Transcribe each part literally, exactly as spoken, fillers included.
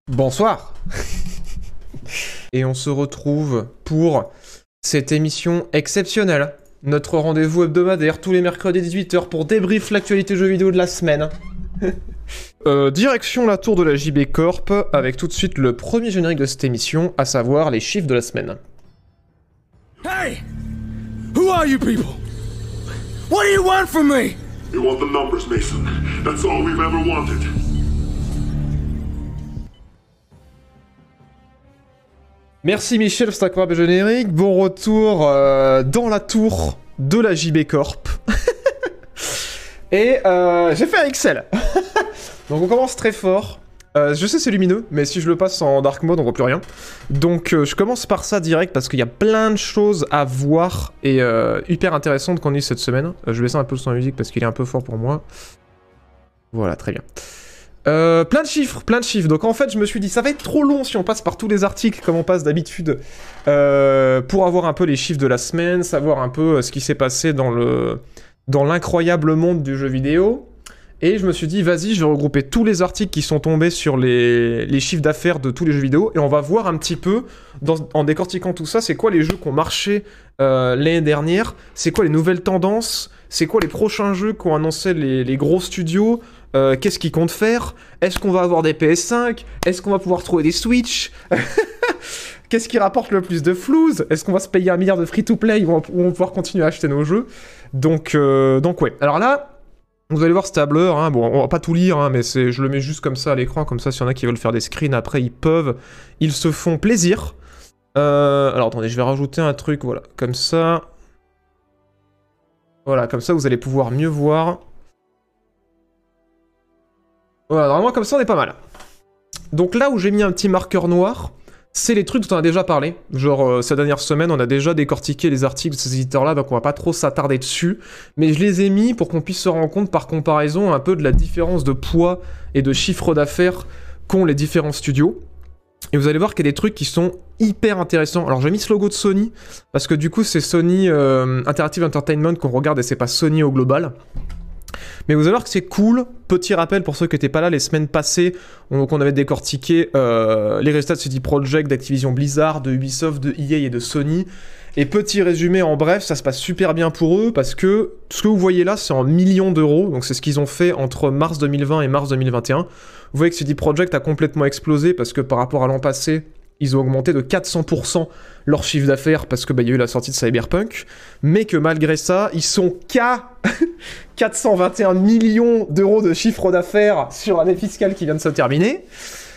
Bonsoir. Et on se retrouve pour cette émission exceptionnelle. Notre rendez-vous hebdomadaire tous les mercredis dix-huit heures pour débrief l'actualité jeux vidéo de la semaine. euh, direction la tour de la J B Corp avec tout de suite le premier générique de cette émission, à savoir les chiffres de la semaine. Hey! Who are you people? What do you want from me? You want the numbers, Mason. That's all we've ever wanted. Merci Michel, c'est incroyable générique. Bon retour euh, dans la tour de la J B Corp. Et euh, j'ai fait un Excel. Donc on commence très fort. Euh, je sais c'est lumineux, mais si je le passe en dark mode, on voit plus rien. Donc euh, je commence par ça direct parce qu'il y a plein de choses à voir et euh, hyper intéressantes qu'on a eu cette semaine. Euh, je vais baisser un peu le son de musique parce qu'il est un peu fort pour moi. Voilà, très bien. Euh, plein de chiffres, plein de chiffres. Donc en fait, je me suis dit, ça va être trop long si on passe par tous les articles comme on passe d'habitude euh, pour avoir un peu les chiffres de la semaine, savoir un peu ce qui s'est passé dans le dans l'incroyable monde du jeu vidéo. Et je me suis dit, vas-y, je vais regrouper tous les articles qui sont tombés sur les, les chiffres d'affaires de tous les jeux vidéo et on va voir un petit peu, dans, en décortiquant tout ça, c'est quoi les jeux qui ont marché euh, l'année dernière, c'est quoi les nouvelles tendances, c'est quoi les prochains jeux qu'ont annoncé les, les gros studios. Euh, qu'est-ce qu'ils comptent faire? Est-ce qu'on va avoir des P S cinq? Est-ce qu'on va pouvoir trouver des Switch? Qu'est-ce qui rapporte le plus de flouze? Est-ce qu'on va se payer un milliard de free-to-play ou on, on va pouvoir continuer à acheter nos jeux? Donc, euh, donc ouais. Alors là, vous allez voir ce tableur, hein. Bon, on va pas tout lire, hein, mais c'est, je le mets juste comme ça à l'écran, comme ça, s'il y en a qui veulent faire des screens, après, ils peuvent. Ils se font plaisir. Euh, alors, attendez, je vais rajouter un truc, voilà, comme ça. Voilà, comme ça, vous allez pouvoir mieux voir. Voilà, normalement comme ça on est pas mal. Donc là où j'ai mis un petit marqueur noir, c'est les trucs dont on a déjà parlé. Genre euh, ces dernières semaines, on a déjà décortiqué les articles de ces éditeurs-là, donc on va pas trop s'attarder dessus. Mais je les ai mis pour qu'on puisse se rendre compte par comparaison un peu de la différence de poids et de chiffre d'affaires qu'ont les différents studios. Et vous allez voir qu'il y a des trucs qui sont hyper intéressants. Alors j'ai mis ce logo de Sony, parce que du coup c'est Sony euh, Interactive Entertainment qu'on regarde et c'est pas Sony au global. Mais vous allez voir que c'est cool. Petit rappel pour ceux qui n'étaient pas là, les semaines passées, on, on avait décortiqué euh, les résultats de C D Projekt, d'Activision Blizzard, de Ubisoft, de E A et de Sony. Et petit résumé en bref, ça se passe super bien pour eux parce que ce que vous voyez là, c'est en millions d'euros. Donc c'est ce qu'ils ont fait entre mars deux mille vingt et mars deux mille vingt et un. Vous voyez que C D Projekt a complètement explosé parce que par rapport à l'an passé, ils ont augmenté de quatre cents pour cent leur chiffre d'affaires parce que bah, y a eu la sortie de Cyberpunk, mais que malgré ça, ils sont qu'à quatre cent vingt et un millions d'euros de chiffre d'affaires sur l'année fiscale qui vient de se terminer,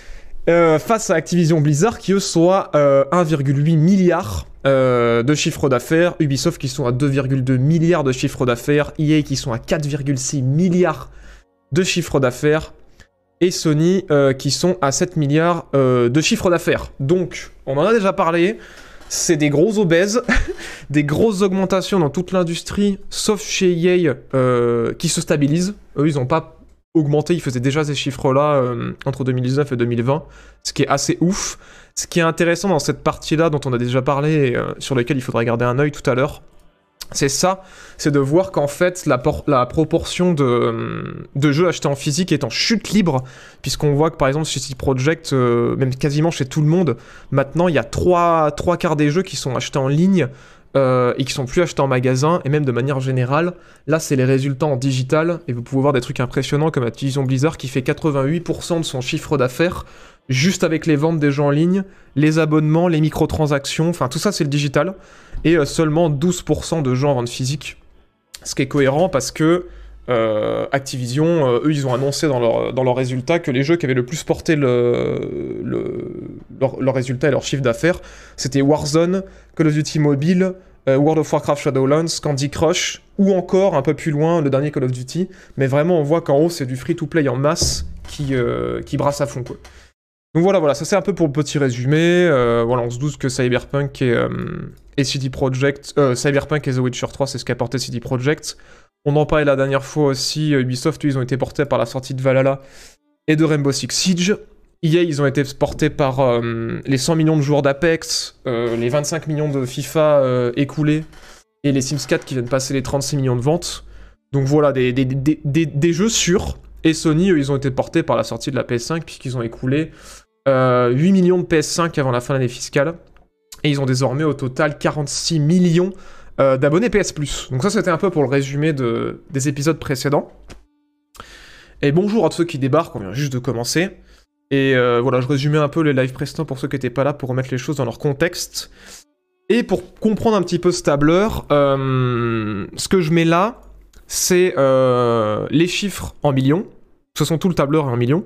euh, face à Activision Blizzard qui eux sont à euh, un virgule huit milliard euh, de chiffre d'affaires, Ubisoft qui sont à deux virgule deux milliards de chiffre d'affaires, E A qui sont à quatre virgule six milliards de chiffre d'affaires, et Sony euh, qui sont à sept milliards euh, de chiffre d'affaires. Donc, on en a déjà parlé, c'est des gros obèses, des grosses augmentations dans toute l'industrie, sauf chez E A euh, qui se stabilisent. Eux, ils n'ont pas augmenté, ils faisaient déjà ces chiffres-là euh, entre deux mille dix-neuf et deux mille vingt, ce qui est assez ouf. Ce qui est intéressant dans cette partie-là, dont on a déjà parlé, et euh, sur laquelle il faudra garder un œil tout à l'heure, c'est ça, c'est de voir qu'en fait la, por- la proportion de, de jeux achetés en physique est en chute libre, puisqu'on voit que par exemple chez C D Projekt, euh, même quasiment chez tout le monde, maintenant il y a trois quarts des jeux qui sont achetés en ligne euh, et qui sont plus achetés en magasin, et même de manière générale, là c'est les résultats en digital, et vous pouvez voir des trucs impressionnants comme Activision Blizzard qui fait quatre-vingt-huit pour cent de son chiffre d'affaires juste avec les ventes des jeux en ligne, les abonnements, les microtransactions, enfin tout ça c'est le digital, et euh, seulement douze pour cent de gens en vente physique. Ce qui est cohérent parce que euh, Activision, euh, eux ils ont annoncé dans leurs dans leur résultats que les jeux qui avaient le plus porté le, le, leur, leur résultat et leur chiffre d'affaires, c'était Warzone, Call of Duty Mobile, euh, World of Warcraft Shadowlands, Candy Crush, ou encore un peu plus loin le dernier Call of Duty, mais vraiment on voit qu'en haut c'est du free-to-play en masse qui, euh, qui brasse à fond quoi. Donc voilà, voilà, ça c'est un peu pour le petit résumé. Euh, voilà, on se doute que Cyberpunk et, euh, et C D Projekt, euh, Cyberpunk et The Witcher trois, c'est ce qu'a porté C D Projekt. On en parlait la dernière fois aussi. Ubisoft, ils ont été portés par la sortie de Valhalla et de Rainbow Six Siege. E A, ils ont été portés par euh, les cent millions de joueurs d'Apex, euh, les vingt-cinq millions de FIFA euh, écoulés et les Sims quatre qui viennent passer les trente-six millions de ventes. Donc voilà, des, des, des, des, des jeux sûrs. Et Sony, eux, ils ont été portés par la sortie de la P S cinq puisqu'ils ont écoulé euh, huit millions de P S cinq avant la fin de l'année fiscale, et ils ont désormais au total quarante-six millions euh, d'abonnés P S Plus. Donc ça c'était un peu pour le résumé de, des épisodes précédents. Et bonjour à tous ceux qui débarquent, on vient juste de commencer. Et euh, voilà, je résumais un peu les lives précédents pour ceux qui n'étaient pas là, pour remettre les choses dans leur contexte. Et pour comprendre un petit peu ce tableur, euh, ce que je mets là, c'est euh, les chiffres en millions. Ce sont tout le tableur en millions.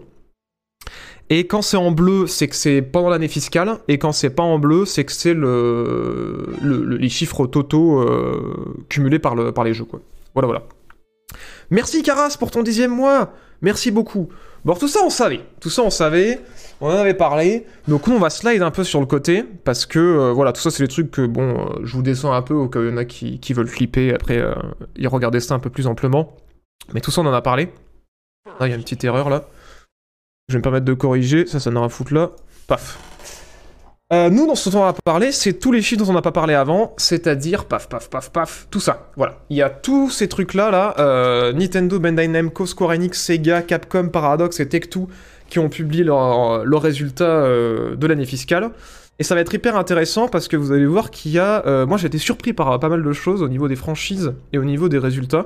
Et quand c'est en bleu, c'est que c'est pendant l'année fiscale. Et quand c'est pas en bleu, c'est que c'est le, le, le, les chiffres totaux euh, cumulés par, le, par les jeux, quoi. Voilà, voilà. Merci Caras pour ton dixième mois. Merci beaucoup. Bon, tout ça on savait. Tout ça on savait. On en avait parlé. Donc nous on va slide un peu sur le côté. Parce que euh, voilà, tout ça c'est les trucs que bon, euh, je vous descends un peu au cas où il y en a qui, qui veulent flipper. Après, euh, y regarder ça un peu plus amplement. Mais tout ça on en a parlé. Là, il y a une petite erreur là. Je vais me permettre de corriger. Ça, ça n'aura à foutre là. Paf. Euh, nous, dans ce dont on va parler, c'est tous les chiffres dont on n'a pas parlé avant, c'est-à-dire paf, paf, paf, paf, tout ça. Voilà. Il y a tous ces trucs-là, là, euh, Nintendo, Bandai Namco, Square Enix, Sega, Capcom, Paradox et Tech-Two qui ont publié leurs leur résultats euh, de l'année fiscale. Et ça va être hyper intéressant parce que vous allez voir qu'il y a... Euh, moi, j'ai été surpris par pas mal de choses au niveau des franchises et au niveau des résultats.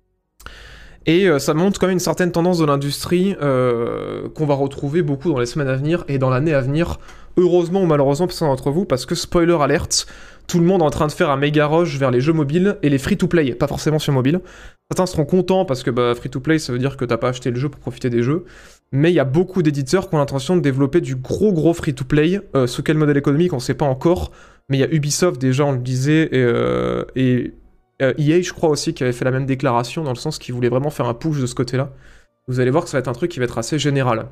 Et euh, ça montre quand même une certaine tendance de l'industrie euh, qu'on va retrouver beaucoup dans les semaines à venir et dans l'année à venir. Heureusement ou malheureusement pour certains d'entre vous, parce que spoiler alert, tout le monde est en train de faire un méga rush vers les jeux mobiles et les free-to-play, pas forcément sur mobile. Certains seront contents parce que bah, free-to-play ça veut dire que t'as pas acheté le jeu pour profiter des jeux, mais il y a beaucoup d'éditeurs qui ont l'intention de développer du gros gros free-to-play, euh, sous quel modèle économique on sait pas encore, mais il y a Ubisoft déjà on le disait, et... Euh, et Euh, E A, je crois aussi, qui avait fait la même déclaration, dans le sens qu'il voulait vraiment faire un push de ce côté-là. Vous allez voir que ça va être un truc qui va être assez général.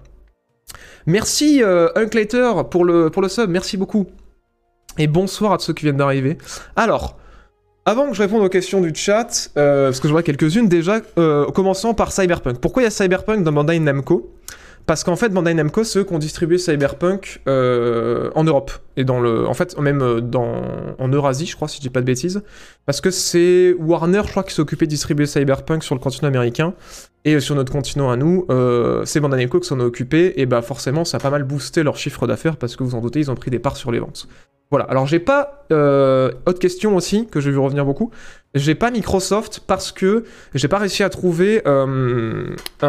Merci, euh, Unklater, pour le, pour le sub, merci beaucoup. Et bonsoir à tous ceux qui viennent d'arriver. Alors, avant que je réponde aux questions du chat, euh, parce que j'en vois quelques-unes, déjà, euh, commençons par Cyberpunk. Pourquoi il y a Cyberpunk dans Bandai Namco ? Parce qu'en fait, Bandai Namco, c'est eux qui ont distribué Cyberpunk euh, en Europe. Et dans le, en fait, même dans, en Eurasie, je crois, si je dis pas de bêtises. Parce que c'est Warner, je crois, qui s'est occupé de distribuer Cyberpunk sur le continent américain. Et sur notre continent à nous, euh, c'est Bandai Namco qui s'en a occupé. Et bah forcément, ça a pas mal boosté leur chiffre d'affaires, parce que vous en doutez, ils ont pris des parts sur les ventes. Voilà, alors j'ai pas... Euh, autre question aussi, que j'ai vu revenir beaucoup. J'ai pas Microsoft parce que j'ai pas réussi à trouver euh,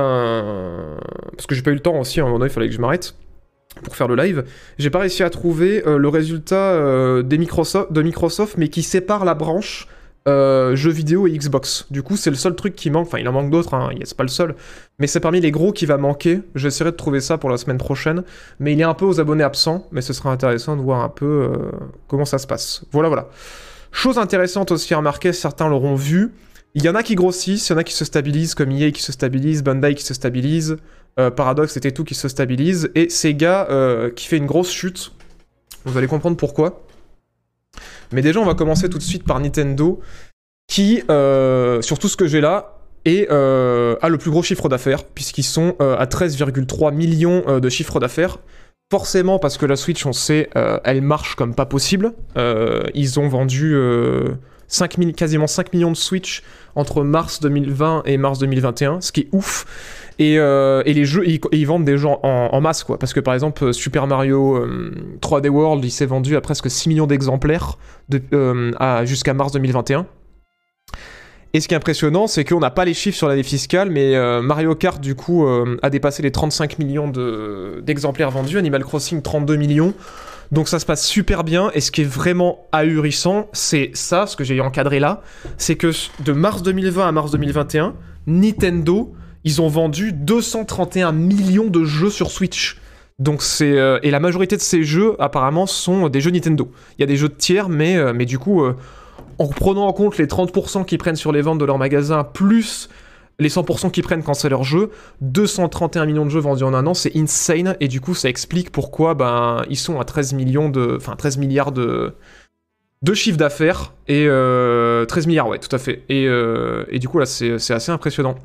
un... Parce que j'ai pas eu le temps aussi, à un moment donné, il fallait que je m'arrête pour faire le live. J'ai pas réussi à trouver euh, le résultat euh, des Microsoft, de Microsoft, mais qui sépare la branche euh, jeux vidéo et Xbox. Du coup, c'est le seul truc qui manque. Enfin, il en manque d'autres, hein, c'est pas le seul. Mais c'est parmi les gros qui va manquer. J'essaierai de trouver ça pour la semaine prochaine. Mais il est un peu aux abonnés absents. Mais ce sera intéressant de voir un peu euh, comment ça se passe. Voilà, voilà. Chose intéressante aussi à remarquer, certains l'auront vu. Il y en a qui grossissent, il y en a qui se stabilisent, comme E A qui se stabilise, Bandai qui se stabilise, euh, Paradox et Tech-Two qui se stabilise, et Sega euh, qui fait une grosse chute. Vous allez comprendre pourquoi. Mais déjà, on va commencer tout de suite par Nintendo, qui, euh, sur tout ce que j'ai là, et euh, a le plus gros chiffre d'affaires, puisqu'ils sont euh, à treize virgule trois millions euh, de chiffre d'affaires. Forcément, parce que la Switch, on sait, euh, elle marche comme pas possible. Euh, ils ont vendu euh, cinq mille, quasiment cinq millions de Switch entre mars deux mille vingt et mars deux mille vingt et un, ce qui est ouf. Et, euh, et les jeux, ils, ils vendent des gens en, en masse, quoi. Parce que par exemple, Super Mario euh, trois D World, il s'est vendu à presque six millions d'exemplaires de, euh, à, jusqu'à mars deux mille vingt et un. Et ce qui est impressionnant, c'est qu'on n'a pas les chiffres sur l'année fiscale, mais euh, Mario Kart, du coup, euh, a dépassé les trente-cinq millions de, d'exemplaires vendus, Animal Crossing, trente-deux millions. Donc ça se passe super bien, et ce qui est vraiment ahurissant, c'est ça, ce que j'ai encadré là, c'est que de mars deux mille vingt à mars deux mille vingt et un, Nintendo, ils ont vendu deux cent trente et un millions de jeux sur Switch. Donc c'est euh, et la majorité de ces jeux, apparemment, sont des jeux Nintendo. Il y a des jeux de tiers, mais, euh, mais du coup... Euh, en prenant en compte les trente pour cent qu'ils prennent sur les ventes de leur magasin, plus les cent pour cent qu'ils prennent quand c'est leur jeu, deux cent trente et un millions de jeux vendus en un an, c'est insane, et du coup ça explique pourquoi ben, ils sont à treize millions de... Enfin treize milliards de... de chiffre d'affaires, et... Euh, treize milliards, ouais, tout à fait. Et, euh, et du coup là c'est, c'est assez impressionnant.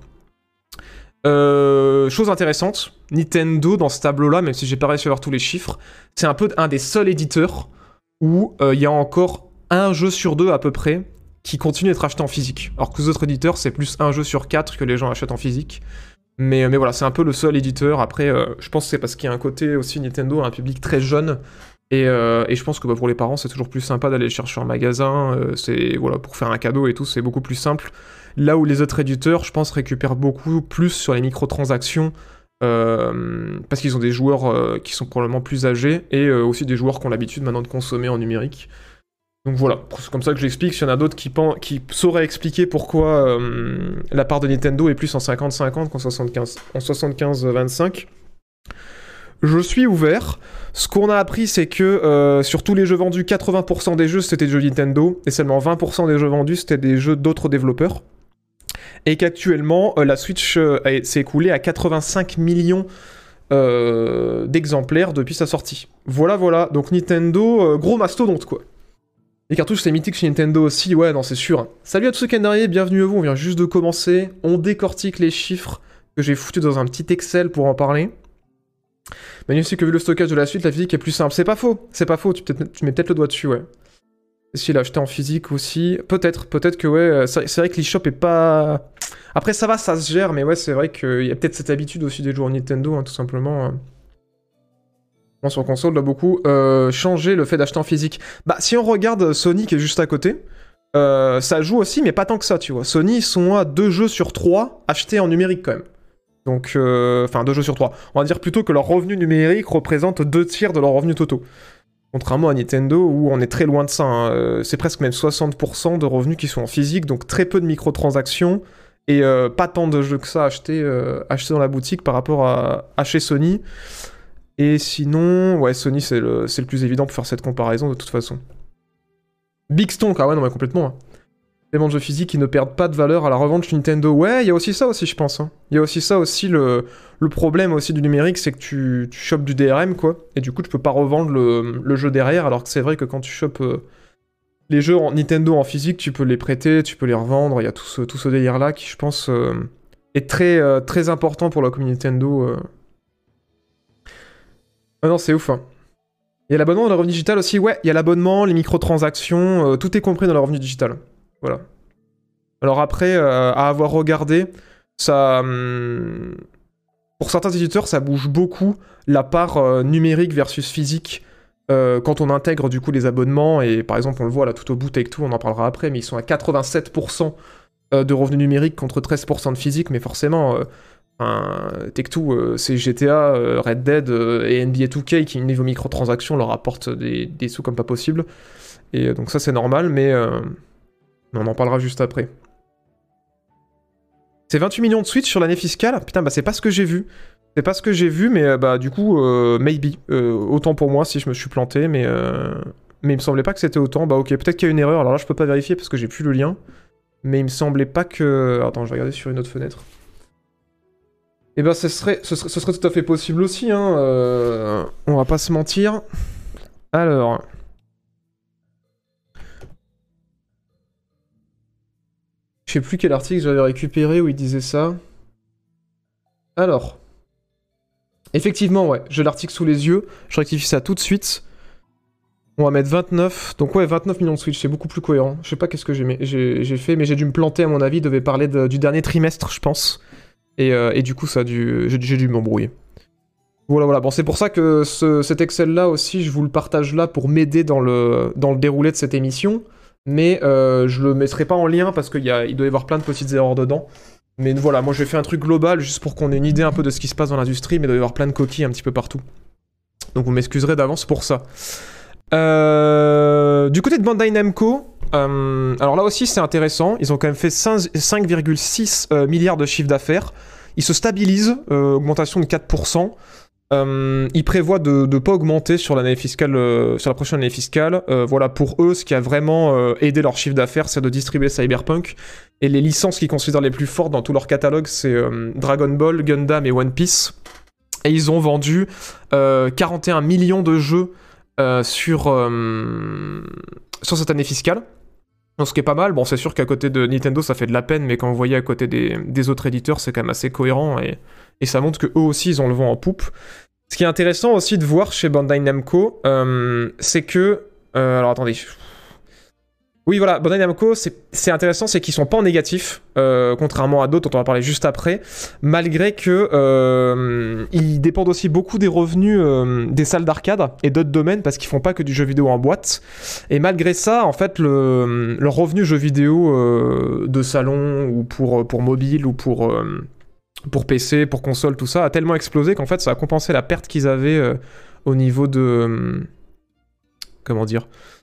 Euh, chose intéressante, Nintendo dans ce tableau-là, même si j'ai pas réussi à voir tous les chiffres, c'est un peu un des seuls éditeurs où il euh, y a encore un jeu sur deux à peu près qui continue d'être acheté en physique. Alors que les autres éditeurs, c'est plus un jeu sur quatre que les gens achètent en physique. Mais, mais voilà, c'est un peu le seul éditeur. Après, euh, je pense que c'est parce qu'il y a un côté aussi Nintendo a un public très jeune. Et, euh, et je pense que bah, pour les parents, c'est toujours plus sympa d'aller le chercher en magasin. Euh, c'est, voilà, pour faire un cadeau et tout, c'est beaucoup plus simple. Là où les autres éditeurs, je pense, récupèrent beaucoup plus sur les microtransactions. Euh, parce qu'ils ont des joueurs euh, qui sont probablement plus âgés. Et euh, aussi des joueurs qui ont l'habitude maintenant de consommer en numérique. Donc voilà, c'est comme ça que j'explique. S'il y en a d'autres qui, qui sauraient expliquer pourquoi euh, la part de Nintendo est plus en cinquante cinquante qu'en soixante-quinze vingt-cinq, je suis ouvert. Ce qu'on a appris, c'est que euh, sur tous les jeux vendus, quatre-vingts pour cent des jeux c'était des jeux Nintendo, et seulement vingt pour cent des jeux vendus c'était des jeux d'autres développeurs. Et qu'actuellement, euh, la Switch euh, s'est écoulée à quatre-vingt-cinq millions euh, d'exemplaires depuis sa sortie. Voilà, voilà. Donc Nintendo, euh, gros mastodonte quoi. Les cartouches, c'est mythique chez Nintendo aussi, ouais, non, c'est sûr. Salut à tous ceux qui sont arrivés, bienvenue à vous, on vient juste de commencer. On décortique les chiffres que j'ai foutus dans un petit Excel pour en parler. Manu aussi que vu le stockage de la suite, la physique est plus simple. C'est pas faux, c'est pas faux, tu, tu mets peut-être le doigt dessus, ouais. Si, il a acheté en physique aussi. Peut-être, peut-être que, ouais, c'est vrai que l'eShop est pas... Après, ça va, ça se gère, mais ouais, c'est vrai qu'il y a peut-être cette habitude aussi des joueurs Nintendo, hein, tout simplement... Bon, sur console, là, beaucoup. Euh, changer le fait d'acheter en physique. Bah, si on regarde Sony qui est juste à côté, euh, ça joue aussi, mais pas tant que ça, tu vois. Sony, ils sont à deux jeux sur trois achetés en numérique, quand même. Donc, euh, enfin, deux jeux sur trois. On va dire plutôt que leur revenu numérique représente deux tiers de leur revenu totaux. Contrairement à Nintendo, où on est très loin de ça. Hein. Euh, c'est presque même soixante pour cent de revenus qui sont en physique, donc très peu de microtransactions, et euh, pas tant de jeux que ça achetés, euh, achetés dans la boutique par rapport à, à chez Sony. Et sinon, ouais, Sony, c'est le, le plus évident pour faire cette comparaison, de toute façon. Big Stonk, ah ouais, non, mais complètement. Hein. Tellement de jeux physiques qui ne perdent pas de valeur à la revente chez Nintendo. Ouais, il y a aussi ça aussi, je pense. Hein. Il y a aussi ça aussi, le, le problème aussi du numérique, c'est que tu, tu chopes du D R M, quoi. Et du coup, tu peux pas revendre le, le jeu derrière, alors que c'est vrai que quand tu chopes euh, les jeux en Nintendo en physique, tu peux les prêter, tu peux les revendre. Il y a tout ce, tout ce délire-là qui, je pense, euh, est très, euh, très important pour la communauté Nintendo. Euh. Ah non, c'est ouf, hein. Il y a l'abonnement dans le revenu digital aussi, ouais, il y a l'abonnement, les microtransactions, euh, tout est compris dans le revenu digital. Voilà. Alors après, euh, à avoir regardé, ça... Hum, pour certains éditeurs, ça bouge beaucoup la part euh, numérique versus physique euh, quand on intègre du coup les abonnements, et par exemple, on le voit là tout au bout, Take-Two, on en parlera après, mais ils sont à quatre-vingt-sept pour cent de revenus numériques contre treize pour cent de physique, mais forcément... Euh, Un Take-Two, euh, c'est G T A, euh, Red Dead euh, et N B A deux K qui, niveau microtransactions, leur apportent des, des sous comme pas possible. Et euh, donc ça, c'est normal, mais, euh, mais on en parlera juste après. C'est vingt-huit millions de Switch sur l'année fiscale. Putain, bah c'est pas ce que j'ai vu. C'est pas ce que j'ai vu, mais euh, bah du coup, euh, maybe. Euh, autant pour moi si je me suis planté, mais, euh, mais il me semblait pas que c'était autant. Bah ok, peut-être qu'il y a une erreur. Alors là, je peux pas vérifier parce que j'ai plus le lien. Mais il me semblait pas que... Attends, je vais regarder sur une autre fenêtre. Eh ben, ce serait, ce, serait, ce serait tout à fait possible aussi, hein. Euh, on va pas se mentir. Alors... Je sais plus quel article j'avais récupéré où il disait ça. Alors... Effectivement, ouais, j'ai l'article sous les yeux. Je rectifie ça tout de suite. On va mettre vingt-neuf. Donc ouais, vingt-neuf millions de Switch, c'est beaucoup plus cohérent. Je sais pas qu'est-ce que j'ai fait, mais j'ai dû me planter, à mon avis. Il devait parler de, du dernier trimestre, je pense. Et, euh, et du coup, ça a dû, j'ai, j'ai dû m'embrouiller. Voilà, voilà. Bon, c'est pour ça que ce, cet Excel-là aussi, je vous le partage là pour m'aider dans le, dans le déroulé de cette émission. Mais euh, je le mettrai pas en lien parce qu'il y a, il doit y avoir plein de petites erreurs dedans. Mais voilà, moi j'ai fait un truc global juste pour qu'on ait une idée un peu de ce qui se passe dans l'industrie, mais il doit y avoir plein de coquilles un petit peu partout. Donc vous m'excuserez d'avance pour ça. Euh, du côté de Bandai Namco, euh, alors là aussi c'est intéressant, ils ont quand même fait cinq virgule six euh, milliards de chiffre d'affaires, ils se stabilisent, euh, augmentation de quatre pour cent, euh, ils prévoient de ne pas augmenter sur l'année fiscale, euh, sur la prochaine année fiscale. Euh, voilà, pour eux, ce qui a vraiment euh, aidé leur chiffre d'affaires, c'est de distribuer Cyberpunk, et les licences qu'ils considèrent les plus fortes dans tout leur catalogue, c'est euh, Dragon Ball, Gundam et One Piece, et ils ont vendu euh, quarante et un millions de jeux Euh, sur, euh, sur cette année fiscale. Donc, ce qui est pas mal. Bon, c'est sûr qu'à côté de Nintendo, ça fait de la peine, mais quand vous voyez à côté des, des autres éditeurs, c'est quand même assez cohérent, et, et ça montre qu'eux aussi, ils ont le vent en poupe. Ce qui est intéressant aussi de voir chez Bandai Namco, euh, c'est que... Euh, alors, attendez. Oui, voilà, Bandai Namco, c'est intéressant, c'est qu'ils sont pas en négatif, euh, contrairement à d'autres dont on va parler juste après, malgré que euh, ils dépendent aussi beaucoup des revenus euh, des salles d'arcade et d'autres domaines, parce qu'ils font pas que du jeu vidéo en boîte. Et malgré ça, en fait, le, le revenu jeu vidéo euh, de salon, ou pour, pour mobile, ou pour, euh, pour P C, pour console, tout ça, a tellement explosé qu'en fait, ça a compensé la perte qu'ils avaient euh, au niveau de... Euh, comment dire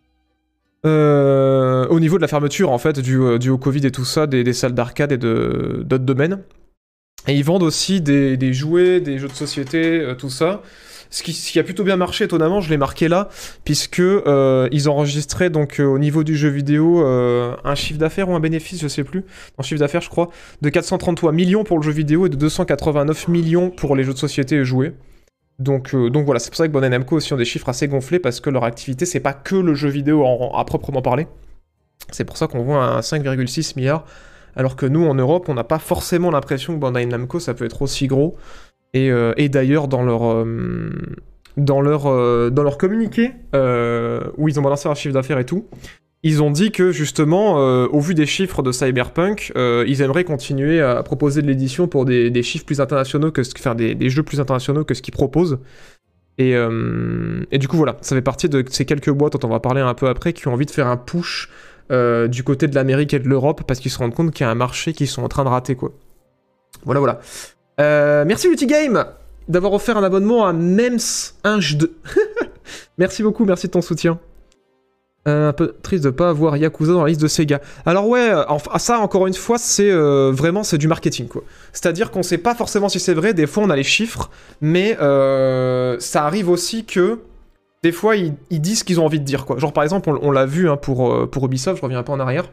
Euh, au niveau de la fermeture en fait dû, dû au Covid et tout ça des, des salles d'arcade et de, d'autres domaines. Et ils vendent aussi des, des jouets, des jeux de société, euh, tout ça. Ce qui, ce qui a plutôt bien marché étonnamment, je l'ai marqué là, puisque euh, ils enregistraient donc euh, au niveau du jeu vidéo euh, un chiffre d'affaires ou un bénéfice, je sais plus, un chiffre d'affaires je crois, de quatre cent trente-trois millions pour le jeu vidéo et de deux cent quatre-vingt-neuf millions pour les jeux de société et jouets. Donc, euh, donc voilà, c'est pour ça que Bandai Namco aussi ont des chiffres assez gonflés, parce que leur activité, c'est pas que le jeu vidéo en, à proprement parler. C'est pour ça qu'on voit un cinq virgule six milliards, alors que nous, en Europe, on n'a pas forcément l'impression que Bandai Namco, ça peut être aussi gros. Et, euh, et d'ailleurs, dans leur, euh, dans leur, euh, dans leur communiqué, euh, où ils ont balancé leur chiffre d'affaires et tout, ils ont dit que justement, euh, au vu des chiffres de Cyberpunk, euh, ils aimeraient continuer à proposer de l'édition pour des, des chiffres plus internationaux, que ce, faire des, des jeux plus internationaux que ce qu'ils proposent. Et, euh, et du coup, voilà, ça fait partie de ces quelques boîtes dont on va parler un peu après, qui ont envie de faire un push euh, du côté de l'Amérique et de l'Europe, parce qu'ils se rendent compte qu'il y a un marché qu'ils sont en train de rater, quoi. Voilà, voilà. Euh, merci Lutti Game d'avoir offert un abonnement à Mems Inge deux. Merci beaucoup, merci de ton soutien. Euh, un peu triste de pas avoir Yakuza dans la liste de Sega. Alors ouais, enfin, ça encore une fois, c'est euh, vraiment c'est du marketing quoi. C'est-à-dire qu'on sait pas forcément si c'est vrai, des fois on a les chiffres, mais euh, ça arrive aussi que des fois ils, ils disent ce qu'ils ont envie de dire quoi. Genre par exemple, on, on l'a vu hein, pour, pour Ubisoft, je reviens un peu en arrière.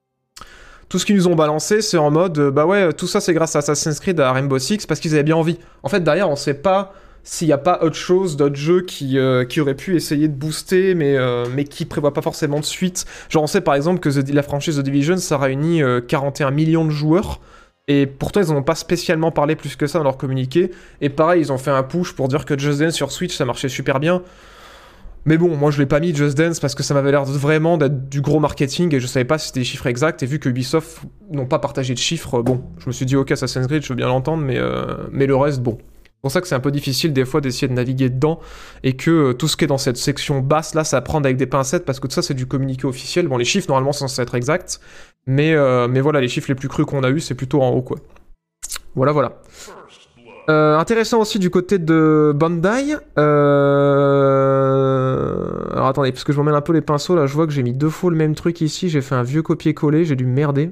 Tout ce qu'ils nous ont balancé, c'est en mode, euh, bah ouais, tout ça c'est grâce à Assassin's Creed, à Rainbow Six, parce qu'ils avaient bien envie. En fait, derrière, on sait pas s'il n'y a pas autre chose, d'autres jeux qui, euh, qui auraient pu essayer de booster, mais, euh, mais qui prévoient pas forcément de suite. Genre, on sait par exemple que The, la franchise The Division, ça réunit euh, quarante et un millions de joueurs, et pourtant, ils n'en ont pas spécialement parlé plus que ça dans leur communiqué. Et pareil, ils ont fait un push pour dire que Just Dance sur Switch, ça marchait super bien. Mais bon, moi je l'ai pas mis Just Dance parce que ça m'avait l'air vraiment d'être du gros marketing et je savais pas si c'était des chiffres exacts. Et vu que Ubisoft n'ont pas partagé de chiffres, bon, je me suis dit ok, Assassin's Creed, je veux bien l'entendre, mais, euh, mais le reste, bon. C'est pour ça que c'est un peu difficile des fois d'essayer de naviguer dedans et que euh, tout ce qui est dans cette section basse là, ça à prendre avec des pincettes parce que tout ça c'est du communiqué officiel. Bon, les chiffres normalement sont censés être exacts, mais, euh, mais voilà, les chiffres les plus crus qu'on a eu, c'est plutôt en haut quoi. Voilà, voilà. Euh, intéressant aussi du côté de Bandai. Euh... Alors attendez, parce que je m'emmène un peu les pinceaux là, je vois que j'ai mis deux fois le même truc ici, j'ai fait un vieux copier-coller, j'ai dû merder.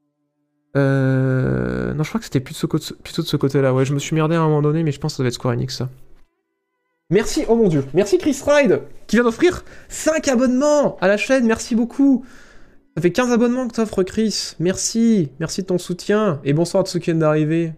Euh... Non, je crois que c'était plutôt, plutôt de ce côté-là, ouais, je me suis merdé à un moment donné, mais je pense que ça devait être Square Enix ça. Merci, oh mon dieu, merci Chris Ride, qui vient d'offrir cinq abonnements à la chaîne, merci beaucoup. Ça fait quinze abonnements que t'offres Chris, merci, merci de ton soutien, et bonsoir à tous ceux qui viennent d'arriver.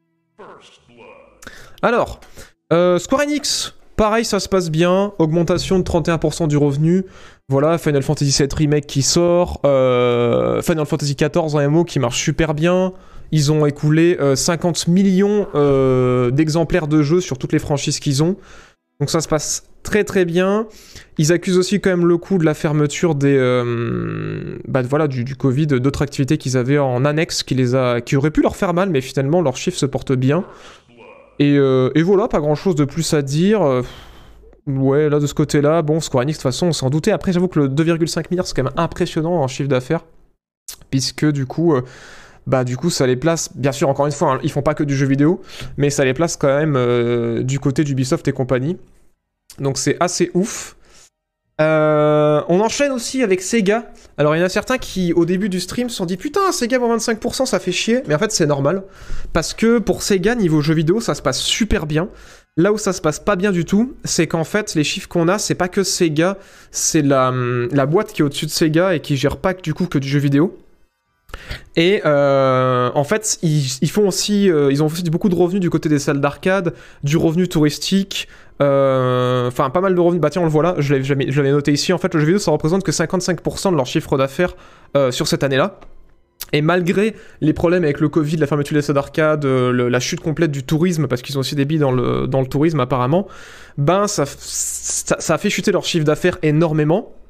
Alors, euh, Square Enix, pareil, ça se passe bien, augmentation de trente et un pour cent du revenu, voilà, Final Fantasy sept Remake qui sort, euh, Final Fantasy quatorze en M M O qui marche super bien, ils ont écoulé euh, cinquante millions euh, d'exemplaires de jeux sur toutes les franchises qu'ils ont, donc ça se passe très très bien. Ils accusent aussi quand même le coup de la fermeture des, euh, bah, voilà, du, du Covid, d'autres activités qu'ils avaient en annexe qui, les a, qui auraient pu leur faire mal, mais finalement leurs chiffres se portent bien. Et, euh, et voilà, pas grand chose de plus à dire. Euh, ouais, là de ce côté-là, bon, Square Enix, de toute façon, on s'en doutait. Après, j'avoue que le deux virgule cinq milliards, c'est quand même impressionnant en chiffre d'affaires. Puisque du coup, euh, bah, du coup, ça les place, bien sûr, encore une fois, hein, ils font pas que du jeu vidéo, mais ça les place quand même euh, du côté d'Ubisoft et compagnie. Donc c'est assez ouf. Euh, on enchaîne aussi avec Sega. Alors il y en a certains qui au début du stream se sont dit putain Sega pour vingt-cinq pour cent ça fait chier, mais en fait c'est normal parce que pour Sega niveau jeux vidéo ça se passe super bien. Là où ça se passe pas bien du tout, c'est qu'en fait les chiffres qu'on a c'est pas que Sega, c'est la, la boîte qui est au-dessus de Sega et qui gère pas du coup que du jeu vidéo. Et euh, en fait, ils, ils font aussi, euh, ils ont aussi beaucoup de revenus du côté des salles d'arcade, du revenu touristique, enfin euh, pas mal de revenus. Bah tiens, on le voit là, je l'avais, je l'avais noté ici. En fait, le jeu vidéo, ça représente que cinquante-cinq pour cent de leur chiffre d'affaires euh, sur cette année-là. Et malgré les problèmes avec le Covid, la fermeture des salles d'arcade, euh, le, la chute complète du tourisme, parce qu'ils ont aussi des billes dans le, dans le tourisme apparemment, ben ça, ça, ça a fait chuter leur chiffre d'affaires énormément.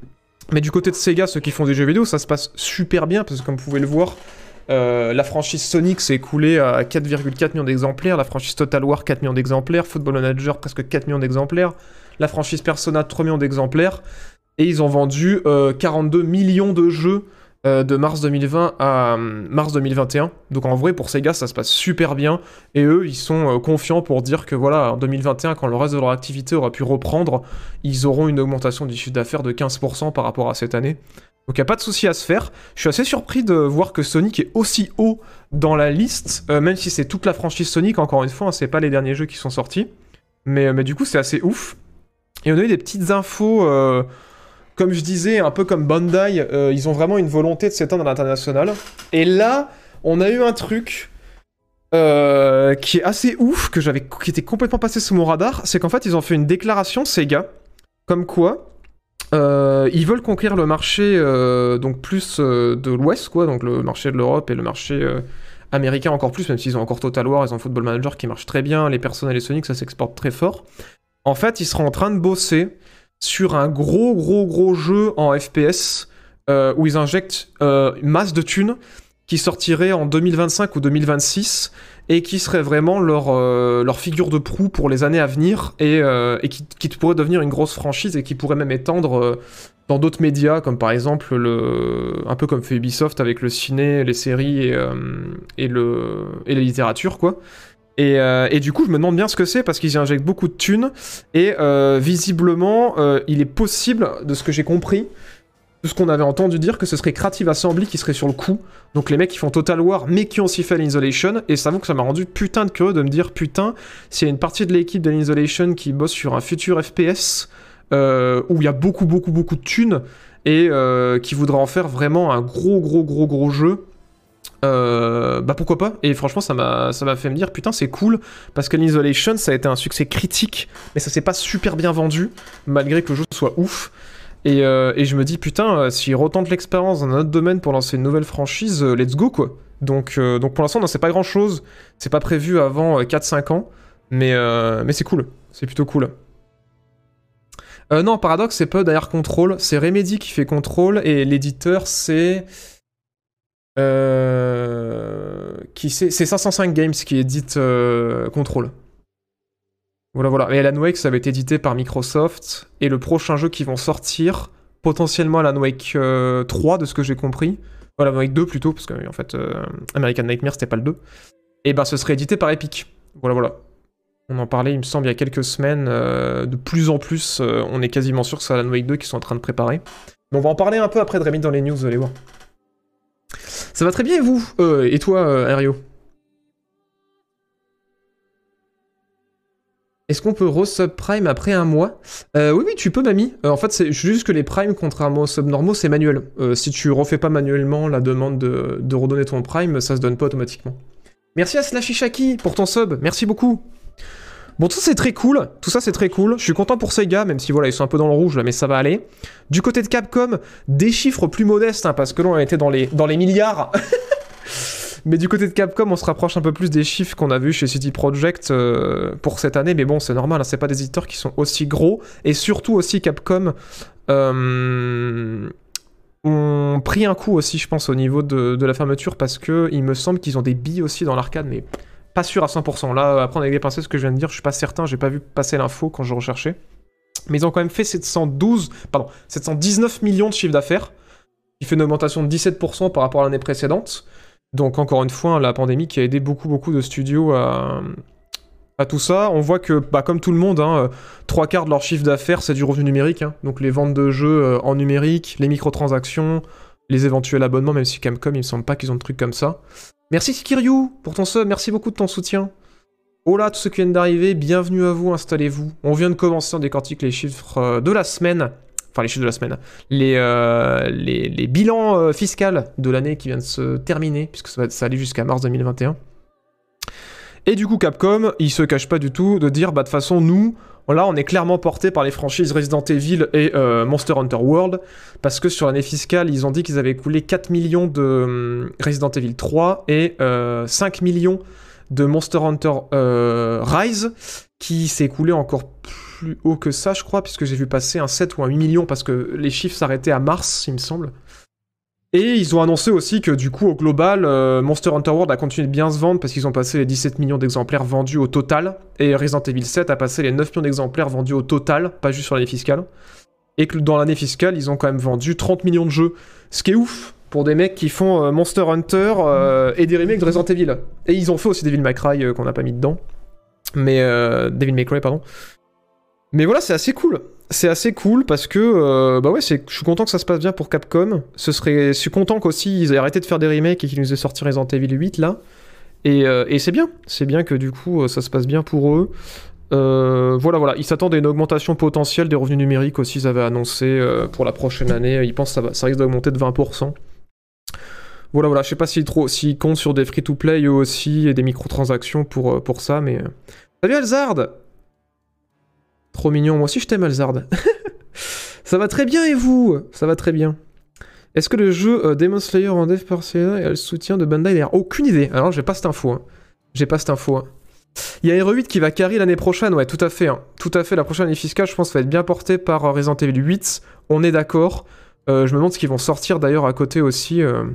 Mais du côté de Sega, ceux qui font des jeux vidéo, ça se passe super bien, parce que comme vous pouvez le voir, euh, la franchise Sonic s'est écoulée à quatre virgule quatre millions d'exemplaires, la franchise Total War quatre millions d'exemplaires, Football Manager presque quatre millions d'exemplaires, la franchise Persona trois millions d'exemplaires, et ils ont vendu euh, quarante-deux millions de jeux euh, de mars deux mille vingt à euh, mars deux mille vingt et un. Donc en vrai, pour Sega, ça se passe super bien, et eux, ils sont euh, confiants pour dire que voilà, en deux mille vingt et un, quand le reste de leur activité aura pu reprendre, ils auront une augmentation du chiffre d'affaires de quinze pour cent par rapport à cette année. Donc il n'y a pas de souci à se faire. Je suis assez surpris de voir que Sonic est aussi haut dans la liste, euh, même si c'est toute la franchise Sonic, encore une fois, hein, c'est pas les derniers jeux qui sont sortis. Mais, mais du coup, c'est assez ouf. Et on a eu des petites infos, euh, comme je disais, un peu comme Bandai, euh, ils ont vraiment une volonté de s'étendre à l'international. Et là, on a eu un truc euh, qui est assez ouf, que j'avais, qui était complètement passé sous mon radar, c'est qu'en fait, ils ont fait une déclaration, Sega, comme quoi euh, ils veulent conquérir le marché euh, donc plus euh, de l'Ouest, quoi, donc le marché de l'Europe et le marché euh, américain encore plus, même s'ils ont encore Total War, ils ont Football Manager qui marche très bien, les Persona et les Sonic, ça s'exporte très fort. En fait, ils seront en train de bosser sur un gros, gros, gros jeu en F P S euh, où ils injectent euh, une masse de thunes qui sortirait en deux mille vingt-cinq ou deux mille vingt-six et qui serait vraiment leur, euh, leur figure de proue pour les années à venir et, euh, et qui, qui pourrait devenir une grosse franchise et qui pourrait même étendre euh, dans d'autres médias, comme par exemple, le, un peu comme fait Ubisoft avec le ciné, les séries et, euh, et, le, et la littérature, quoi. Et, euh, et du coup, je me demande bien ce que c'est, parce qu'ils y injectent beaucoup de thunes, et euh, visiblement, euh, il est possible, de ce que j'ai compris, de ce qu'on avait entendu dire, que ce serait Creative Assembly qui serait sur le coup, donc les mecs qui font Total War, mais qui ont aussi fait l'Insolation, et ça avoue que ça m'a rendu putain de curieux de me dire, putain, s'il y a une partie de l'équipe de l'Insolation qui bosse sur un futur F P S, euh, où il y a beaucoup, beaucoup, beaucoup de thunes, et euh, qui voudra en faire vraiment un gros, gros, gros, gros jeu, Euh, bah pourquoi pas, et franchement ça m'a ça m'a fait me dire putain c'est cool, parce que l'Isolation ça a été un succès critique, mais ça s'est pas super bien vendu, malgré que le jeu soit ouf, et, euh, et je me dis putain, euh, s'ils retentent l'expérience dans un autre domaine pour lancer une nouvelle franchise, euh, let's go quoi. Donc, euh, donc pour l'instant non, c'est pas grand chose, c'est pas prévu avant euh, quatre cinq ans, mais, euh, mais c'est cool, c'est plutôt cool. Euh, non, Paradox c'est pas derrière Control, c'est Remedy qui fait Control, et l'éditeur c'est... Euh... Qui c'est C'est cinq cent cinq Games qui édite euh, Control. Voilà, voilà. Et Alan Wake, ça avait été édité par Microsoft. Et le prochain jeu qui vont sortir, potentiellement Alan Wake euh, trois, de ce que j'ai compris. Voilà, Alan Wake deux plutôt, parce que en fait, euh, American Nightmare, c'était pas le deux. Et ben, ce serait édité par Epic. Voilà, voilà. On en parlait, il me semble, il y a quelques semaines. Euh, de plus en plus, euh, on est quasiment sûr que c'est Alan Wake deux qui sont en train de préparer. Mais on va en parler un peu après de Rémi dans les news, vous allez voir. Ça va très bien et vous euh, Et toi, euh, Ario? Est-ce qu'on peut re-subprime après un mois? euh, Oui, oui, tu peux, mamie. Euh, en fait, c'est juste que les primes, contrairement aux sub normaux, c'est manuel. Euh, si tu refais pas manuellement la demande de, de redonner ton prime, ça se donne pas automatiquement. Merci à Slashishaki pour ton sub, merci beaucoup. Bon, tout ça c'est très cool, tout ça c'est très cool, je suis content pour Sega, même si voilà, ils sont un peu dans le rouge là, mais ça va aller. Du côté de Capcom, des chiffres plus modestes, hein, parce que là on était dans les, dans les milliards. Mais du côté de Capcom, on se rapproche un peu plus des chiffres qu'on a vus chez C D Projekt euh, pour cette année, mais bon, c'est normal, hein, c'est pas des éditeurs qui sont aussi gros, et surtout aussi Capcom euh, ont pris un coup aussi, je pense, au niveau de, de la fermeture, parce que il me semble qu'ils ont des billes aussi dans l'arcade, mais... Pas sûr à cent pour cent. Là, à prendre avec des pincettes ce que je viens de dire, je suis pas certain, j'ai pas vu passer l'info quand je recherchais. Mais ils ont quand même fait sept cent douze, pardon, sept cent dix-neuf millions de chiffre d'affaires, qui fait une augmentation de dix-sept pour cent par rapport à l'année précédente. Donc encore une fois, la pandémie qui a aidé beaucoup beaucoup de studios à, à tout ça. On voit que, bah, comme tout le monde, hein, trois quarts de leur chiffre d'affaires, c'est du revenu numérique. Hein. Donc les ventes de jeux en numérique, les microtransactions, les éventuels abonnements, même si Capcom, il me semble pas qu'ils ont de trucs comme ça. Merci Kiryu pour ton sub, merci beaucoup de ton soutien. Oh là, tous ceux qui viennent d'arriver, bienvenue à vous, installez-vous. On vient de commencer, on décortique les chiffres de la semaine, enfin les chiffres de la semaine, les, euh, les, les bilans euh, fiscaux de l'année qui vient de se terminer, puisque ça va ça aller jusqu'à mars deux mille vingt et un. Et du coup Capcom, il se cache pas du tout de dire, bah de toute façon nous, là on est clairement porté par les franchises Resident Evil et euh, Monster Hunter World, parce que sur l'année fiscale, ils ont dit qu'ils avaient écoulé quatre millions de euh, Resident Evil trois et euh, cinq millions de Monster Hunter euh, Rise, qui s'est écoulé encore plus haut que ça, je crois, puisque j'ai vu passer un sept ou un huit millions, parce que les chiffres s'arrêtaient à mars, il me semble. Et ils ont annoncé aussi que du coup, au global, euh, Monster Hunter World a continué de bien se vendre, parce qu'ils ont passé les dix-sept millions d'exemplaires vendus au total, et Resident Evil sept a passé les neuf millions d'exemplaires vendus au total, pas juste sur l'année fiscale. Et que dans l'année fiscale, ils ont quand même vendu trente millions de jeux. Ce qui est ouf pour des mecs qui font euh, Monster Hunter euh, et des remakes de Resident Evil. Et ils ont fait aussi Devil May Cry euh, qu'on n'a pas mis dedans. Mais euh, Devil May Cry, pardon. Mais voilà, c'est assez cool. C'est assez cool parce que euh, bah ouais, c'est, je suis content que ça se passe bien pour Capcom. Ce serait, je suis content qu'aussi ils aient arrêté de faire des remakes et qu'ils nous aient sorti Resident Evil huit là. Et, euh, et c'est bien, c'est bien que du coup ça se passe bien pour eux. Euh, voilà, voilà, ils s'attendent à une augmentation potentielle des revenus numériques aussi. Ils avaient annoncé euh, pour la prochaine année. Ils pensent que ça, va, ça risque d'augmenter de vingt pour cent. Voilà, voilà, je sais pas s'ils, trop, s'ils comptent sur des free-to-play eux aussi et des microtransactions pour, pour ça, mais... Salut Alzard! Trop mignon, moi aussi je t'aime Alzard. Ça va très bien et vous? Ça va très bien. Est-ce que le jeu euh, Demon Slayer en dev partiel et le soutien de Bandai derrière? Aucune idée, alors j'ai pas cette info. Hein. J'ai pas cette info. Hein. Il y a R E huit qui va carry l'année prochaine, ouais, tout à fait. Hein. Tout à fait, la prochaine année fiscale, je pense, va être bien portée par Resident Evil huit. On est d'accord. Euh, je me demande ce qu'ils vont sortir d'ailleurs à côté aussi. Euh...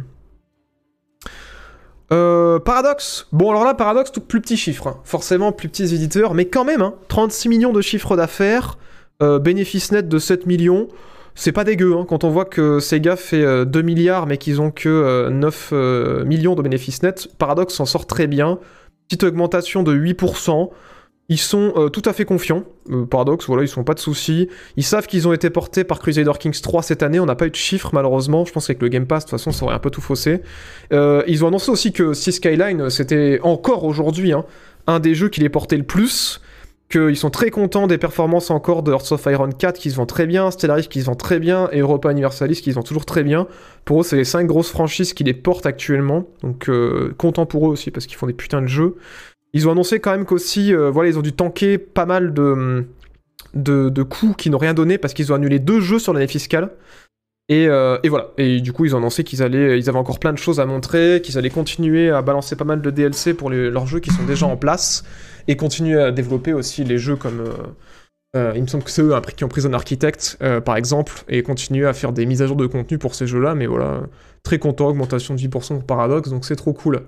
Euh, Paradox. Bon, alors là, Paradox, tout plus petit chiffre. Hein. Forcément, plus petits éditeurs, mais quand même, hein, trente-six millions de chiffre d'affaires, euh, bénéfice net de sept millions. C'est pas dégueu, hein, quand on voit que Sega fait euh, deux milliards, mais qu'ils ont que euh, neuf euh, millions de bénéfices nets. Paradox s'en sort très bien. Petite augmentation de huit pour cent. Ils sont euh, tout à fait confiants. Euh, Paradox, voilà, ils sont pas de soucis. Ils savent qu'ils ont été portés par Crusader Kings trois cette année. On n'a pas eu de chiffres, malheureusement. Je pense qu'avec le Game Pass, de toute façon, ça aurait un peu tout faussé. Euh, ils ont annoncé aussi que Sea Skyline, c'était encore aujourd'hui hein, un des jeux qui les portait le plus. Qu'ils sont très contents des performances encore de Hearts of Iron quatre qui se vend très bien, Stellaris qui se vend très bien, et Europa Universalis qui se vend toujours très bien. Pour eux, c'est les cinq grosses franchises qui les portent actuellement. Donc, euh, content pour eux aussi parce qu'ils font des putains de jeux. Ils ont annoncé quand même qu'aussi, euh, voilà, ils ont dû tanker pas mal de, de, de coups qui n'ont rien donné parce qu'ils ont annulé deux jeux sur l'année fiscale. Et, euh, et voilà. Et du coup, ils ont annoncé qu'ils allaient, ils avaient encore plein de choses à montrer, qu'ils allaient continuer à balancer pas mal de D L C pour les, leurs jeux qui sont déjà en place et continuer à développer aussi les jeux comme. Euh, euh, il me semble que c'est eux hein, qui ont Prison Architect, euh, par exemple, et continuer à faire des mises à jour de contenu pour ces jeux-là. Mais voilà, très content, augmentation de dix pour cent pour Paradox, donc c'est trop cool.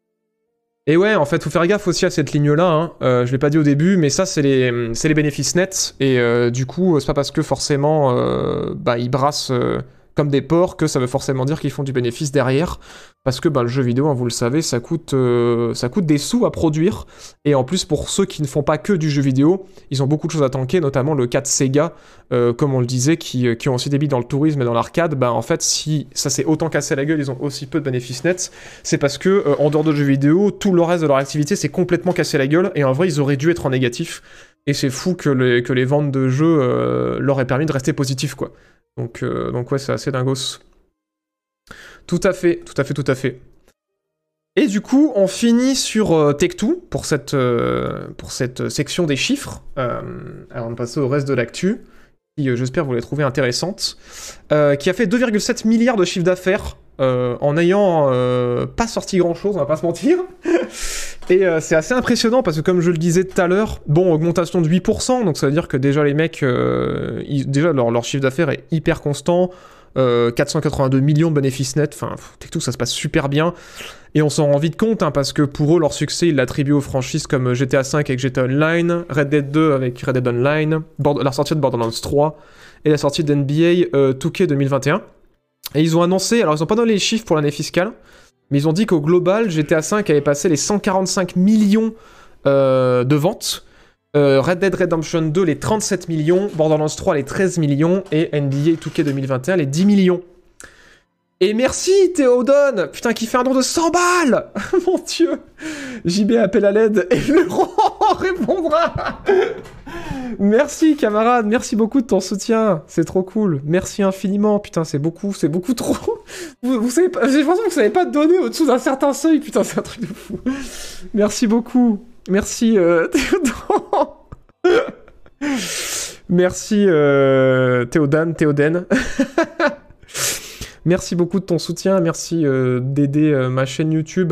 Et ouais, en fait, faut faire gaffe aussi à cette ligne-là, hein. euh, je l'ai pas dit au début, mais ça, c'est les, c'est les bénéfices nets, et euh, du coup, c'est pas parce que forcément, euh, bah, ils brassent euh, comme des porcs que ça veut forcément dire qu'ils font du bénéfice derrière, parce que bah, le jeu vidéo, hein, vous le savez, ça coûte, euh, ça coûte des sous à produire, et en plus, pour ceux qui ne font pas que du jeu vidéo, ils ont beaucoup de choses à tanker, notamment le cas de Sega, euh, comme on le disait, qui, qui ont aussi des billes dans le tourisme et dans l'arcade, bah en fait, si ça s'est autant cassé la gueule, ils ont aussi peu de bénéfices nets, c'est parce que, euh, en dehors de jeux vidéo, tout le reste de leur activité s'est complètement cassé la gueule, et en vrai, ils auraient dû être en négatif, et c'est fou que les, que les ventes de jeux euh, leur aient permis de rester positifs, quoi. Donc, euh, donc ouais, c'est assez dingos. Tout à fait, tout à fait, tout à fait. Et du coup, on finit sur euh, Take Two pour cette, euh, pour cette section des chiffres, euh, avant de passer au reste de l'actu, qui euh, j'espère vous les trouver intéressantes, euh, qui a fait deux virgule sept milliards de chiffre d'affaires, euh, en n'ayant euh, pas sorti grand-chose, on va pas se mentir. Et euh, c'est assez impressionnant parce que comme je le disais tout à l'heure, bon, augmentation de huit pour cent, donc ça veut dire que déjà les mecs, euh, ils, déjà leur, leur chiffre d'affaires est hyper constant, euh, quatre cent quatre-vingt-deux millions de bénéfices nets, enfin, tout ça se passe super bien, et on s'en rend vite compte, hein, parce que pour eux, leur succès, ils l'attribuent aux franchises comme G T A cinq avec G T A Online, Red Dead deux avec Red Dead Online, Bord- la sortie de Borderlands trois, et la sortie de N B A euh, deux K deux mille vingt et un. Et ils ont annoncé, alors ils ont pas donné les chiffres pour l'année fiscale, mais ils ont dit qu'au global, G T A cinq avait passé les cent quarante-cinq millions euh, de ventes, euh, Red Dead Redemption deux les trente-sept millions, Borderlands trois les treize millions, et N B A deux K deux mille vingt et un les dix millions. Et merci Théodon, putain, qui fait un don de cent balles. Mon dieu. J B appelle à l'aide et le répondra. Merci camarade, merci beaucoup de ton soutien, c'est trop cool, merci infiniment, putain c'est beaucoup, c'est beaucoup trop. Vous, vous savez pas, j'ai l'impression que vous savez pas donner au-dessous d'un certain seuil, putain c'est un truc de fou. Merci beaucoup, merci euh, Théodon. Merci euh, Théodane, Théoden. Merci beaucoup de ton soutien, merci euh, d'aider euh, ma chaîne YouTube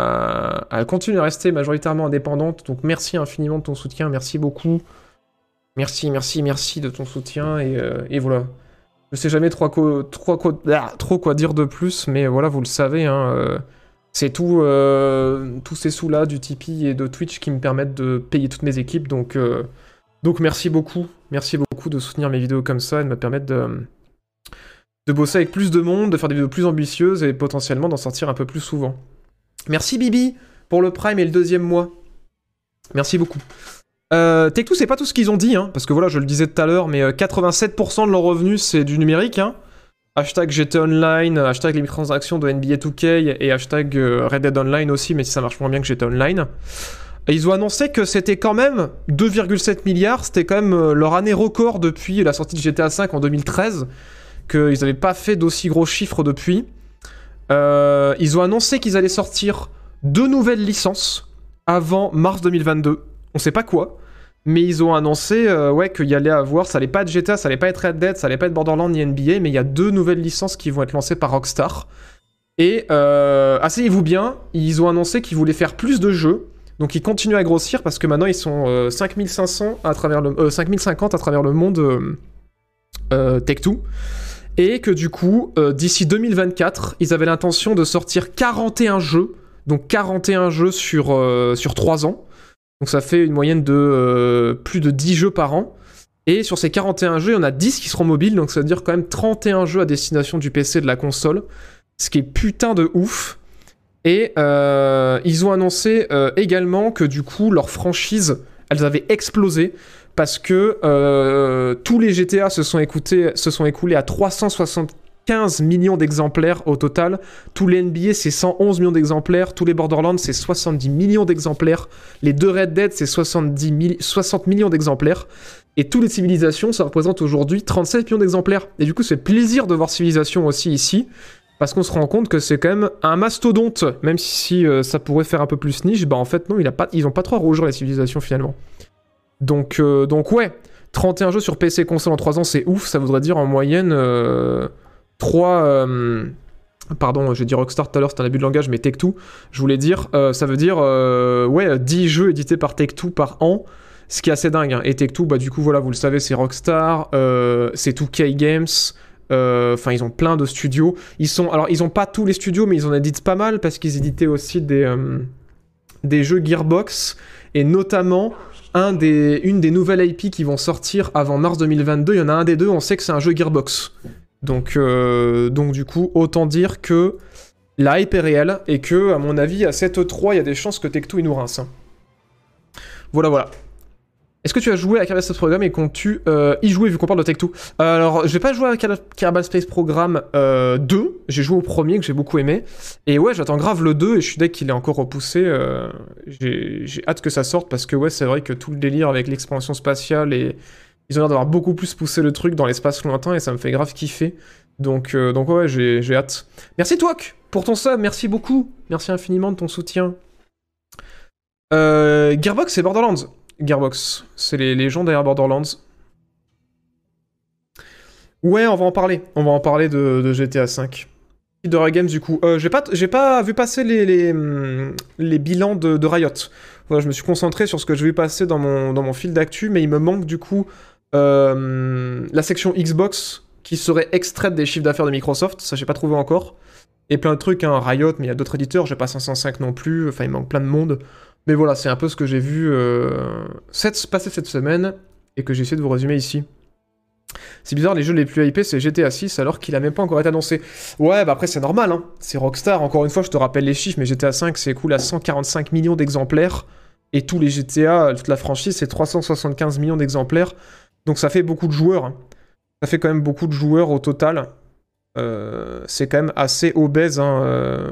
à, à continuer à rester majoritairement indépendante, donc merci infiniment de ton soutien, merci beaucoup. Merci, merci, merci de ton soutien, et, euh, et voilà. Je sais jamais trop quoi, trop, quoi, ah, trop quoi dire de plus, mais voilà, vous le savez, hein, euh, c'est tout, euh, tous ces sous-là du Tipeee et de Twitch qui me permettent de payer toutes mes équipes, donc, euh, donc merci beaucoup, merci beaucoup de soutenir mes vidéos comme ça et de me permettre de, de bosser avec plus de monde, de faire des vidéos plus ambitieuses et potentiellement d'en sortir un peu plus souvent. Merci Bibi pour le Prime et le deuxième mois. Merci beaucoup. Euh, Take Two, c'est pas tout ce qu'ils ont dit, hein, parce que voilà, je le disais tout à l'heure, mais euh, quatre-vingt-sept pour cent de leurs revenus, c'est du numérique. Hein. Hashtag G T Online, hashtag les microtransactions de N B A deux K et hashtag euh, Red Dead Online aussi, mais si ça marche moins bien que G T Online. Et ils ont annoncé que c'était quand même deux virgule sept milliards, c'était quand même euh, leur année record depuis la sortie de G T A cinq en deux mille treize, qu'ils n'avaient pas fait d'aussi gros chiffres depuis. Euh, ils ont annoncé qu'ils allaient sortir deux nouvelles licences avant mars deux mille vingt-deux. On sait pas quoi, mais ils ont annoncé euh, ouais, qu'il y allait avoir, ça allait pas être G T A, ça allait pas être Red Dead, ça allait pas être Borderlands ni N B A, mais il y a deux nouvelles licences qui vont être lancées par Rockstar. Et euh, asseyez-vous bien, ils ont annoncé qu'ils voulaient faire plus de jeux, donc ils continuent à grossir parce que maintenant ils sont euh, cinq mille cinq cents à travers le, euh, cinq mille cinquante à travers le monde euh, euh, Take Two. Et que du coup, euh, d'ici deux mille vingt-quatre, ils avaient l'intention de sortir quarante et un jeux, donc quarante et un jeux sur, euh, sur trois ans. Donc ça fait une moyenne de euh, plus de dix jeux par an. Et sur ces quarante et un jeux, il y en a dix qui seront mobiles, donc ça veut dire quand même trente et un jeux à destination du P C et de la console. Ce qui est putain de ouf. Et euh, ils ont annoncé euh, également que du coup, leurs franchises, elles avaient explosé. Parce que euh, tous les G T A se sont, écoutés, se sont écoulés à trois cent soixante-quinze millions d'exemplaires au total. Tous les N B A, c'est cent onze millions d'exemplaires. Tous les Borderlands, c'est soixante-dix millions d'exemplaires. Les deux Red Dead, c'est soixante-dix mille, soixante millions d'exemplaires. Et toutes les civilisations, ça représente aujourd'hui trente-sept millions d'exemplaires. Et du coup, c'est plaisir de voir Civilisation aussi ici. Parce qu'on se rend compte que c'est quand même un mastodonte. Même si euh, ça pourrait faire un peu plus niche, bah en fait, non, il a pas, ils ont pas trop à rougir la civilisation finalement. Donc, euh, donc ouais, trente et un jeux sur P C et console en trois ans, c'est ouf. Ça voudrait dire en moyenne euh, trois... Euh, pardon, j'ai dit Rockstar tout à l'heure, c'était un abus de langage, mais Take Two, je voulais dire, euh, ça veut dire euh, ouais, dix jeux édités par Take Two par an, ce qui est assez dingue. Hein. Et Take Two, bah du coup, voilà, vous le savez, c'est Rockstar, euh, c'est deux K Games, enfin, euh, ils ont plein de studios. Ils sont, alors, ils ont pas tous les studios, mais ils en éditent pas mal, parce qu'ils éditaient aussi des, euh, des jeux Gearbox, et notamment... Un des, une des nouvelles I P qui vont sortir avant mars deux mille vingt-deux, il y en a un des deux, on sait que c'est un jeu Gearbox. Donc, euh, donc du coup, autant dire que la hype est réelle, et que, à mon avis, à cette E trois, il y a des chances que Take Two, il nous rince. Hein. Voilà, voilà. Est-ce que tu as joué à Kerbal Space Program et comptes-tu euh, y jouer vu qu'on parle de Take Two? euh, Alors, j'ai pas joué à Kerbal Space Program euh, deux, j'ai joué au premier que j'ai beaucoup aimé. Et ouais, j'attends grave le deux et je suis dès qu'il est encore repoussé. Euh, j'ai hâte que ça sorte parce que ouais, c'est vrai que tout le délire avec l'expansion spatiale et ils ont l'air d'avoir beaucoup plus poussé le truc dans l'espace lointain et ça me fait grave kiffer. Donc, euh, donc ouais, j'ai hâte. Merci Twok pour ton sub, merci beaucoup. Merci infiniment de ton soutien. Euh, Gearbox et Borderlands. Gearbox, c'est les, les gens derrière Borderlands. Ouais, on va en parler. On va en parler de, de G T A cinq. De Riot Games, du coup. Euh, j'ai pas, j'ai pas vu passer les, les, les bilans de, de Riot. Voilà, je me suis concentré sur ce que je vais passer dans mon, dans mon fil d'actu, mais il me manque du coup euh, la section Xbox qui serait extraite des chiffres d'affaires de Microsoft. Ça, j'ai pas trouvé encore. Et plein de trucs, hein, Riot, mais il y a d'autres éditeurs. J'ai pas cinq cent cinq non plus. Enfin, il manque plein de monde. Mais voilà, c'est un peu ce que j'ai vu euh, cette, passer cette semaine et que j'ai essayé de vous résumer ici. C'est bizarre, les jeux les plus hypés, c'est G T A six alors qu'il a même pas encore été annoncé. Ouais, bah après c'est normal, hein. C'est Rockstar, encore une fois, je te rappelle les chiffres, mais G T A cinq c'est cool à cent quarante-cinq millions d'exemplaires. Et tous les G T A, toute la franchise, c'est trois cent soixante-quinze millions d'exemplaires. Donc ça fait beaucoup de joueurs. Hein. Ça fait quand même beaucoup de joueurs au total. Euh, c'est quand même assez obèse, hein. Euh...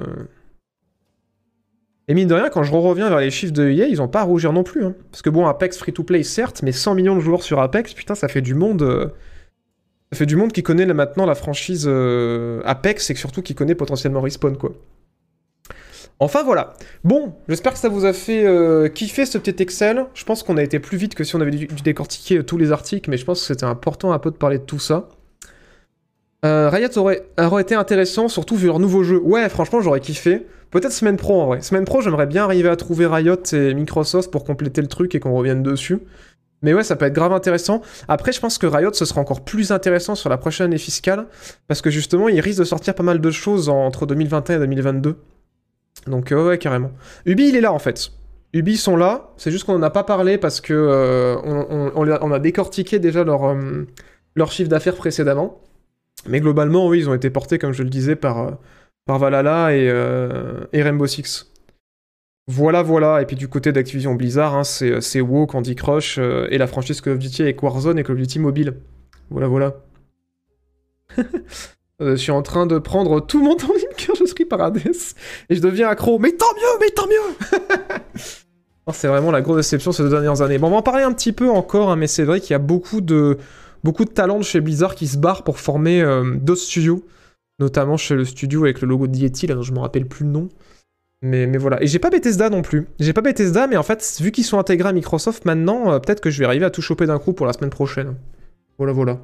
Et mine de rien, quand je reviens vers les chiffres de E A, ils ont pas à rougir non plus. Hein. Parce que bon, Apex free-to-play, certes, mais cent millions de joueurs sur Apex, putain, ça fait du monde... Euh... Ça fait du monde qui connaît là, maintenant la franchise euh, Apex, et surtout qui connaît potentiellement Respawn, quoi. Enfin, voilà. Bon, j'espère que ça vous a fait euh, kiffer ce petit Excel. Je pense qu'on a été plus vite que si on avait dû, dû décortiquer euh, tous les articles, mais je pense que c'était important un peu de parler de tout ça. Euh, Riot aurait, aurait été intéressant, surtout vu leur nouveau jeu. Ouais, franchement, j'aurais kiffé. Peut-être semaine pro, en vrai. Semaine pro, j'aimerais bien arriver à trouver Riot et Microsoft pour compléter le truc et qu'on revienne dessus. Mais ouais, ça peut être grave intéressant. Après, je pense que Riot, ce sera encore plus intéressant sur la prochaine année fiscale, parce que justement, ils risquent de sortir pas mal de choses entre deux mille vingt et un et deux mille vingt-deux. Donc euh, ouais, carrément. Ubi, il est là, en fait. Ubi, ils sont là. C'est juste qu'on n'en a pas parlé, parce que euh, on, on, on, a, on a décortiqué déjà leur, euh, leur chiffre d'affaires précédemment. Mais globalement, oui, ils ont été portés, comme je le disais, par, euh, par Valhalla et, euh, et Rainbow Six. Voilà, voilà, et puis du côté d'Activision Blizzard, hein, c'est, c'est WoW, Candy Crush, euh, et la franchise Call of Duty avec Warzone et Call of Duty Mobile. Voilà, voilà. euh, je suis en train de prendre tout mon temps libre car je suis Paradise, et je deviens accro. Mais tant mieux, mais tant mieux. Non, c'est vraiment la grosse déception ces deux dernières années. Bon, on va en parler un petit peu encore, hein, mais c'est vrai qu'il y a beaucoup de, beaucoup de talents de chez Blizzard qui se barrent pour former euh, d'autres studios, notamment chez le studio avec le logo de Yeti, là, dont je me rappelle plus le nom. Mais, mais voilà. Et j'ai pas Bethesda non plus. J'ai pas Bethesda, mais en fait, vu qu'ils sont intégrés à Microsoft maintenant, euh, peut-être que je vais arriver à tout choper d'un coup pour la semaine prochaine. Voilà, voilà.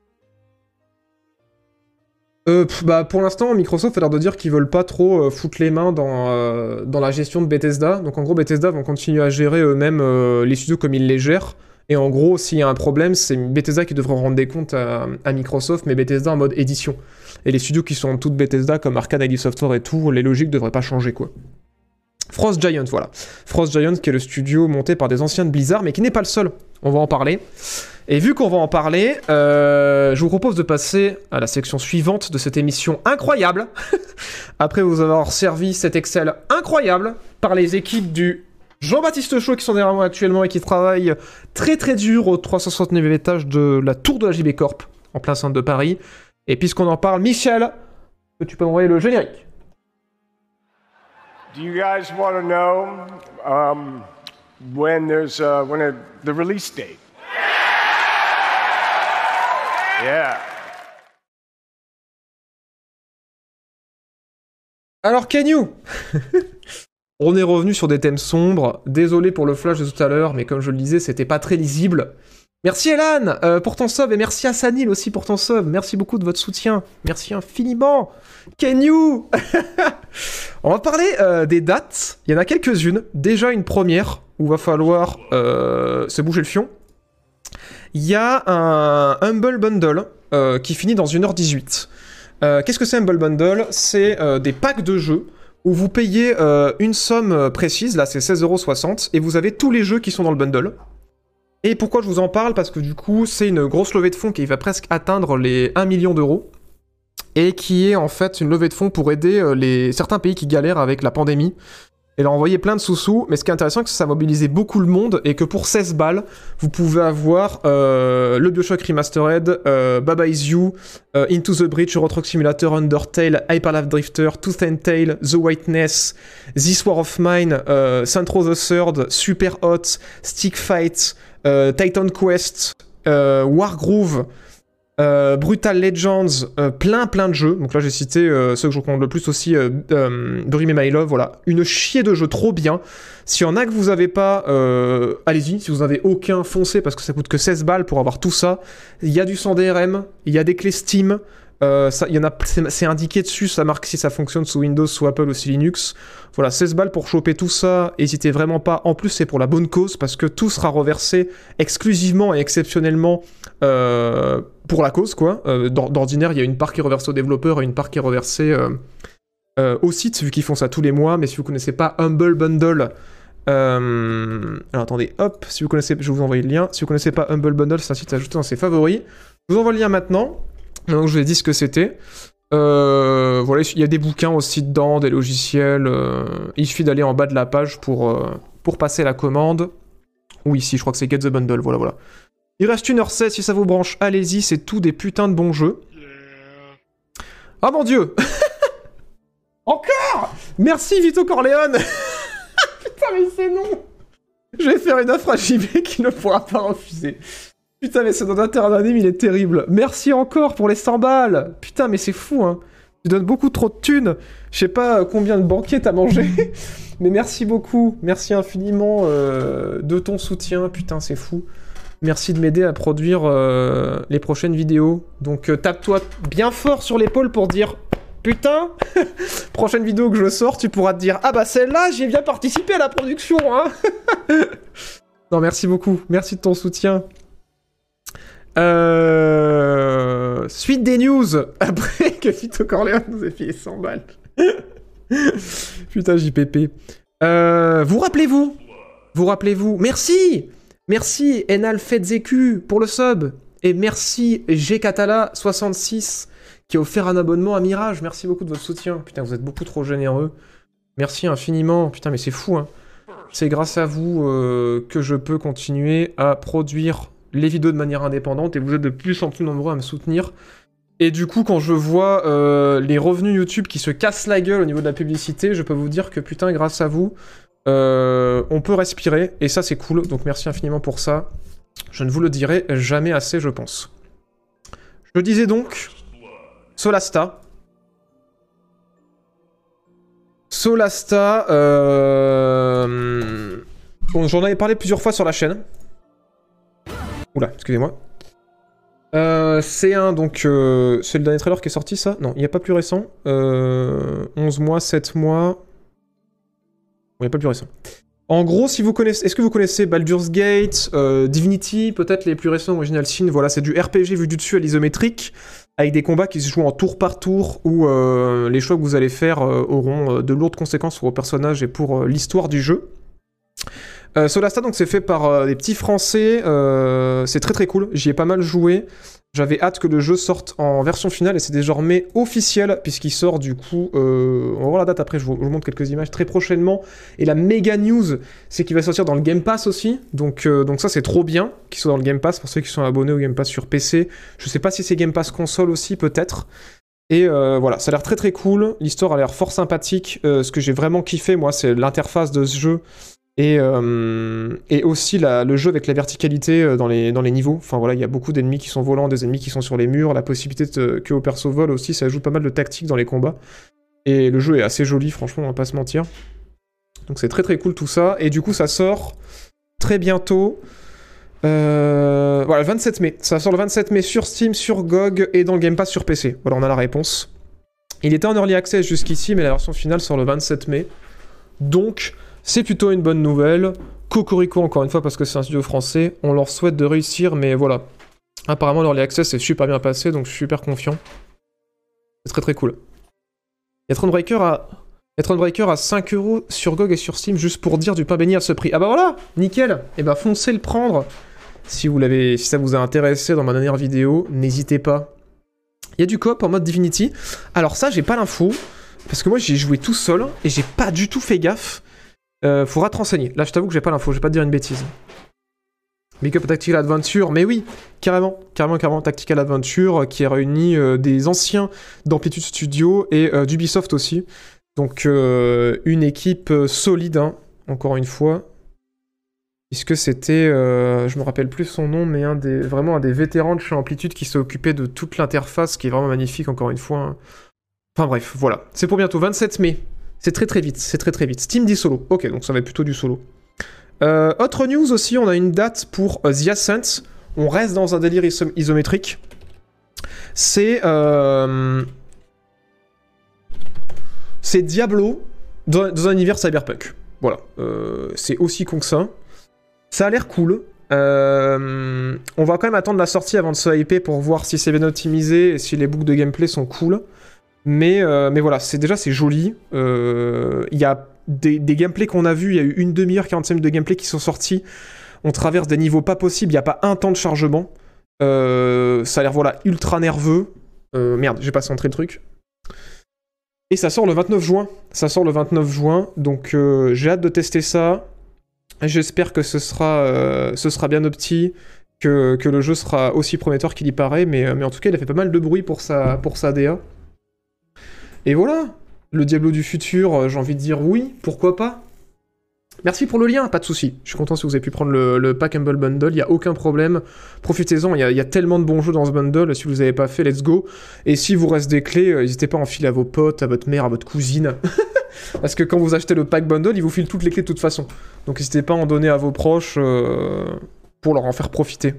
Euh, pff, bah, pour l'instant, Microsoft a l'air de dire qu'ils veulent pas trop euh, foutre les mains dans, euh, dans la gestion de Bethesda. Donc en gros, Bethesda vont continuer à gérer eux-mêmes euh, les studios comme ils les gèrent. Et en gros, s'il y a un problème, c'est Bethesda qui devrait rendre des comptes à, à Microsoft, mais Bethesda en mode édition. Et les studios qui sont en dessous de Bethesda, comme Arkane, I D Software et tout, les logiques devraient pas changer, quoi. Frost Giant, voilà. Frost Giant, qui est le studio monté par des anciens de Blizzard, mais qui n'est pas le seul. On va en parler. Et vu qu'on va en parler, euh, je vous propose de passer à la section suivante de cette émission incroyable. Après vous avoir servi cet Excel incroyable par les équipes du Jean-Baptiste Chaud qui sont derrière moi actuellement et qui travaillent très très dur au trois cent soixante-neuvième étage de la tour de la J B Corp, en plein centre de Paris. Et puisqu'on en parle, Michel, tu peux m'envoyer le générique. Do you guys want to know um, when there's uh, when a, the release date? Yeah. Alors, Kenyu, on est revenu sur des thèmes sombres. Désolé pour le flash de tout à l'heure, mais comme je le disais, c'était pas très lisible. Merci Elan euh, pour ton sub, et merci à Sanil aussi pour ton sub. Merci beaucoup de votre soutien. Merci infiniment. Kenyu. On va parler euh, des dates. Il y en a quelques-unes. Déjà une première, où va falloir euh, se bouger le fion. Il y a un Humble Bundle euh, qui finit dans une heure dix-huit. Euh, qu'est-ce que c'est Humble Bundle? C'est euh, des packs de jeux où vous payez euh, une somme précise, là c'est seize euros soixante, et vous avez tous les jeux qui sont dans le bundle. Et pourquoi je vous en parle? Parce que du coup, c'est une grosse levée de fonds qui va presque atteindre les un million d'euros, et qui est en fait une levée de fonds pour aider euh, les... certains pays qui galèrent avec la pandémie, et leur envoyer plein de sous-sous. Mais ce qui est intéressant, c'est que ça a mobilisé beaucoup le monde, et que pour seize balles, vous pouvez avoir euh, le Bioshock Remastered, euh, Baba Is You, euh, Into the Breach, Euro Truck Simulator, Undertale, Hyper Life Drifter, Tooth and Tail, The Whiteness, This War of Mine, euh, Centro the Third, Super Hot, Stick Fight, euh, Titan Quest, euh, Wargroove, Euh, Brutal Legends, euh, plein plein de jeux. Donc là j'ai cité euh, ceux que je recommande le plus aussi, euh, euh, Bury Me My Love, voilà. Une chier de jeux trop bien. S'il y en a que vous avez pas, euh, allez-y. Si vous n'avez aucun, foncez, parce que ça coûte que seize balles pour avoir tout ça. Il y a du sans D R M, il y a des clés Steam. Euh, ça, y en a, c'est, c'est indiqué dessus, ça marque si ça fonctionne sous Windows, sous Apple ou sous Linux. Voilà, seize balles pour choper tout ça, n'hésitez vraiment pas. En plus, c'est pour la bonne cause, parce que tout sera reversé exclusivement et exceptionnellement euh, pour la cause, quoi. Euh, d'ordinaire, il y a une part qui est reversée aux développeurs et une part qui est reversée euh, euh, au site, vu qu'ils font ça tous les mois. Mais si vous connaissez pas Humble Bundle, euh... alors attendez, hop, si vous connaissez, je vais vous envoyer le lien. Si vous connaissez pas Humble Bundle, c'est un site ajouté dans ses favoris. Je vous envoie le lien maintenant. Donc je vous ai dit ce que c'était. Euh, voilà, il y a des bouquins aussi dedans, des logiciels. Euh, il suffit d'aller en bas de la page pour, euh, pour passer la commande. Ou ici, je crois que c'est Get the Bundle, voilà, voilà. Il reste une heure seize, si ça vous branche, allez-y, c'est tout des putains de bons jeux. Ah mon dieu. Encore. Merci Vito Corleone. Putain, mais c'est non. Je vais faire une offre à J B qui ne pourra pas refuser. Putain, mais ce donateur anonyme, il est terrible. Merci encore pour les cent balles. Putain, mais c'est fou, hein. Tu donnes beaucoup trop de thunes. Je sais pas combien de banquiers t'as mangé. Mais merci beaucoup. Merci infiniment euh, de ton soutien. Putain, c'est fou. Merci de m'aider à produire euh, les prochaines vidéos. Donc, euh, tape-toi bien fort sur l'épaule pour dire... Putain, prochaine vidéo que je sors, tu pourras te dire « Ah bah celle-là, j'ai bien participé à la production, hein !» Non, merci beaucoup. Merci de ton soutien. Euh... Suite des news. Après que Vito Corleone nous ait payé cent balles. Putain, J P P. Euh... Vous rappelez-vous Vous rappelez-vous Merci Merci Enal Fetzeku pour le sub. Et merci G Catala soixante-six qui a offert un abonnement à Mirage. Merci beaucoup de votre soutien. Putain, vous êtes beaucoup trop généreux. Merci infiniment. Putain, mais c'est fou, hein. C'est grâce à vous euh, que je peux continuer à produire les vidéos de manière indépendante et vous êtes de plus en plus nombreux à me soutenir. Et du coup, quand je vois euh, les revenus YouTube qui se cassent la gueule au niveau de la publicité, je peux vous dire que putain, grâce à vous, euh, on peut respirer et ça c'est cool. Donc merci infiniment pour ça. Je ne vous le dirai jamais assez, je pense. Je disais donc, Solasta. Solasta, euh... bon, j'en avais parlé plusieurs fois sur la chaîne. Oula, excusez-moi. Euh, C un, donc, euh, c'est le dernier trailer qui est sorti, ça? Non, il n'y a pas plus récent. Euh, onze mois, sept mois... Il n'y a pas plus récent. En gros, si vous connaissez... Est-ce que vous connaissez Baldur's Gate, euh, Divinity, peut-être les plus récents Original Sin? Voilà, c'est du R P G vu du dessus à l'isométrique, avec des combats qui se jouent en tour par tour, où euh, les choix que vous allez faire euh, auront euh, de lourdes conséquences pour vos personnages et pour euh, l'histoire du jeu. Euh, Solasta, donc c'est fait par euh, des petits français, euh, c'est très très cool, j'y ai pas mal joué. J'avais hâte que le jeu sorte en version finale et c'est désormais officiel puisqu'il sort du coup, euh, on va voir la date après, je vous, je vous montre quelques images très prochainement. Et la méga news, c'est qu'il va sortir dans le Game Pass aussi, donc, euh, donc ça c'est trop bien qu'il soit dans le Game Pass pour ceux qui sont abonnés au Game Pass sur P C. Je sais pas si c'est Game Pass console aussi, peut-être. Et euh, voilà, ça a l'air très très cool, l'histoire a l'air fort sympathique. Euh, ce que j'ai vraiment kiffé moi, c'est l'interface de ce jeu. Et, euh, et aussi la, le jeu avec la verticalité dans les, dans les niveaux. Enfin voilà, il y a beaucoup d'ennemis qui sont volants, des ennemis qui sont sur les murs, la possibilité de, que au perso vole aussi, ça ajoute pas mal de tactique dans les combats. Et le jeu est assez joli, franchement, on va pas se mentir. Donc c'est très très cool tout ça. Et du coup, ça sort très bientôt. Euh, voilà, le vingt-sept mai. Ça sort le vingt-sept mai sur Steam, sur G O G et dans le Game Pass sur P C. Voilà, on a la réponse. Il était en Early Access jusqu'ici, mais la version finale sort le vingt-sept mai. Donc... c'est plutôt une bonne nouvelle. Cocorico encore une fois parce que c'est un studio français. On leur souhaite de réussir, mais voilà. Apparemment l'Early Access est super bien passé, donc je suis super confiant. C'est très très cool. Il y a Thronebreaker à... Il y a Thronebreaker à cinq euros sur G O G et sur Steam juste pour dire du pain béni à ce prix. Ah bah voilà, nickel. Et bah foncez le prendre. Si vous l'avez, si ça vous a intéressé dans ma dernière vidéo, n'hésitez pas. Il y a du coop en mode Divinity. Alors ça, j'ai pas l'info. Parce que moi j'ai joué tout seul et j'ai pas du tout fait gaffe. Euh, faudra te renseigner. Là, je t'avoue que j'ai pas l'info, je vais pas te dire une bêtise. Big Up Tactical Adventure, mais oui, carrément, carrément, carrément, Tactical Adventure, qui a réuni euh, des anciens d'Amplitude Studio et euh, d'Ubisoft aussi. Donc, euh, une équipe euh, solide, hein, encore une fois. Puisque c'était, euh, je me rappelle plus son nom, mais un des, vraiment un des vétérans de chez Amplitude qui s'est occupé de toute l'interface, qui est vraiment magnifique, encore une fois. Hein. Enfin bref, voilà. C'est pour bientôt, vingt-sept mai. C'est très très vite, c'est très très vite. Steam dit solo. Ok, donc ça va être plutôt du solo. Euh, autre news aussi, on a une date pour uh, The Ascent. On reste dans un délire iso isométrique. C'est... Euh... C'est Diablo dans, dans un univers cyberpunk. Voilà. Euh, c'est aussi con que ça. Ça a l'air cool. Euh... On va quand même attendre la sortie avant de se hyper pour voir si c'est bien optimisé et si les boucles de gameplay sont cool. Mais, euh, mais voilà, c'est déjà c'est joli. Il euh, y a des, des gameplays qu'on a vus, il y a eu une demi-heure, quarante-cinq minutes de gameplay qui sont sortis. On traverse des niveaux pas possibles, il n'y a pas un temps de chargement. Euh, ça a l'air voilà, ultra nerveux. Euh, merde, j'ai pas centré le truc. Et ça sort le vingt-neuf juin. Ça sort le vingt-neuf juin, donc euh, j'ai hâte de tester ça. J'espère que ce sera, euh, ce sera bien opti, que, que le jeu sera aussi prometteur qu'il y paraît, mais, mais en tout cas, il a fait pas mal de bruit pour sa, pour sa D A. Et voilà, le Diablo du futur, j'ai envie de dire oui, pourquoi pas. Merci pour le lien, pas de souci. Je suis content si vous avez pu prendre le, le pack Humble Bundle, il n'y a aucun problème. Profitez-en, il y, y a tellement de bons jeux dans ce bundle, si vous les avez pas fait, let's go. Et si vous reste des clés, n'hésitez pas à en filer à vos potes, à votre mère, à votre cousine. Parce que quand vous achetez le pack bundle, il vous file toutes les clés de toute façon. Donc n'hésitez pas à en donner à vos proches euh, pour leur en faire profiter.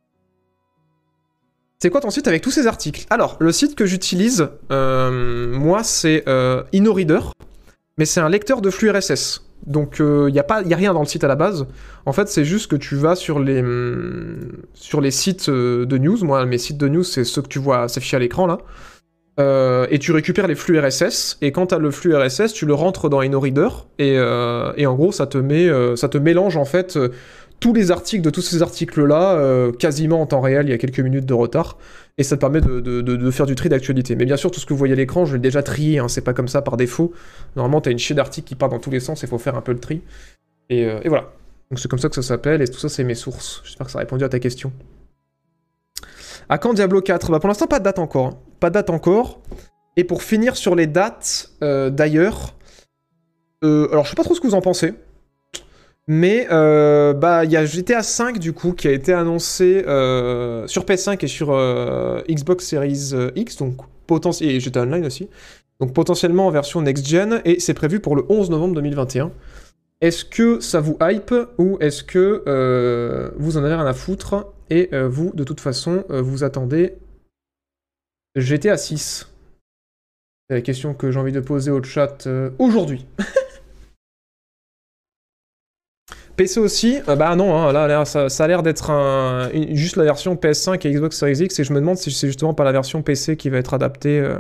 C'est quoi ton site avec tous ces articles? Alors, le site que j'utilise, euh, moi, c'est euh, InnoReader, mais c'est un lecteur de flux R S S. Donc il euh, n'y a, pas, y a rien dans le site à la base. En fait, c'est juste que tu vas sur les, hum, sur les sites de news. Moi, mes sites de news, c'est ceux que tu vois s'afficher à l'écran là. Euh, et tu récupères les flux R S S. Et quand tu as le flux R S S, tu le rentres dans InnoReader. Et, euh, et en gros, ça te, met, euh, ça te mélange en fait euh, tous les articles de tous ces articles-là, euh, quasiment en temps réel, il y a quelques minutes de retard. Et ça te permet de, de, de, de faire du tri d'actualité. Mais bien sûr, tout ce que vous voyez à l'écran, je l'ai déjà trié. Hein, c'est pas comme ça par défaut. Normalement, tu as une chier d'articles qui part dans tous les sens. Il faut faire un peu le tri. Et, euh, et voilà. Donc c'est comme ça que ça s'appelle. Et tout ça, c'est mes sources. J'espère que ça a répondu à ta question. À quand Diablo quatre? Bah pour l'instant, pas de date encore. Hein. Pas de date encore. Et pour finir sur les dates, euh, d'ailleurs... Euh, alors, je sais pas trop ce que vous en pensez. Mais euh, bah il y a G T A cinq du coup qui a été annoncé euh, sur P S cinq et sur euh, Xbox Series X, donc potentiellement et G T A Online aussi, donc potentiellement en version next-gen, et c'est prévu pour le onze novembre deux mille vingt et un. Est-ce que ça vous hype ou est-ce que euh, vous en avez rien à foutre et euh, vous de toute façon euh, vous attendez G T A six? C'est la question que j'ai envie de poser au chat euh, aujourd'hui. P C aussi, euh, bah non, hein, là, là ça, ça a l'air d'être un, une, juste la version P S cinq et Xbox Series X, et je me demande si c'est justement pas la version P C qui va être adaptée. Euh...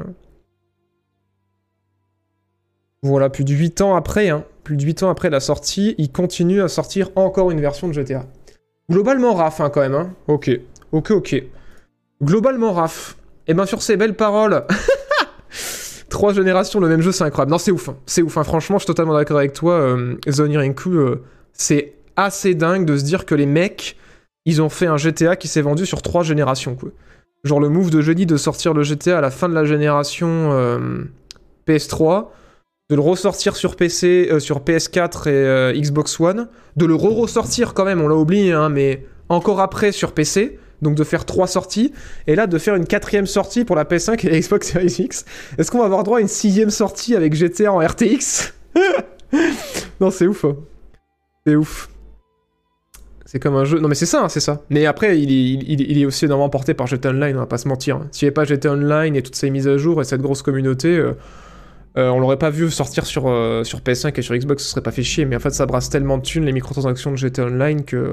Voilà, plus de huit ans après, hein, plus de huit ans après la sortie, ils continuent à sortir encore une version de G T A. Globalement raf, hein, quand même, hein. Ok, ok, ok. Globalement raf. Et ben sur ces belles paroles... Trois générations, le même jeu, c'est incroyable. Non, c'est ouf, hein. C'est ouf, hein. Franchement, je suis totalement d'accord avec toi, euh, Zonirinku, euh, c'est assez dingue de se dire que les mecs, ils ont fait un G T A qui s'est vendu sur trois générations, quoi. Genre le move de jeudi de sortir le G T A à la fin de la génération euh, P S trois, de le ressortir sur P C, euh, sur P S quatre et euh, Xbox One, de le re-ressortir quand même, on l'a oublié, hein, mais encore après sur P C, donc de faire trois sorties, et là de faire une quatrième sortie pour la P S cinq et la Xbox Series X. Est-ce qu'on va avoir droit à une sixième sortie avec G T A en R T X? Non, c'est ouf, hein. C'est ouf. C'est comme un jeu... Non mais c'est ça, hein, c'est ça. Mais après, il est, il, il est aussi énormément porté par G T A Online, on va pas se mentir. S'il n'y avait pas G T A Online et toutes ces mises à jour et cette grosse communauté, euh, euh, on l'aurait pas vu sortir sur, euh, sur P S cinq et sur Xbox, ce serait pas fait chier. Mais en fait, ça brasse tellement de thunes, les microtransactions de G T A Online, que...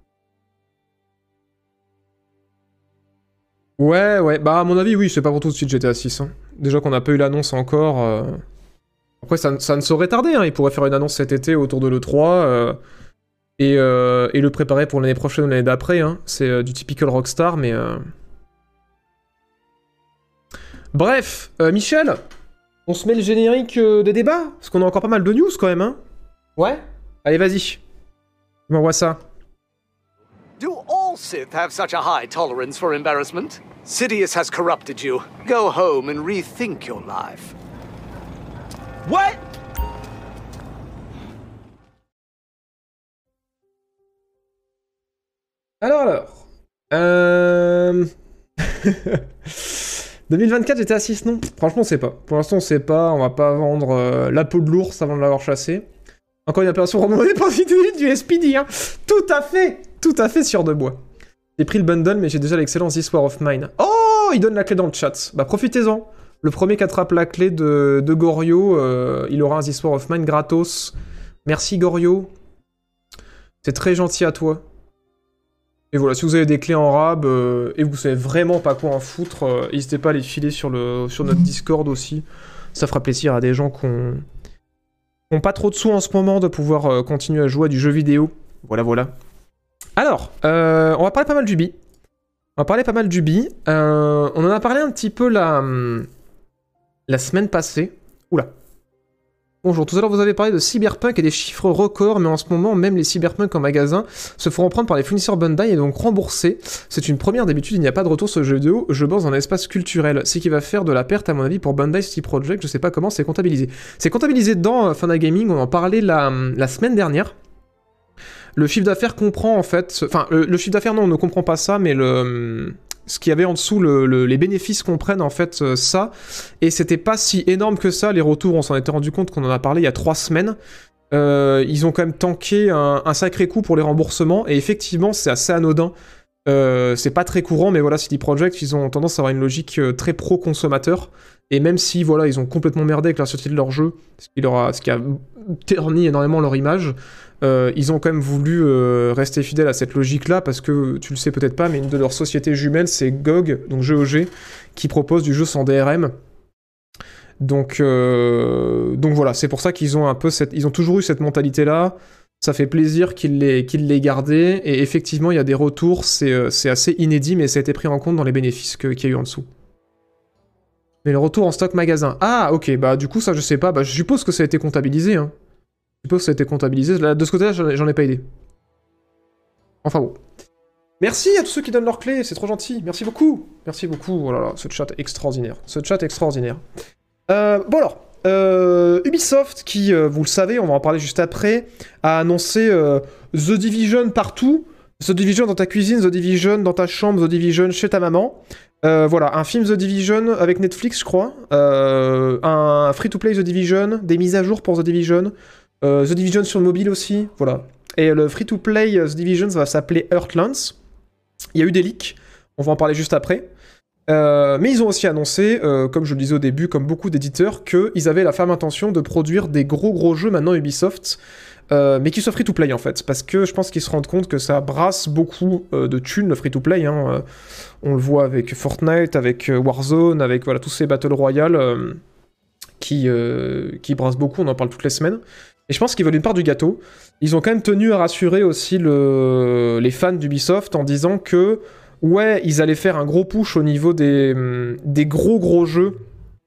Ouais, ouais. Bah à mon avis, oui, c'est pas pour tout de suite G T A six. Hein. Déjà qu'on n'a pas eu l'annonce encore... Euh... Après, ça, ça ne saurait tarder, hein. Il pourrait faire une annonce cet été autour de l'E trois, euh, et, euh, et le préparer pour l'année prochaine ou l'année d'après, hein. C'est euh, du typical Rockstar, mais... Euh... Bref, euh, Michel, on se met le générique euh, des débats, parce qu'on a encore pas mal de news quand même, hein. Ouais. Allez, vas-y. Je m'envoie ça. Do all Sith have such a high tolerance for embarrassment? Sidious has corrupted you. Go home and rethink your life. What? Alors, alors... Euh... deux mille vingt-quatre, j'étais à six, non? Franchement, on sait pas. Pour l'instant, on sait pas. On va pas vendre euh, la peau de l'ours avant de l'avoir chassé. Encore une opération remontée par du S P D, hein. Tout à fait. Tout à fait sur de bois. J'ai pris le bundle, mais j'ai déjà l'excellent This War of Mine. Oh, il donne la clé dans le chat. Bah, profitez-en. Le premier qui attrape la clé de, de Goryo, euh, il aura un This War of Mine gratos. Merci Goryo. C'est très gentil à toi. Et voilà, si vous avez des clés en rab euh, et vous savez vraiment pas quoi en foutre, euh, n'hésitez pas à les filer sur, le, sur notre Discord aussi. Ça fera plaisir à des gens qui n'ont pas trop de sous en ce moment de pouvoir euh, continuer à jouer à du jeu vidéo. Voilà, voilà. Alors, euh, on va parler pas mal du B. On va parler pas mal du B. Euh, on en a parlé un petit peu la, la semaine passée. Oula. Bonjour, tout à l'heure vous avez parlé de Cyberpunk et des chiffres records, mais en ce moment, même les Cyberpunk en magasin se feront prendre par les fournisseurs Bandai et donc remboursés. C'est une première, d'habitude il n'y a pas de retour sur ce jeu vidéo, je pense dans un espace culturel. Ce qui va faire de la perte à mon avis pour Bandai City Project, je sais pas comment c'est comptabilisé. C'est comptabilisé dans Fana Gaming, on en parlait la, la semaine dernière. Le chiffre d'affaires comprend en fait... Enfin, le, le chiffre d'affaires non, on ne comprend pas ça, mais le... Ce qu'il y avait en dessous, le, le, les bénéfices comprennent en fait euh, ça, et c'était pas si énorme que ça, les retours, on s'en était rendu compte qu'on en a parlé il y a trois semaines, euh, ils ont quand même tanké un, un sacré coup pour les remboursements, et effectivement c'est assez anodin, Euh, c'est pas très courant, mais voilà, C D Projekt, ils ont tendance à avoir une logique euh, très pro-consommateur. Et même si, voilà, ils ont complètement merdé avec la sortie de leur jeu, ce qui, leur a, ce qui a terni énormément leur image, euh, ils ont quand même voulu euh, rester fidèles à cette logique-là, parce que, tu le sais peut-être pas, mais une de leurs sociétés jumelles, c'est G O G, donc G O G, qui propose du jeu sans D R M. Donc, euh, donc voilà, c'est pour ça qu'ils ont un peu cette, ils ont toujours eu cette mentalité-là. Ça fait plaisir qu'ils l'aient, qu'ils l'aient gardé, et effectivement, il y a des retours, c'est, euh, c'est assez inédit, mais ça a été pris en compte dans les bénéfices que, qu'il y a eu en dessous. Mais le retour en stock magasin. Ah, ok, bah du coup, ça, je sais pas, bah je suppose que ça a été comptabilisé, hein. Je suppose que ça a été comptabilisé. Là, de ce côté-là, j'en ai, j'en ai pas idée. Enfin bon. Merci à tous ceux qui donnent leurs clés, c'est trop gentil. Merci beaucoup. Merci beaucoup. Oh là là, ce chat extraordinaire. Ce chat extraordinaire. Euh, bon alors. Euh, Ubisoft, qui, euh, vous le savez, on va en parler juste après, a annoncé euh, The Division partout. The Division dans ta cuisine, The Division dans ta chambre, The Division chez ta maman. Euh, voilà, un film The Division avec Netflix, je crois. Euh, un free-to-play The Division, des mises à jour pour The Division. Euh, The Division sur le mobile aussi, voilà. Et le free-to-play The Division, ça va s'appeler Earthlands. Il y a eu des leaks, on va en parler juste après. Euh, mais ils ont aussi annoncé, euh, comme je le disais au début, comme beaucoup d'éditeurs, qu'ils avaient la ferme intention de produire des gros gros jeux maintenant Ubisoft, euh, mais qui soient free-to-play en fait, parce que je pense qu'ils se rendent compte que ça brasse beaucoup euh, de thunes le free-to-play. Hein, euh, on le voit avec Fortnite, avec Warzone, avec voilà tous ces Battle Royale euh, qui, euh, qui brassent beaucoup, on en parle toutes les semaines. Et je pense qu'ils veulent une part du gâteau. Ils ont quand même tenu à rassurer aussi le... les fans d'Ubisoft en disant que ouais, ils allaient faire un gros push au niveau des, des gros gros jeux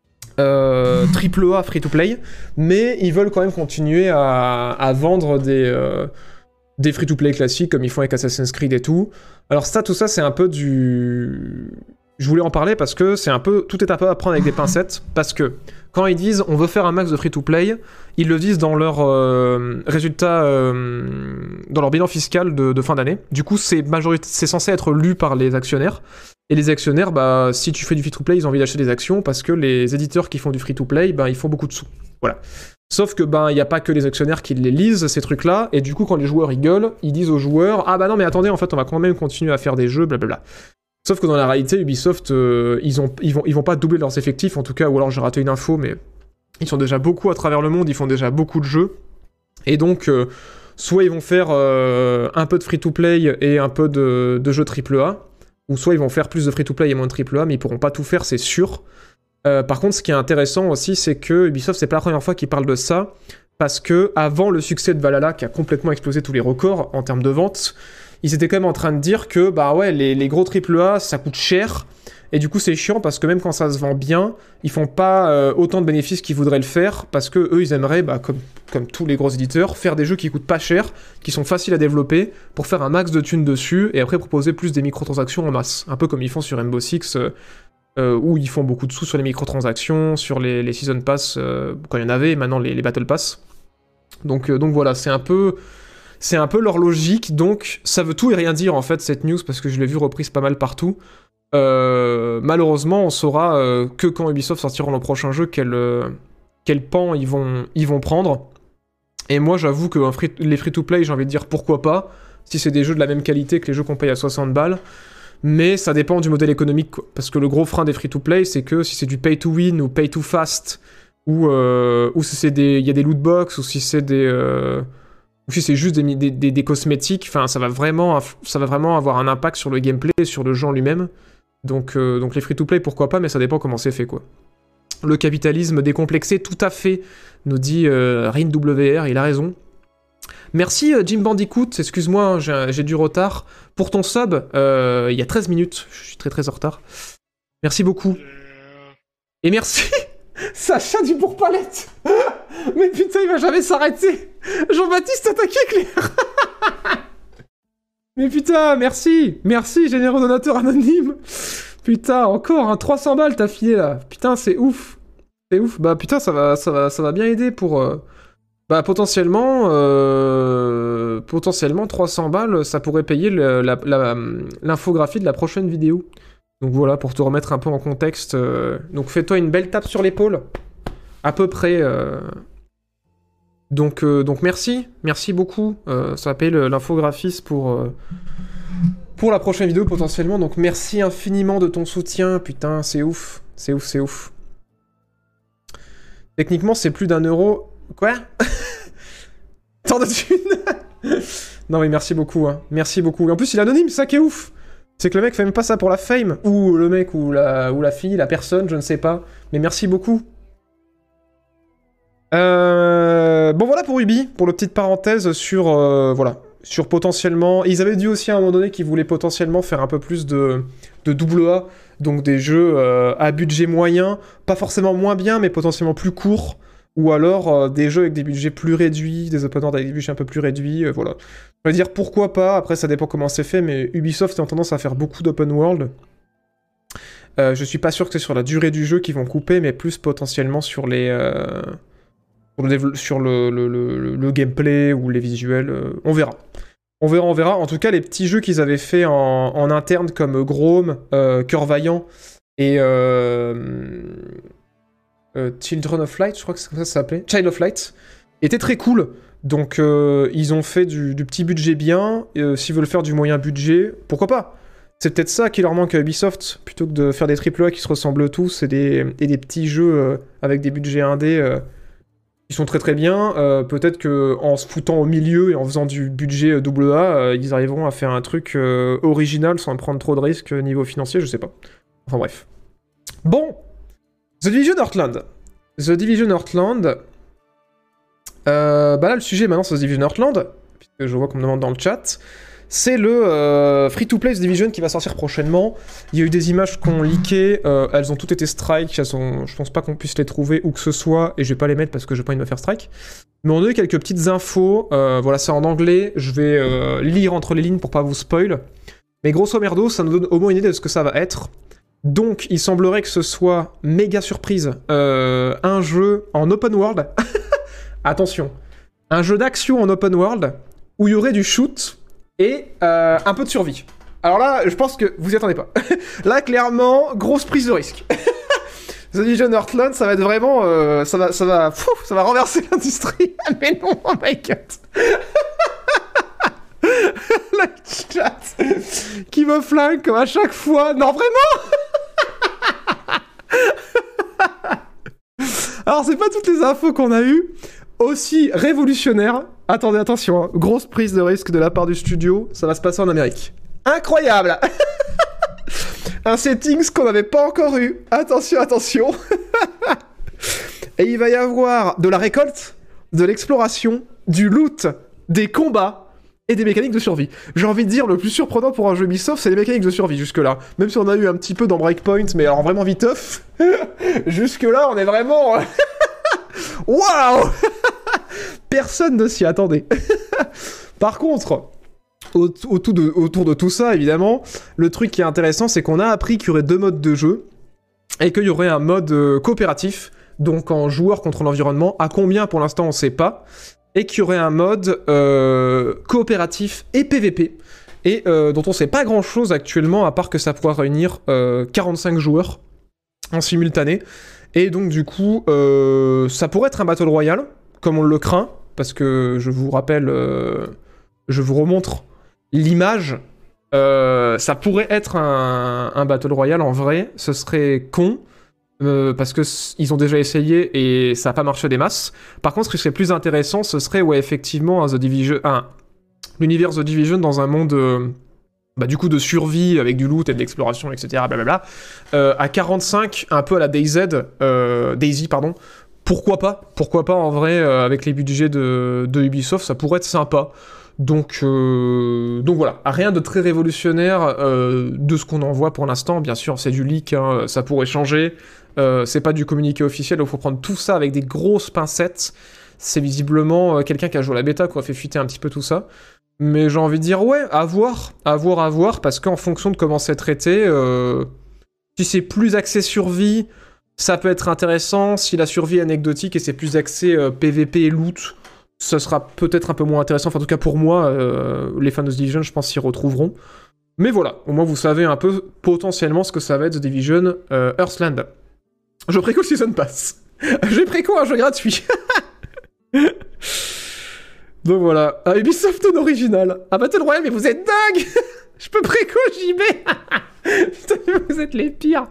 euh, triple A free-to-play, mais ils veulent quand même continuer à, à vendre des, euh, des free-to-play classiques comme ils font avec Assassin's Creed et tout. Alors ça, tout ça, c'est un peu du... Je voulais en parler parce que c'est un peu... Tout est un peu à prendre avec des pincettes, parce que quand ils disent on veut faire un max de free-to-play, ils le disent dans leur euh, résultat, euh, dans leur bilan fiscal de, de fin d'année. Du coup, c'est, majorité, c'est censé être lu par les actionnaires. Et les actionnaires, bah, si tu fais du free-to-play, ils ont envie d'acheter des actions parce que les éditeurs qui font du free-to-play, bah, ils font beaucoup de sous. Voilà. Sauf que ben il n'y a pas que les actionnaires qui les lisent, ces trucs-là, et du coup, quand les joueurs rigolent, ils disent aux joueurs « Ah bah non, mais attendez, en fait, on va quand même continuer à faire des jeux, blablabla. » Sauf que dans la réalité, Ubisoft, euh, ils, ont, ils, vont, ils vont pas doubler leurs effectifs, en tout cas, ou alors j'ai raté une info, mais ils sont déjà beaucoup à travers le monde, ils font déjà beaucoup de jeux. Et donc, euh, soit ils vont faire euh, un peu de free-to-play et un peu de, de jeux triple A, ou soit ils vont faire plus de free-to-play et moins de triple A, mais ils pourront pas tout faire, c'est sûr. Euh, par contre, ce qui est intéressant aussi, c'est que Ubisoft, c'est pas la première fois qu'ils parlent de ça, parce que avant le succès de Valhalla, qui a complètement explosé tous les records en termes de vente, ils étaient quand même en train de dire que bah ouais, les, les gros triple A, ça coûte cher, et du coup c'est chiant parce que même quand ça se vend bien, ils font pas euh, autant de bénéfices qu'ils voudraient le faire, parce que eux ils aimeraient, bah, comme, comme tous les gros éditeurs, faire des jeux qui coûtent pas cher, qui sont faciles à développer, pour faire un max de thunes dessus, et après proposer plus des microtransactions en masse, un peu comme ils font sur Rainbow Six, euh, euh, où ils font beaucoup de sous sur les microtransactions, sur les, les Season Pass, euh, quand il y en avait, et maintenant les, les Battle Pass. Donc, euh, donc voilà, c'est un peu... C'est un peu leur logique, donc ça veut tout et rien dire en fait cette news, parce que je l'ai vu reprise pas mal partout. Euh, malheureusement, on saura euh, que quand Ubisoft sortira leur prochain jeu, quel, euh, quel pan ils vont, ils vont prendre. Et moi j'avoue que un free, les free-to-play, j'ai envie de dire pourquoi pas, si c'est des jeux de la même qualité que les jeux qu'on paye à soixante balles. Mais ça dépend du modèle économique, quoi. Parce que le gros frein des free-to-play, c'est que si c'est du pay-to-win ou pay-to-fast, ou, euh, ou si c'est des, y a des loot-box, ou si c'est des... Euh, ou si c'est juste des, des, des, des cosmétiques, enfin ça va vraiment ça va vraiment avoir un impact sur le gameplay, sur le jeu en lui-même. Donc, euh, donc les free-to-play pourquoi pas, mais ça dépend comment c'est fait quoi. Le capitalisme décomplexé, tout à fait, nous dit euh, Rin W R, il a raison. Merci euh, Jim Bandicoot, excuse-moi, hein, j'ai, j'ai du retard. Pour ton sub, euh, il y a treize minutes, je suis très très en retard. Merci beaucoup. Et merci Sacha du Bourg-Palette. Mais putain, il va jamais s'arrêter. Jean-Baptiste attaqué Claire. Mais putain, merci. Merci, généreux donateur anonyme. Putain, encore, un hein, trois cents balles t'as filé là. Putain, c'est ouf. C'est ouf. Bah putain, ça va, ça va, ça va bien aider pour... Euh... Bah potentiellement... Euh... Potentiellement, trois cents balles, ça pourrait payer le, la, la, l'infographie de la prochaine vidéo. Donc voilà, pour te remettre un peu en contexte. Euh... Donc fais-toi une belle tape sur l'épaule. À peu près... Euh... Donc, euh, donc merci, merci beaucoup. Euh, ça paye l'infographiste pour, euh, pour la prochaine vidéo potentiellement. Donc merci infiniment de ton soutien. Putain, c'est ouf. C'est ouf, c'est ouf. Techniquement, c'est plus d'un euro. Quoi? Tant de thunes. Non mais merci beaucoup. Hein. Merci beaucoup. Et en plus, il est anonyme, c'est ça qui est ouf. C'est que le mec fait même pas ça pour la fame. Ou le mec, ou la, ou la fille, la personne, je ne sais pas. Mais merci beaucoup. Euh... Bon voilà pour Ubi, pour le petite parenthèse sur... Euh, voilà. Sur potentiellement... Ils avaient dit aussi à un moment donné qu'ils voulaient potentiellement faire un peu plus de, de double A. Donc des jeux euh, à budget moyen. Pas forcément moins bien, mais potentiellement plus courts. Ou alors euh, des jeux avec des budgets plus réduits, des open world avec des budgets un peu plus réduits, euh, voilà. Je veux dire pourquoi pas, après ça dépend comment c'est fait, mais Ubisoft a tendance à faire beaucoup d'open world. Euh, je suis pas sûr que c'est sur la durée du jeu qu'ils vont couper, mais plus potentiellement sur les... Euh, sur le, sur le, le, le, le gameplay ou les visuels, euh, on verra. On verra, on verra. En tout cas, les petits jeux qu'ils avaient fait en, en interne comme Grom, euh, Cœur Vaillant et... Euh, Euh, Children of Light, je crois que c'est comme ça que ça s'appelait, Child of Light, était très cool. Donc euh, ils ont fait du, du petit budget bien, euh, s'ils veulent faire du moyen budget, pourquoi pas? C'est peut-être ça qui leur manque à Ubisoft, plutôt que de faire des triple A qui se ressemblent tous et des, et des petits jeux euh, avec des budgets indés euh, qui sont très très bien. Euh, peut-être qu'en se foutant au milieu et en faisant du budget double A, euh, ils arriveront à faire un truc euh, original sans prendre trop de risques niveau financier, je sais pas. Enfin bref. Bon, The Division Heartland. The Division Heartland. Euh, bah là, le sujet maintenant, c'est The Division Heartland, puisque je vois qu'on me demande dans le chat. C'est le euh, free-to-play The Division qui va sortir prochainement. Il y a eu des images qu'on leaké, euh, elles ont toutes été strike, elles sont... je pense pas qu'on puisse les trouver où que ce soit, et je vais pas les mettre parce que j'ai pas envie de me faire strike. Mais on a eu quelques petites infos, euh, voilà, c'est en anglais, je vais euh, lire entre les lignes pour pas vous spoil. Mais grosso merdo, ça nous donne au moins une idée de ce que ça va être. Donc, il semblerait que ce soit méga surprise, euh, un jeu en open world. Attention, un jeu d'action en open world où il y aurait du shoot et euh, un peu de survie. Alors là, je pense que vous y attendez pas. Là, clairement, grosse prise de risque. The Division Heartland, ça va être vraiment, euh, ça va, ça va, pfff, ça va renverser l'industrie. Mais non, oh my god. Le chat qui me flingue comme à chaque fois. Non, vraiment. Alors, c'est pas toutes les infos qu'on a eues. Aussi révolutionnaire. Attendez, attention, hein. Grosse prise de risque de la part du studio. Ça va se passer en Amérique. Incroyable. Un settings qu'on n'avait pas encore eu. Attention, attention. Et il va y avoir de la récolte, de l'exploration, du loot, des combats et des mécaniques de survie. J'ai envie de dire, le plus surprenant pour un jeu Ubisoft, c'est les mécaniques de survie jusque-là. Même si on a eu un petit peu dans Breakpoint, mais alors vraiment viteuf. Jusque-là, on est vraiment... Waouh. Personne ne s'y attendait. Par contre, autour de, autour de tout ça, évidemment, le truc qui est intéressant, c'est qu'on a appris qu'il y aurait deux modes de jeu et qu'il y aurait un mode euh, coopératif, donc en joueur contre l'environnement. À combien, pour l'instant, on ne sait pas. Et qu'il y aurait un mode euh, coopératif et P V P, et euh, dont on sait pas grand chose actuellement, à part que ça pourra réunir euh, quarante-cinq joueurs en simultané, et donc du coup, euh, ça pourrait être un Battle Royale, comme on le craint, parce que je vous rappelle, euh, je vous remontre l'image, euh, ça pourrait être un, un Battle Royale en vrai, ce serait con, Euh, parce que ils ont déjà essayé et ça n'a pas marché des masses. Par contre, ce qui serait plus intéressant, ce serait ouais effectivement un The Division, un l'univers The Division dans un monde euh, bah, du coup de survie avec du loot et de l'exploration, et cetera. Blablabla. Euh, à quarante-cinq, un peu à la D Z, euh, Daisy, pardon. Pourquoi pas? Pourquoi pas en vrai euh, avec les budgets de, de Ubisoft, ça pourrait être sympa. Donc, euh, donc voilà, rien de très révolutionnaire euh, de ce qu'on en voit pour l'instant. Bien sûr, c'est du leak, hein, ça pourrait changer. Euh, c'est pas du communiqué officiel, donc il faut prendre tout ça avec des grosses pincettes. C'est visiblement euh, quelqu'un qui a joué à la bêta qui a fait fuiter un petit peu tout ça. Mais j'ai envie de dire, ouais, à voir, à voir, à voir, parce qu'en fonction de comment c'est traité, euh, si c'est plus axé survie, ça peut être intéressant. Si la survie est anecdotique et c'est plus axé euh, P V P et loot, ça sera peut-être un peu moins intéressant. Enfin, en tout cas, pour moi, euh, les fans de The Division, je pense, s'y retrouveront. Mais voilà, au moins, vous savez un peu potentiellement ce que ça va être The Division euh, Heartland. Je préco le Season Pass. J'ai préco un jeu gratuit. Donc voilà, un Ubisoft en original. Un Battle Royale, mais vous êtes dingue. Je peux préco J B. Putain, vous êtes les pires.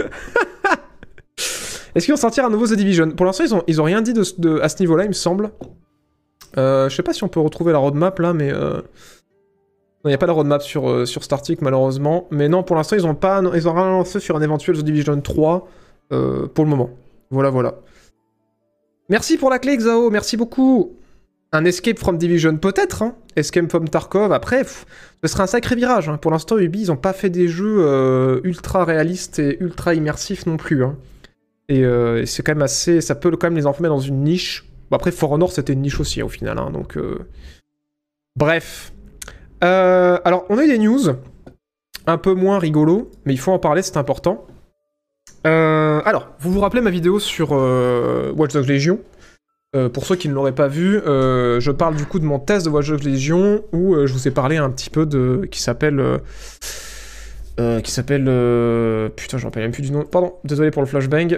Est-ce qu'ils vont sortir un nouveau The Division? Pour l'instant, ils ont, ils ont rien dit de, de, à ce niveau-là, il me semble. Euh, je sais pas si on peut retrouver la roadmap là, mais... Euh... Il n'y a pas la roadmap sur, euh, sur Startic, malheureusement. Mais non, pour l'instant, ils ont pas, ils ont rien lancé sur un éventuel The Division trois euh, pour le moment. Voilà, voilà. Merci pour la clé, Xao, merci beaucoup. Un Escape from Division, peut-être, hein. Escape from Tarkov, après, pff, ce serait un sacré virage. Hein. Pour l'instant, Ubi, ils ont pas fait des jeux euh, ultra réalistes et ultra immersifs non plus. Hein. Et, euh, et c'est quand même assez... Ça peut quand même les enfermer dans une niche. Bon, après, For Honor, c'était une niche aussi, hein, au final. Hein, donc, euh... Bref. Euh, alors, on a eu des news. Un peu moins rigolo, mais il faut en parler, c'est important. Euh, alors, vous vous rappelez ma vidéo sur euh, Watch Dogs Legion? Euh, pour ceux qui ne l'auraient pas vu, euh, je parle du coup de mon test de Watch Dogs Legion où euh, je vous ai parlé un petit peu de... qui s'appelle... Euh, euh, qui s'appelle... Euh, putain, je me rappelle même plus du nom. Pardon, désolé pour le flashbang.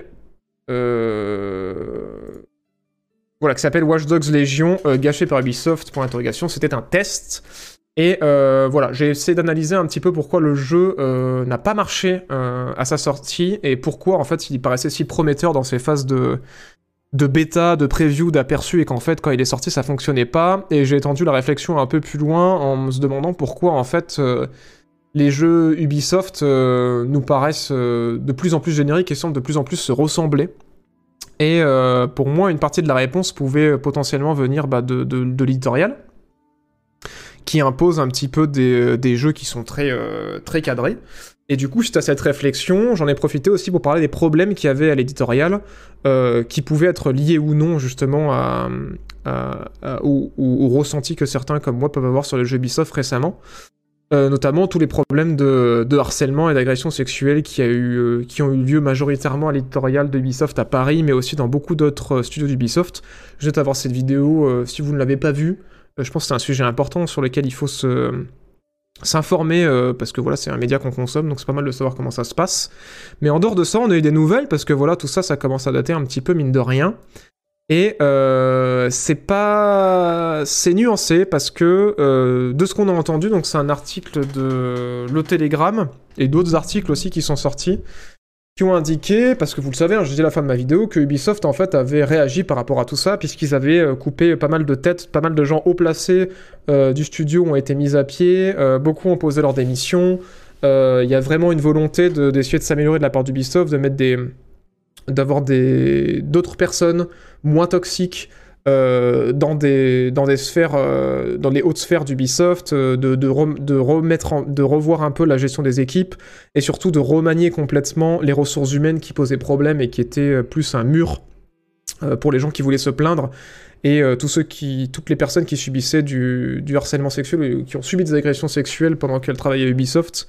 Euh... Voilà, qui s'appelle Watch Dogs Legion, euh, gâché par Ubisoft, pour l'interrogation. C'était un test. Et euh, voilà, j'ai essayé d'analyser un petit peu pourquoi le jeu euh, n'a pas marché euh, à sa sortie et pourquoi en fait il paraissait si prometteur dans ses phases de... de bêta, de preview, d'aperçu, et qu'en fait, quand il est sorti, ça fonctionnait pas. Et j'ai étendu la réflexion un peu plus loin en me demandant pourquoi, en fait, euh, les jeux Ubisoft euh, nous paraissent euh, de plus en plus génériques et semblent de plus en plus se ressembler. Et euh, pour moi, une partie de la réponse pouvait potentiellement venir bah, de, de, de l'éditorial, qui impose un petit peu des, des jeux qui sont très, euh, très cadrés. Et du coup, suite à cette réflexion, j'en ai profité aussi pour parler des problèmes qu'il y avait à l'éditorial, euh, qui pouvaient être liés ou non, justement, à, à, à, au, au, au ressenti que certains, comme moi, peuvent avoir sur les jeux Ubisoft récemment. Euh, notamment tous les problèmes de, de harcèlement et d'agression sexuelle qui, a eu, euh, qui ont eu lieu majoritairement à l'éditorial de Ubisoft à Paris, mais aussi dans beaucoup d'autres euh, studios d'Ubisoft. Je vais t'avoir cette vidéo, euh, si vous ne l'avez pas vue. Euh, je pense que c'est un sujet important sur lequel il faut se... s'informer, euh, parce que voilà, c'est un média qu'on consomme, donc c'est pas mal de savoir comment ça se passe. Mais en dehors de ça, on a eu des nouvelles, parce que voilà, tout ça, ça commence à dater un petit peu, mine de rien. Et euh, c'est pas... c'est nuancé, parce que, euh, de ce qu'on a entendu, donc c'est un article de Le Télégramme, et d'autres articles aussi qui sont sortis, qui ont indiqué, parce que vous le savez, hein, je dis à la fin de ma vidéo, que Ubisoft, en fait, avait réagi par rapport à tout ça, puisqu'ils avaient euh, coupé pas mal de têtes, pas mal de gens haut placés euh, du studio ont été mis à pied, euh, beaucoup ont posé leur démission, il euh, y a vraiment une volonté de, d'essayer de s'améliorer de la part d'Ubisoft, de mettre des... d'avoir des... d'autres personnes moins toxiques euh, dans, des... dans des sphères, euh, dans les hautes sphères d'Ubisoft, euh, de, de, re... de, remettre en... de revoir un peu la gestion des équipes, et surtout de remanier complètement les ressources humaines qui posaient problème et qui étaient plus un mur euh, pour les gens qui voulaient se plaindre, et euh, tous ceux qui, toutes les personnes qui subissaient du, du harcèlement sexuel, qui ont subi des agressions sexuelles pendant qu'elles travaillaient à Ubisoft,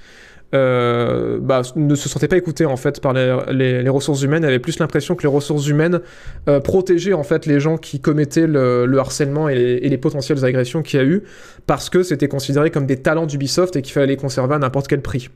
euh, bah, ne se sentaient pas écoutés en fait par les, les, les ressources humaines, avaient plus l'impression que les ressources humaines euh, protégeaient en fait les gens qui commettaient le, le harcèlement et les, et les potentielles agressions qu'il y a eu, parce que c'était considéré comme des talents d'Ubisoft et qu'il fallait les conserver à n'importe quel prix.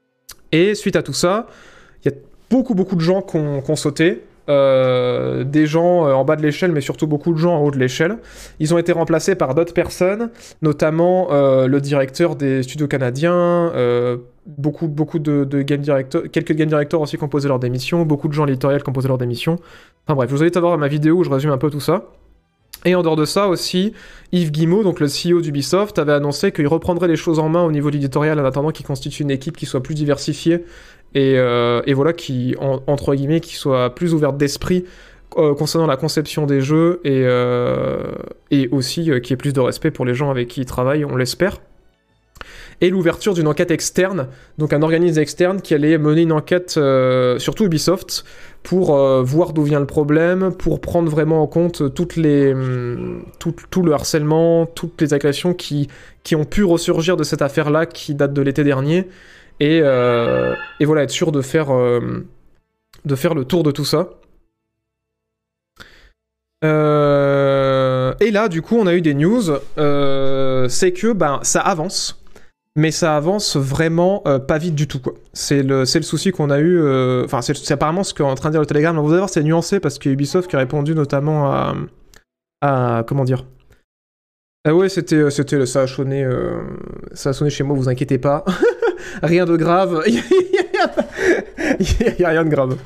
Et suite à tout ça, il y a beaucoup beaucoup de gens qui ont, qui ont sauté. Euh, des gens euh, en bas de l'échelle, mais surtout beaucoup de gens en haut de l'échelle. Ils ont été remplacés par d'autres personnes, notamment euh, le directeur des studios canadiens, euh, beaucoup, beaucoup de, de game directors, quelques game directors aussi qui ont posé leur démission, beaucoup de gens à l'éditorial qui ont posé leur démission. Enfin bref, vous allez avoir ma vidéo où je résume un peu tout ça. Et en dehors de ça aussi, Yves Guillemot, donc le C E O d'Ubisoft, avait annoncé qu'il reprendrait les choses en main au niveau de l'éditorial en attendant qu'il constitue une équipe qui soit plus diversifiée et, euh, et voilà, qui, en, entre guillemets, qui soit plus ouverte d'esprit euh, concernant la conception des jeux et, euh, et aussi euh, qui ait plus de respect pour les gens avec qui il travaille, on l'espère. Et l'ouverture d'une enquête externe, donc un organisme externe qui allait mener une enquête, euh, surtout Ubisoft, pour euh, voir d'où vient le problème, pour prendre vraiment en compte toutes les, tout, tout le harcèlement, toutes les agressions qui, qui ont pu ressurgir de cette affaire-là qui date de l'été dernier, et, euh, et voilà, être sûr de faire, euh, de faire le tour de tout ça. Euh, et là, du coup, on a eu des news, euh, c'est que ben, ça avance. Mais ça avance vraiment euh, pas vite du tout, quoi. C'est le, c'est le souci qu'on a eu... Enfin, euh, c'est, c'est apparemment ce qu'est en train de dire le Telegram. Vous allez voir, c'est nuancé parce qu'il y a Ubisoft qui a répondu notamment à... à comment dire Ah ouais, c'était, c'était, ça a sonné, euh, ça a sonné chez moi, vous inquiétez pas. Rien de grave. Il y a rien de grave.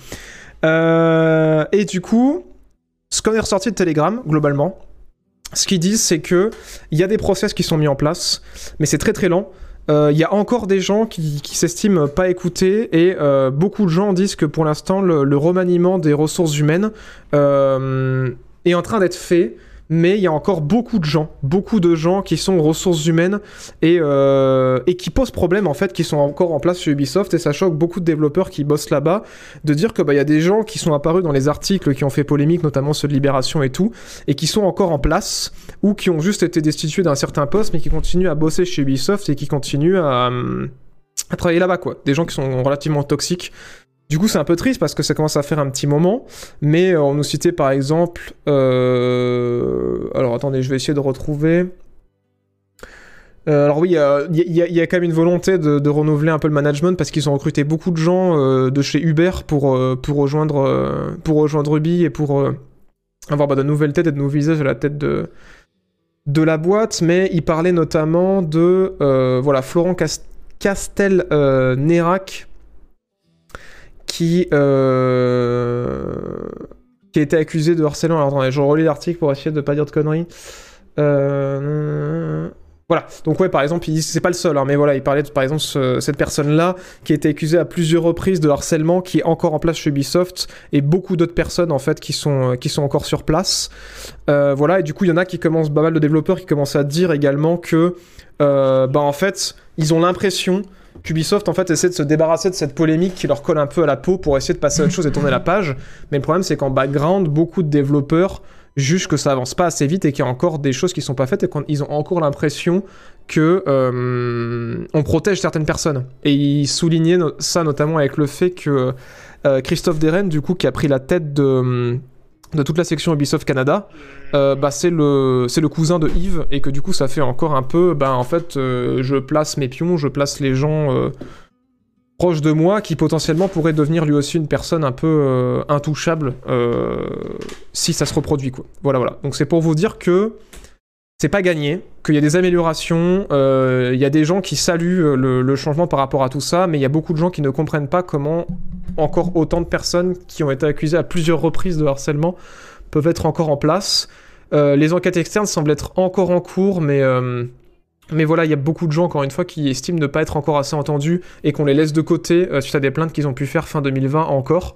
Euh, et du coup, ce qu'on est ressorti de Telegram, globalement, ce qu'ils disent, c'est que il y a des process qui sont mis en place, mais c'est très très lent. Il euh, y a encore des gens qui, qui s'estiment pas écoutés et euh, beaucoup de gens disent que pour l'instant, le, le remaniement des ressources humaines euh, est en train d'être fait. Mais il y a encore beaucoup de gens, beaucoup de gens qui sont ressources humaines et, euh, et qui posent problème en fait, qui sont encore en place chez Ubisoft, et ça choque beaucoup de développeurs qui bossent là-bas, de dire que bah, y a des gens qui sont apparus dans les articles qui ont fait polémique, notamment ceux de Libération et tout, et qui sont encore en place, ou qui ont juste été destitués d'un certain poste, mais qui continuent à bosser chez Ubisoft et qui continuent à, à travailler là-bas, quoi. Des gens qui sont relativement toxiques. Du coup, c'est un peu triste parce que ça commence à faire un petit moment, mais euh, on nous citait par exemple... Euh... Alors attendez, je vais essayer de retrouver... Euh, alors oui, il y a, y, a, y a quand même une volonté de, de renouveler un peu le management parce qu'ils ont recruté beaucoup de gens euh, de chez Uber pour, euh, pour, rejoindre, euh, pour rejoindre Ubi et pour euh, avoir bah, de nouvelles têtes et de nouveaux visages à la tête de, de la boîte, mais il parlait notamment de euh, voilà, Florent Cast- Castelnerac, Qui, euh, qui a été accusé de harcèlement. Alors attendez, je relis l'article pour essayer de pas dire de conneries. Euh... Voilà, donc ouais, par exemple, il... c'est pas le seul, hein, mais voilà, il parlait de, par exemple, ce... cette personne-là qui a été accusée à plusieurs reprises de harcèlement, qui est encore en place chez Ubisoft, et beaucoup d'autres personnes, en fait, qui sont, qui sont encore sur place. Euh, voilà, et du coup, il y en a qui commencent, pas mal de développeurs qui commencent à dire également que, euh, bah en fait, ils ont l'impression qu'Ubisoft en fait essaie de se débarrasser de cette polémique qui leur colle un peu à la peau pour essayer de passer à autre chose et tourner la page. Mais le problème c'est qu'en background, beaucoup de développeurs jugent que ça avance pas assez vite et qu'il y a encore des choses qui sont pas faites et qu'ils ont encore l'impression que euh, on protège certaines personnes. Et ils soulignaient no- ça notamment avec le fait que euh, Christophe Deren, du coup, qui a pris la tête de... de toute la section Ubisoft Canada, euh, bah c'est le c'est le cousin de Yves, et que du coup ça fait encore un peu, bah en fait euh, je place mes pions, je place les gens euh, proches de moi qui potentiellement pourraient devenir lui aussi une personne un peu euh, intouchable euh, si ça se reproduit, quoi. Voilà voilà. Donc c'est pour vous dire que c'est pas gagné, qu'il y a des améliorations, il euh, y a des gens qui saluent le, le changement par rapport à tout ça, mais il y a beaucoup de gens qui ne comprennent pas comment encore autant de personnes qui ont été accusées à plusieurs reprises de harcèlement peuvent être encore en place. Euh, les enquêtes externes semblent être encore en cours, mais, euh, mais voilà, il y a beaucoup de gens, encore une fois, qui estiment ne pas être encore assez entendus et qu'on les laisse de côté euh, suite à des plaintes qu'ils ont pu faire fin deux mille vingt encore.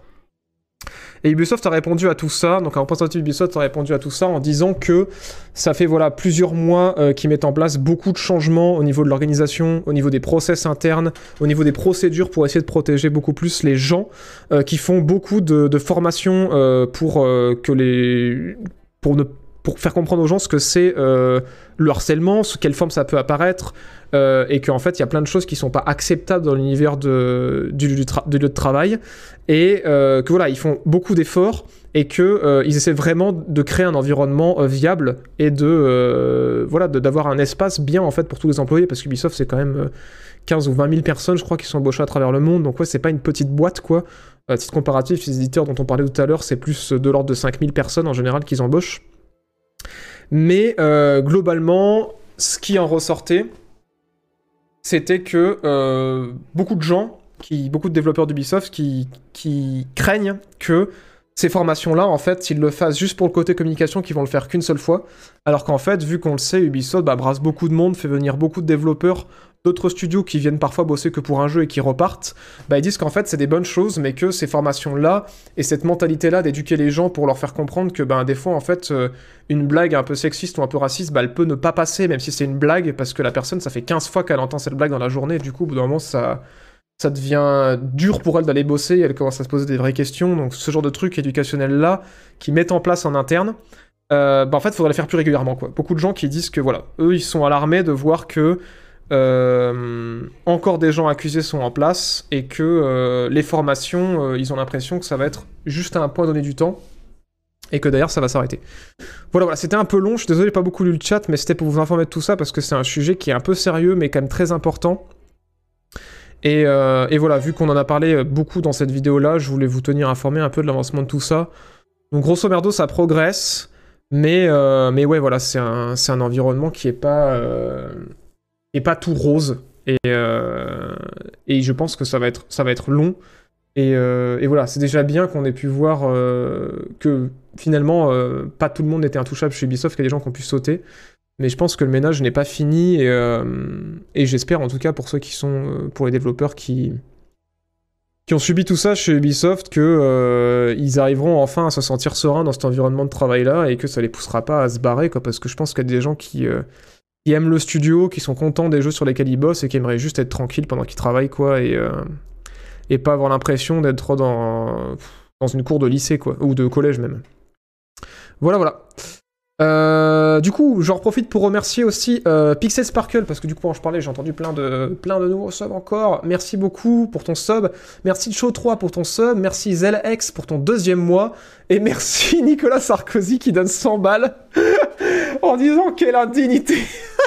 Et Ubisoft a répondu à tout ça, donc un représentant d'Ubisoft a répondu à tout ça en disant que ça fait voilà, plusieurs mois euh, qu'ils mettent en place beaucoup de changements au niveau de l'organisation, au niveau des process internes, au niveau des procédures pour essayer de protéger beaucoup plus les gens, euh, qui font beaucoup de, de formations euh, pour, euh, que les... pour, ne... pour faire comprendre aux gens ce que c'est euh, le harcèlement, sous quelle forme ça peut apparaître, euh, et qu'en fait il y a plein de choses qui sont pas acceptables dans l'univers de, du, du, tra- du lieu de travail, et euh, que voilà, ils font beaucoup d'efforts et que euh, ils essaient vraiment de créer un environnement euh, viable et de euh, voilà de, d'avoir un espace bien en fait pour tous les employés, parce qu'Ubisoft c'est quand même euh, quinze ou vingt mille personnes je crois qui sont embauchées à travers le monde, donc ouais, c'est pas une petite boîte quoi. À titre comparatif, les éditeurs dont on parlait tout à l'heure, c'est plus de l'ordre de cinq mille personnes en général qu'ils embauchent. Mais euh, globalement, ce qui en ressortait, c'était que euh, beaucoup de gens, qui, beaucoup de développeurs d'Ubisoft qui, qui craignent que ces formations-là, en fait, s'ils le fassent juste pour le côté communication, qu'ils vont le faire qu'une seule fois, alors qu'en fait, vu qu'on le sait, Ubisoft bah, brasse beaucoup de monde, fait venir beaucoup de développeurs d'autres studios qui viennent parfois bosser que pour un jeu et qui repartent, bah, ils disent qu'en fait, c'est des bonnes choses, mais que ces formations-là et cette mentalité-là d'éduquer les gens pour leur faire comprendre que bah, des fois, en fait, euh, une blague un peu sexiste ou un peu raciste, bah, elle peut ne pas passer, même si c'est une blague, parce que la personne, ça fait quinze fois qu'elle entend cette blague dans la journée, et du coup, au bout d'un moment, ça... ça devient dur pour elle d'aller bosser, elle commence à se poser des vraies questions, donc ce genre de trucs éducationnels-là, qui mettent en place en interne, euh, bah en fait, il faudrait les faire plus régulièrement, quoi. Beaucoup de gens qui disent que, voilà, eux, ils sont alarmés de voir que euh, encore des gens accusés sont en place, et que euh, les formations, euh, ils ont l'impression que ça va être juste à un point donné du temps, et que d'ailleurs, ça va s'arrêter. Voilà, voilà, c'était un peu long, je suis désolé, j'ai pas beaucoup lu le chat, mais c'était pour vous informer de tout ça, parce que c'est un sujet qui est un peu sérieux, mais quand même très important. Et, euh, et voilà, vu qu'on en a parlé beaucoup dans cette vidéo-là, je voulais vous tenir informé un peu de l'avancement de tout ça. Donc grosso merdo, ça progresse. Mais, euh, mais ouais, voilà, c'est un, c'est un environnement qui est pas, euh, est pas tout rose. Et, euh, et je pense que ça va être, ça va être long. Et, euh, et voilà, c'est déjà bien qu'on ait pu voir euh, que finalement, euh, pas tout le monde était intouchable chez Ubisoft, qu'il y a des gens qui ont pu sauter. Mais je pense que le ménage n'est pas fini. Et, euh, et j'espère, en tout cas, pour ceux qui sont, euh, pour les développeurs qui, qui ont subi tout ça chez Ubisoft, qu'ils euh, arriveront enfin à se sentir sereins dans cet environnement de travail-là et que ça les poussera pas à se barrer, quoi. Parce que je pense qu'il y a des gens qui, euh, qui aiment le studio, qui sont contents des jeux sur lesquels ils bossent et qui aimeraient juste être tranquilles pendant qu'ils travaillent, quoi. Et. Euh, et pas avoir l'impression d'être dans, dans une cour de lycée, quoi, ou de collège même. Voilà, voilà. Euh, du coup, j'en profite pour remercier aussi euh, Pixel Sparkle, parce que du coup, quand je parlais, j'ai entendu plein de, plein de nouveaux subs encore. Merci beaucoup pour ton sub. Merci Cho trois pour ton sub. Merci ZelX pour ton deuxième mois. Et merci Nicolas Sarkozy qui donne cent balles en disant quelle indignité.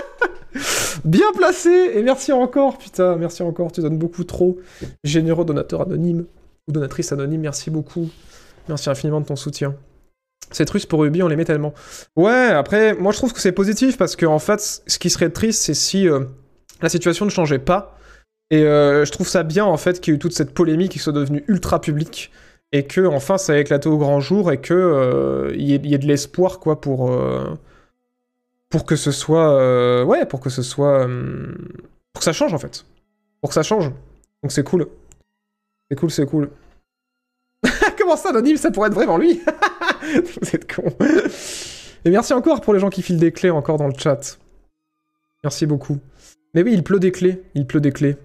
Bien placé, et merci encore, putain, merci encore, tu donnes beaucoup trop. Généreux donateur anonyme, ou donatrice anonyme, merci beaucoup. Merci infiniment de ton soutien. Cette russe pour Ubi, on les met tellement. Ouais, après, moi je trouve que c'est positif, parce que en fait, ce qui serait triste, c'est si euh, la situation ne changeait pas. Et euh, je trouve ça bien, en fait, qu'il y ait eu toute cette polémique qui soit devenue ultra publique, et que, enfin, ça a éclaté au grand jour, et que euh, y, ait, y ait de l'espoir, quoi, pour... Euh, pour que ce soit... Euh, ouais, pour que ce soit... Euh, pour que ça change, en fait. Pour que ça change. Donc c'est cool. C'est cool, c'est cool. Comment ça, anonyme, ça pourrait être vraiment lui? Vous êtes con. Et merci encore pour les gens qui filent des clés encore dans le chat. Merci beaucoup. Mais oui, il pleut des clés. Il pleut des clés.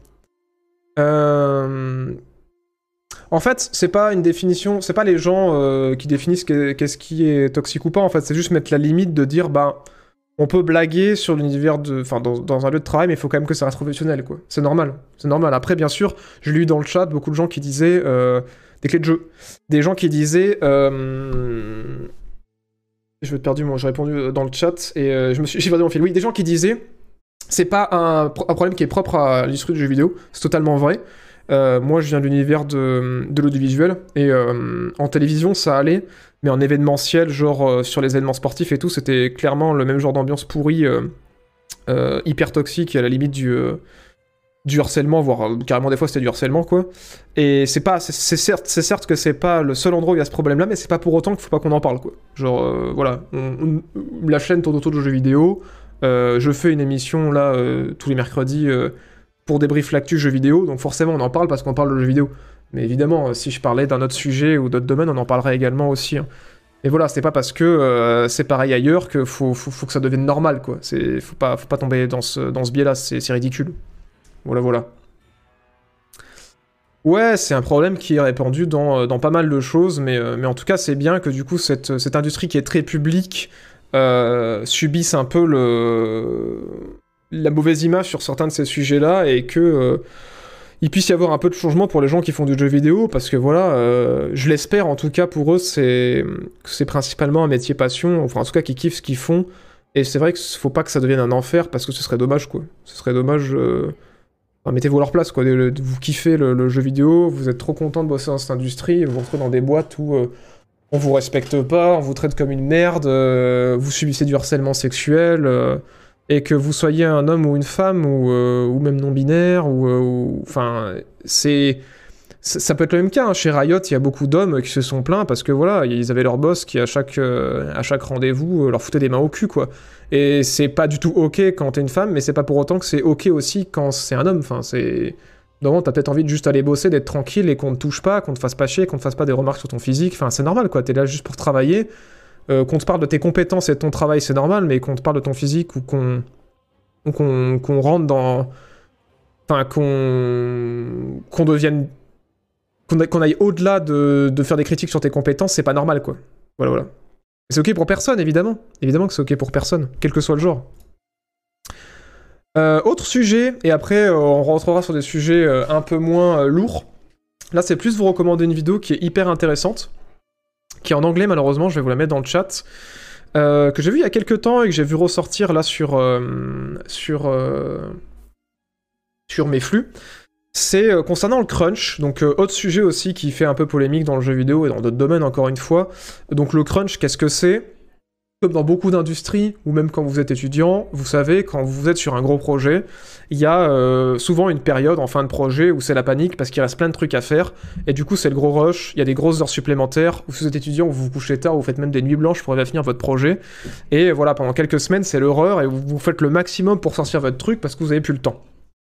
Euh... En fait, c'est pas une définition... C'est pas les gens euh, qui définissent qu'est-ce qui est toxique ou pas, en fait. C'est juste mettre la limite de dire, bah... On peut blaguer sur l'univers de... Enfin, dans, dans un lieu de travail, mais il faut quand même que ça reste professionnel, quoi. C'est normal. C'est normal. Après, bien sûr, j'ai lu dans le chat beaucoup de gens qui disaient... Euh, des clés de jeu. Des gens qui disaient... Euh... Je vais te perdu, moi. J'ai répondu dans le chat et euh, je me suis... j'ai perdu mon fil. Oui, des gens qui disaient... C'est pas un, un problème qui est propre à l'industrie du jeu vidéo. C'est totalement vrai. Euh, moi, je viens de l'univers de, de l'audiovisuel. Et euh, en télévision, ça allait... Mais en événementiel, genre euh, sur les événements sportifs et tout, c'était clairement le même genre d'ambiance pourrie, euh, euh, hyper toxique et à la limite du, euh, du harcèlement, voire euh, carrément des fois c'était du harcèlement, quoi. Et c'est pas, c'est, c'est certes, c'est certes que c'est pas le seul endroit où il y a ce problème-là, mais c'est pas pour autant qu'il faut pas qu'on en parle, quoi. Genre, euh, voilà, on, on, la chaîne tourne autour de jeux vidéo, euh, je fais une émission là euh, tous les mercredis euh, pour débrief l'actu jeux vidéo, donc forcément on en parle parce qu'on parle de jeux vidéo. Mais évidemment, si je parlais d'un autre sujet ou d'autres domaines, on en parlerait également aussi. Hein. Et voilà, c'est pas parce que euh, c'est pareil ailleurs que faut, faut, faut que ça devienne normal, quoi. C'est, faut pas, faut pas tomber dans ce, dans ce biais-là, c'est, c'est ridicule. Voilà, voilà. Ouais, c'est un problème qui est répandu dans, dans pas mal de choses, mais, euh, mais en tout cas, c'est bien que du coup, cette, cette industrie qui est très publique euh, subisse un peu le, la mauvaise image sur certains de ces sujets-là et que... Euh, il puisse y avoir un peu de changement pour les gens qui font du jeu vidéo, parce que voilà, euh, je l'espère en tout cas pour eux, c'est, c'est principalement un métier passion, enfin en tout cas qui kiffent ce qu'ils font, et c'est vrai qu'il faut pas que ça devienne un enfer, parce que ce serait dommage, quoi. Ce serait dommage... Euh... Enfin, mettez-vous à leur place, quoi. Vous kiffez le, le jeu vidéo, vous êtes trop content de bosser dans cette industrie, et vous vous retrouvez dans des boîtes où euh, on vous respecte pas, on vous traite comme une merde, euh, vous subissez du harcèlement sexuel... Euh... Et que vous soyez un homme ou une femme, ou, euh, ou même non-binaire, ou... Enfin, c'est... Ça peut être le même cas, hein. Chez Riot, il y a beaucoup d'hommes qui se sont plaints parce que voilà, ils avaient leur boss qui, à chaque, euh, à chaque rendez-vous, euh, leur foutait des mains au cul, quoi. Et c'est pas du tout ok quand t'es une femme, mais c'est pas pour autant que c'est ok aussi quand c'est un homme. Enfin, c'est... Normalement, t'as peut-être envie de juste aller bosser, d'être tranquille et qu'on te touche pas, qu'on te fasse pas chier, qu'on te fasse pas des remarques sur ton physique. Enfin, c'est normal, quoi. T'es là juste pour travailler. Euh, qu'on te parle de tes compétences et de ton travail, c'est normal, mais qu'on te parle de ton physique ou qu'on, qu'on, qu'on rentre dans... Enfin, qu'on, qu'on devienne... Qu'on, a... qu'on aille au-delà de... de faire des critiques sur tes compétences, c'est pas normal, quoi. Voilà, voilà. C'est ok pour personne, évidemment. Évidemment que c'est ok pour personne, quel que soit le genre. Euh, autre sujet, et après euh, on rentrera sur des sujets euh, un peu moins euh, lourds. Là, c'est plus vous recommander une vidéo qui est hyper intéressante, qui est en anglais malheureusement, je vais vous la mettre dans le chat, euh, que j'ai vu il y a quelques temps et que j'ai vu ressortir là sur, euh, sur, euh, sur mes flux. C'est euh, concernant le crunch, donc euh, autre sujet aussi qui fait un peu polémique dans le jeu vidéo et dans d'autres domaines encore une fois. Donc le crunch, qu'est-ce que c'est ? comme dans beaucoup d'industries, ou même quand vous êtes étudiant, vous savez, quand vous êtes sur un gros projet, il y a euh, souvent une période en fin de projet où c'est la panique parce qu'il reste plein de trucs à faire, et du coup c'est le gros rush, il y a des grosses heures supplémentaires, ou si vous êtes étudiant, vous vous couchez tard, vous faites même des nuits blanches pour finir votre projet, et voilà, pendant quelques semaines c'est l'horreur, et vous, vous faites le maximum pour sortir votre truc parce que vous avez plus le temps.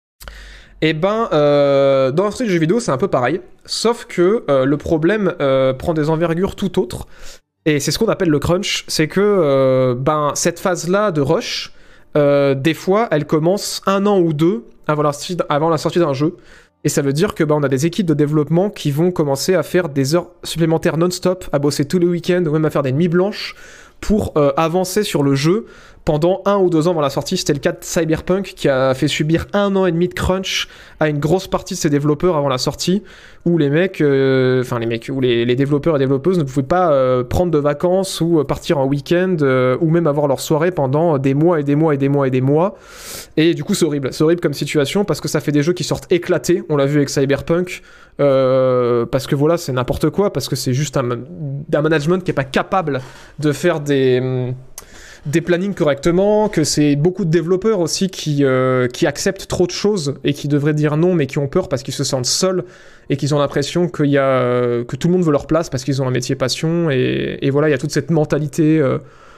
Et ben, euh, dans l'industrie du jeu vidéo, c'est un peu pareil, sauf que euh, le problème euh, prend des envergures tout autres, et c'est ce qu'on appelle le crunch, c'est que euh, ben, cette phase-là de rush, euh, des fois, elle commence un an ou deux avant la sortie, avant la sortie d'un jeu, et ça veut dire que ben, on a des équipes de développement qui vont commencer à faire des heures supplémentaires non-stop, à bosser tous les week-ends, ou même à faire des nuits blanches, pour euh, avancer sur le jeu pendant un ou deux ans avant la sortie. C'était le cas de Cyberpunk qui a fait subir un an et demi de crunch à une grosse partie de ses développeurs avant la sortie, où les mecs, enfin euh, les mecs, où les, les développeurs et développeuses ne pouvaient pas euh, prendre de vacances ou partir en week-end euh, ou même avoir leur soirée pendant des mois et des mois et des mois et des mois. Et du coup c'est horrible, c'est horrible comme situation parce que ça fait des jeux qui sortent éclatés. On l'a vu avec Cyberpunk. Euh, parce que voilà, c'est n'importe quoi, parce que c'est juste un, un management qui est pas capable de faire des, des plannings correctement, que c'est beaucoup de développeurs aussi qui, euh, qui acceptent trop de choses et qui devraient dire non, mais qui ont peur parce qu'ils se sentent seuls et qu'ils ont l'impression qu'il y a, que tout le monde veut leur place parce qu'ils ont un métier passion, et, et voilà, il y a toute cette mentalité euh,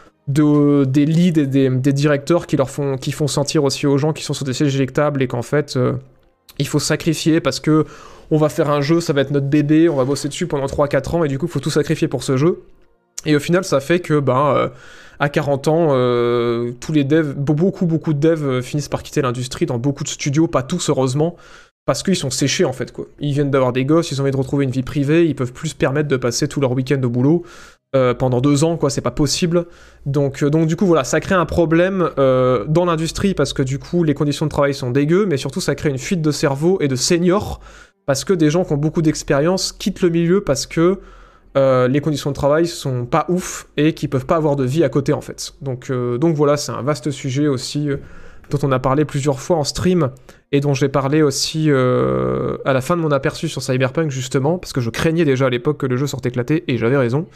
de, des leads et des, des directeurs qui leur font, qui font sentir aussi aux gens qui sont sur des sièges éjectables et qu'en fait euh, il faut sacrifier parce que on va faire un jeu, ça va être notre bébé, on va bosser dessus pendant trois à quatre ans, et du coup, il faut tout sacrifier pour ce jeu. Et au final, ça fait que, ben, euh, à quarante ans, euh, tous les devs, beaucoup, beaucoup de devs euh, finissent par quitter l'industrie dans beaucoup de studios, pas tous, heureusement, parce qu'ils sont séchés, en fait, quoi. Ils viennent d'avoir des gosses, ils ont envie de retrouver une vie privée, ils peuvent plus se permettre de passer tout leur week-end au boulot euh, pendant deux ans, quoi, c'est pas possible. Donc, euh, donc, du coup, voilà, ça crée un problème euh, dans l'industrie, parce que, du coup, les conditions de travail sont dégueu, mais surtout, ça crée une fuite de cerveau et de seniors, parce que des gens qui ont beaucoup d'expérience quittent le milieu parce que euh, les conditions de travail sont pas ouf et qu'ils peuvent pas avoir de vie à côté, en fait. Donc, euh, donc voilà, c'est un vaste sujet aussi euh, dont on a parlé plusieurs fois en stream et dont j'ai parlé aussi euh, à la fin de mon aperçu sur Cyberpunk, justement, parce que je craignais déjà à l'époque que le jeu sorte éclaté, et j'avais raison.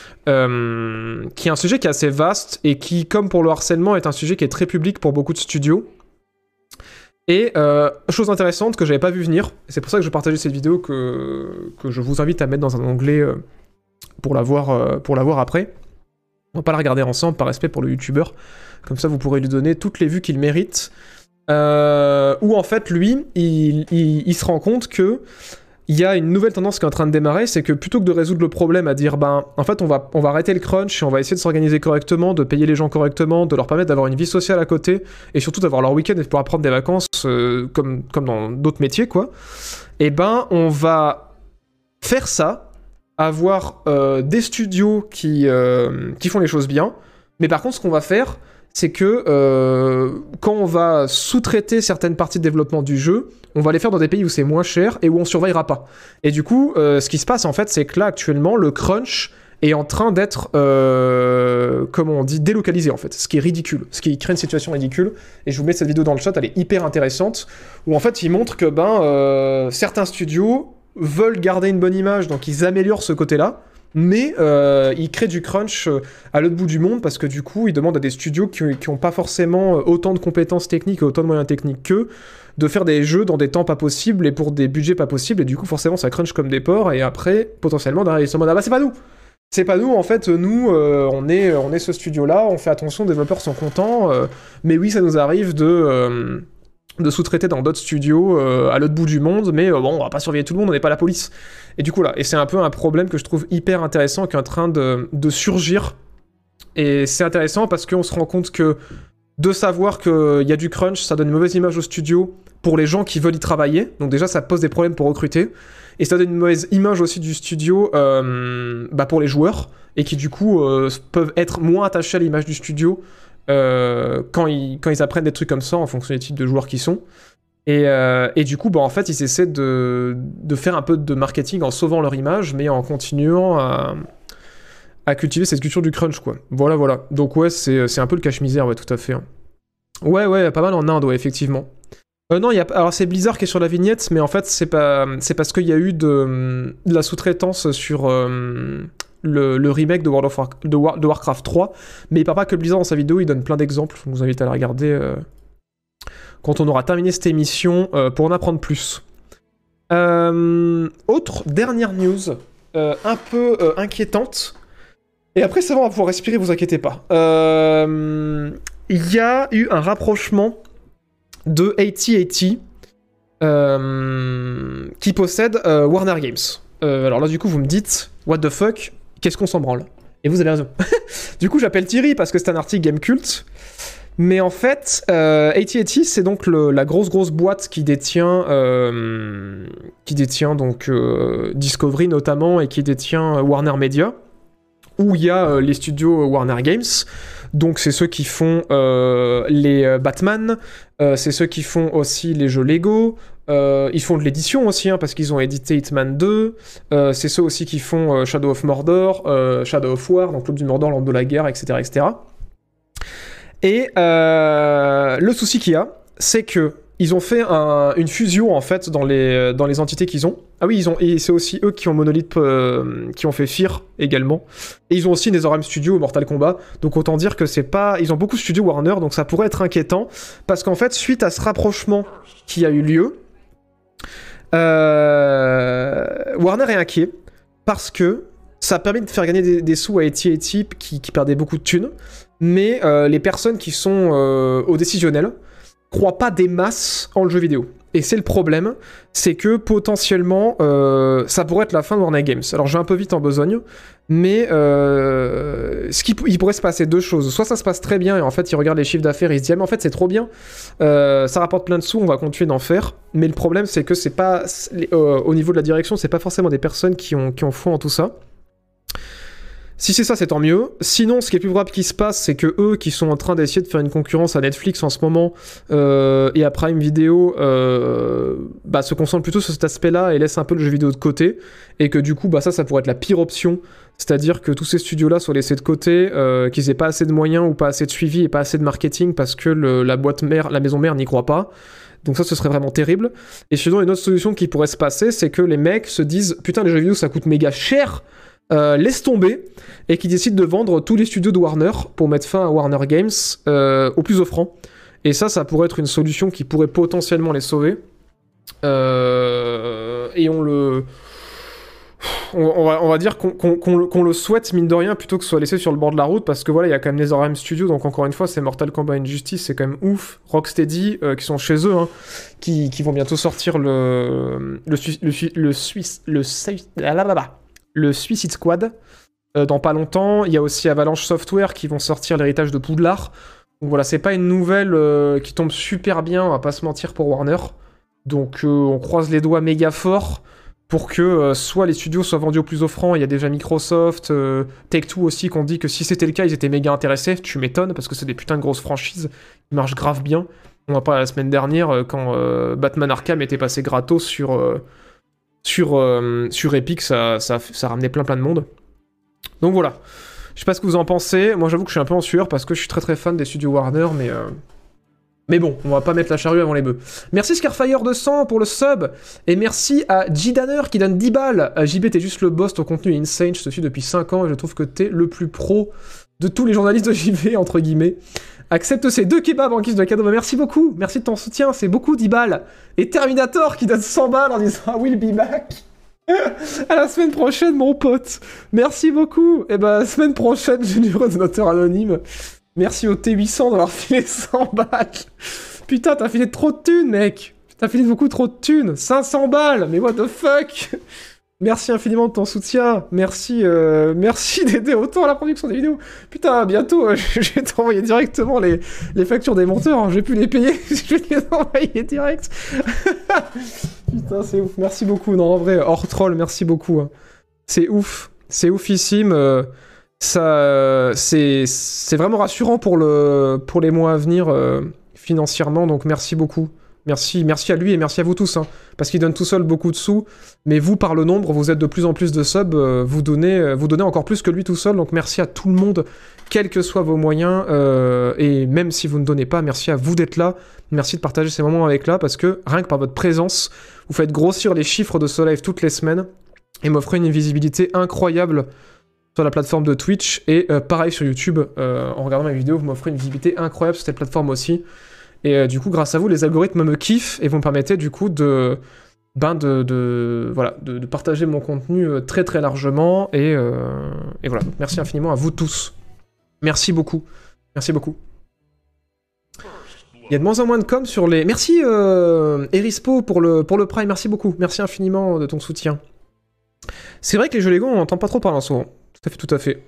Euh, qui est un sujet qui est assez vaste et qui, comme pour le harcèlement, est un sujet qui est très public pour beaucoup de studios. Et euh, chose intéressante que j'avais pas vu venir, c'est pour ça que je partageais cette vidéo que, que je vous invite à mettre dans un onglet euh, pour, la voir, euh, pour la voir après. On va pas la regarder ensemble par respect pour le youtubeur, comme ça vous pourrez lui donner toutes les vues qu'il mérite. Euh, où en fait lui, il, il, il se rend compte que il y a une nouvelle tendance qui est en train de démarrer, c'est que plutôt que de résoudre le problème à dire ben en fait on va, on va arrêter le crunch et on va essayer de s'organiser correctement, de payer les gens correctement, de leur permettre d'avoir une vie sociale à côté et surtout d'avoir leur week-end et de pouvoir prendre des vacances euh, comme, comme dans d'autres métiers quoi, et ben on va faire ça, avoir euh, des studios qui, euh, qui font les choses bien, mais par contre ce qu'on va faire c'est que euh, quand on va sous-traiter certaines parties de développement du jeu, on va les faire dans des pays où c'est moins cher et où on surveillera pas. Et du coup, euh, ce qui se passe en fait, c'est que là actuellement, le crunch est en train d'être, euh, comment on dit, délocalisé en fait, ce qui est ridicule, ce qui crée une situation ridicule. Et je vous mets cette vidéo dans le chat, elle est hyper intéressante, où en fait, il montre que ben euh, certains studios veulent garder une bonne image, donc ils améliorent ce côté-là. Mais euh, ils créent du crunch à l'autre bout du monde parce que du coup, ils demandent à des studios qui n'ont pas forcément autant de compétences techniques et autant de moyens techniques qu'eux de faire des jeux dans des temps pas possibles et pour des budgets pas possibles. Et du coup, forcément, ça crunch comme des porcs. Et après, potentiellement, derrière, ils se demandent « Ah bah, c'est pas nous !» C'est pas nous, en fait, nous, euh, on, est, on est ce studio-là, on fait attention, les développeurs sont contents. Euh, mais oui, ça nous arrive de... Euh, de sous-traiter dans d'autres studios euh, à l'autre bout du monde, mais euh, bon, on va pas surveiller tout le monde, on n'est pas la police. Et du coup, là, et c'est un peu un problème que je trouve hyper intéressant, qui est en train de, de surgir. Et c'est intéressant parce qu'on se rend compte que de savoir qu'il y a du crunch, ça donne une mauvaise image au studio pour les gens qui veulent y travailler. Donc déjà, ça pose des problèmes pour recruter. Et ça donne une mauvaise image aussi du studio euh, bah pour les joueurs, et qui du coup euh, peuvent être moins attachés à l'image du studio Euh, quand, ils, quand ils apprennent des trucs comme ça en fonction des types de joueurs qu'ils sont. Et, euh, et du coup, bah, en fait, ils essaient de, de faire un peu de marketing en sauvant leur image, mais en continuant à, à cultiver cette culture du crunch, quoi. Voilà, voilà. Donc ouais, c'est, c'est un peu le cache-misère, ouais, tout à fait. Hein. Ouais, ouais, pas mal en Inde, ouais, effectivement. Euh, non, y a... alors c'est Blizzard qui est sur la vignette, mais en fait, c'est pas... c'est parce qu'il y a eu de, de la sous-traitance sur euh, le... le remake de, World of War... de, War... de Warcraft trois. Mais il parle pas que Blizzard dans sa vidéo, il donne plein d'exemples. Je vous invite à la regarder euh... quand on aura terminé cette émission euh, pour en apprendre plus. Euh... Autre dernière news, euh, un peu euh, inquiétante. Et après, c'est bon, on va pouvoir respirer, vous inquiétez pas. Euh... Il y a eu un rapprochement de A T and T euh, qui possède euh, Warner Games. Euh, alors là, du coup, vous me dites, what the fuck, qu'est-ce qu'on s'en branle? Et vous avez raison. Du coup, j'appelle Thierry parce que c'est un article Gamecult. Mais en fait, euh, A T and T, c'est donc le, la grosse grosse boîte qui détient, euh, qui détient donc euh, Discovery notamment et qui détient Warner Media, où il y a euh, les studios Warner Games. Donc c'est ceux qui font euh, les euh, Batman, euh, c'est ceux qui font aussi les jeux Lego, euh, ils font de l'édition aussi, hein, parce qu'ils ont édité Hitman deux, euh, c'est ceux aussi qui font euh, Shadow of Mordor, euh, Shadow of War, donc Club du Mordor, L'Ordre de la Guerre, et cetera et cetera. Et euh, le souci qu'il y a, c'est que ils ont fait un, une fusion en fait dans les, dans les entités qu'ils ont. Ah oui, ils ont, et c'est aussi eux qui ont Monolith, euh, qui ont fait Fear également. Et ils ont aussi NetherRealm Studios, Mortal Kombat. Donc autant dire que c'est pas, ils ont beaucoup de studios Warner, donc ça pourrait être inquiétant parce qu'en fait, suite à ce rapprochement qui a eu lieu, euh, Warner est inquiet parce que ça a permis de faire gagner des, des sous à A T and T qui, qui perdaient beaucoup de thunes, mais euh, les personnes qui sont euh, au décisionnel croient pas des masses en le jeu vidéo. Et c'est le problème, c'est que potentiellement, euh, ça pourrait être la fin de Warner Games. Alors je vais un peu vite en besogne, mais euh, ce qui il pourrait se passer deux choses. Soit ça se passe très bien et en fait ils regardent les chiffres d'affaires et ils se disent ah mais en fait c'est trop bien, euh, ça rapporte plein de sous, on va continuer d'en faire. Mais le problème c'est que c'est pas euh, au niveau de la direction, c'est pas forcément des personnes qui ont qui ont foi en tout ça. Si c'est ça, c'est tant mieux. Sinon, ce qui est plus probable qui se passe, c'est que eux, qui sont en train d'essayer de faire une concurrence à Netflix en ce moment euh, et à Prime Video, euh, bah, se concentrent plutôt sur cet aspect-là et laissent un peu le jeu vidéo de côté. Et que du coup, bah, ça, ça pourrait être la pire option. C'est-à-dire que tous ces studios-là soient laissés de côté, euh, qu'ils aient pas assez de moyens ou pas assez de suivi et pas assez de marketing parce que le, la boîte mère, la maison mère n'y croit pas. Donc ça, ce serait vraiment terrible. Et sinon, une autre solution qui pourrait se passer, c'est que les mecs se disent « Putain, les jeux vidéo, ça coûte méga cher !» Euh, laisse tomber et qui décide de vendre tous les studios de Warner pour mettre fin à Warner Games euh, au plus offrant. Et ça, ça pourrait être une solution qui pourrait potentiellement les sauver. Euh, et on le... On, on, va, on va dire qu'on, qu'on, qu'on, le, qu'on le souhaite, mine de rien, plutôt que ce soit laissé sur le bord de la route, parce que voilà, il y a quand même NetherRealm Studios, donc encore une fois, c'est Mortal Kombat Injustice, c'est quand même ouf. Rocksteady, euh, qui sont chez eux, hein, qui, qui vont bientôt sortir le... Le, le, le, le Suisse... Le... Ah là là là. Le Suicide Squad, euh, dans pas longtemps. Il y a aussi Avalanche Software qui vont sortir l'héritage de Poudlard. Donc voilà, c'est pas une nouvelle euh, qui tombe super bien, on va pas se mentir, pour Warner. Donc euh, on croise les doigts méga fort pour que euh, soit les studios soient vendus au plus offrant. Il y a déjà Microsoft, euh, Take-Two aussi, qu'on dit que si c'était le cas, ils étaient méga intéressés. Tu m'étonnes, parce que c'est des putains de grosses franchises qui marchent grave bien. On en parlait la semaine dernière, euh, quand euh, Batman Arkham était passé gratos sur... Euh, Sur, euh, sur Epic, ça, ça, ça ramenait plein plein de monde. Donc voilà. Je sais pas ce que vous en pensez. Moi j'avoue que je suis un peu en sueur parce que je suis très très fan des studios Warner, mais... Euh... Mais bon, on va pas mettre la charrue avant les bœufs. Merci Scarfire deux cents pour le sub. Et merci à J-Danner qui donne dix balles. J B, t'es juste le boss, ton contenu est insane. Je te suis depuis cinq ans et je trouve que t'es le plus pro de tous les journalistes de J V, entre guillemets. Accepte ces deux kebabs en guise de cadeau. Bah, merci beaucoup, merci de ton soutien, c'est beaucoup dix balles. Et Terminator qui donne cent balles en disant I will be back. À la semaine prochaine, mon pote. Merci beaucoup. Et bah, semaine prochaine, généreux donateur anonyme. Merci au T huit cents d'avoir filé cent balles. Putain, t'as filé trop de thunes, mec. T'as filé beaucoup trop de thunes. cinq cents balles, mais what the fuck. Merci infiniment de ton soutien, merci, euh, merci d'aider autant à la production des vidéos. Putain, bientôt, euh, je vais t'envoyer directement les, les factures des monteurs, hein. Je vais plus les payer, je vais les envoyer direct. Putain, c'est ouf, merci beaucoup. Non, en vrai, hors troll, merci beaucoup. Hein. C'est ouf, c'est oufissime. Euh, ça, c'est, c'est vraiment rassurant pour, le, pour les mois à venir euh, financièrement, donc merci beaucoup. Merci, merci à lui et merci à vous tous, hein, parce qu'il donne tout seul beaucoup de sous, mais vous, par le nombre, vous êtes de plus en plus de subs, euh, vous, donnez, euh, vous donnez encore plus que lui tout seul, donc merci à tout le monde quels que soient vos moyens, euh, et même si vous ne donnez pas, merci à vous d'être là, merci de partager ces moments avec là, parce que rien que par votre présence, vous faites grossir les chiffres de ce live toutes les semaines, et m'offrez une visibilité incroyable sur la plateforme de Twitch, et euh, pareil sur YouTube, euh, en regardant mes vidéos, vous m'offrez une visibilité incroyable sur cette plateforme aussi, et euh, du coup, grâce à vous, les algorithmes me kiffent, et vous me permettez du coup de... Ben de, de, voilà, de, de partager mon contenu très très largement, et, euh, et voilà, donc merci infiniment à vous tous. Merci beaucoup, merci beaucoup. Il y a de moins en moins de com sur les... Merci euh, Erispo pour le, pour le Prime, merci beaucoup, merci infiniment de ton soutien. C'est vrai que les jeux Lego, on n'entend pas trop parler en ce moment. Tout à fait, tout à fait.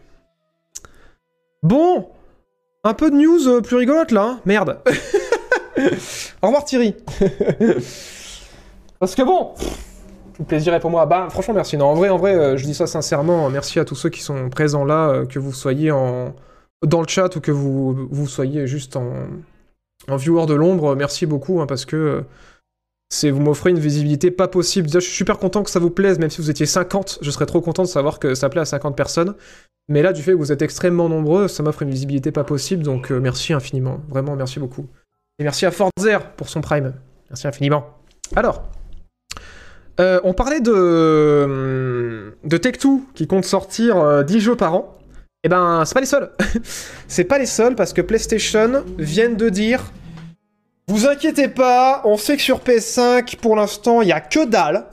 Bon, un peu de news plus rigolote là, hein. Merde. Au revoir Thierry. Parce que bon, tout plaisir est pour moi. Bah franchement merci. Non, en vrai, en vrai, euh, je dis ça sincèrement. Merci à tous ceux qui sont présents là, euh, que vous soyez en dans le chat ou que vous vous soyez juste en, en viewer de l'ombre. Merci beaucoup hein, parce que euh, c'est vous m'offrez une visibilité pas possible. Déjà, je suis super content que ça vous plaise, même si vous étiez cinquante. Je serais trop content de savoir que ça plaît à cinquante personnes. Mais là, du fait que vous êtes extrêmement nombreux, ça m'offre une visibilité pas possible. Donc euh, merci infiniment. Vraiment, merci beaucoup. Et merci à Forzer pour son Prime. Merci infiniment. Alors. Euh, on parlait de, de Take-Two qui compte sortir euh, dix jeux par an. Eh ben, c'est pas les seuls. C'est pas les seuls parce que PlayStation viennent de dire vous inquiétez pas, on sait que sur P S cinq, pour l'instant, il y a que dalle.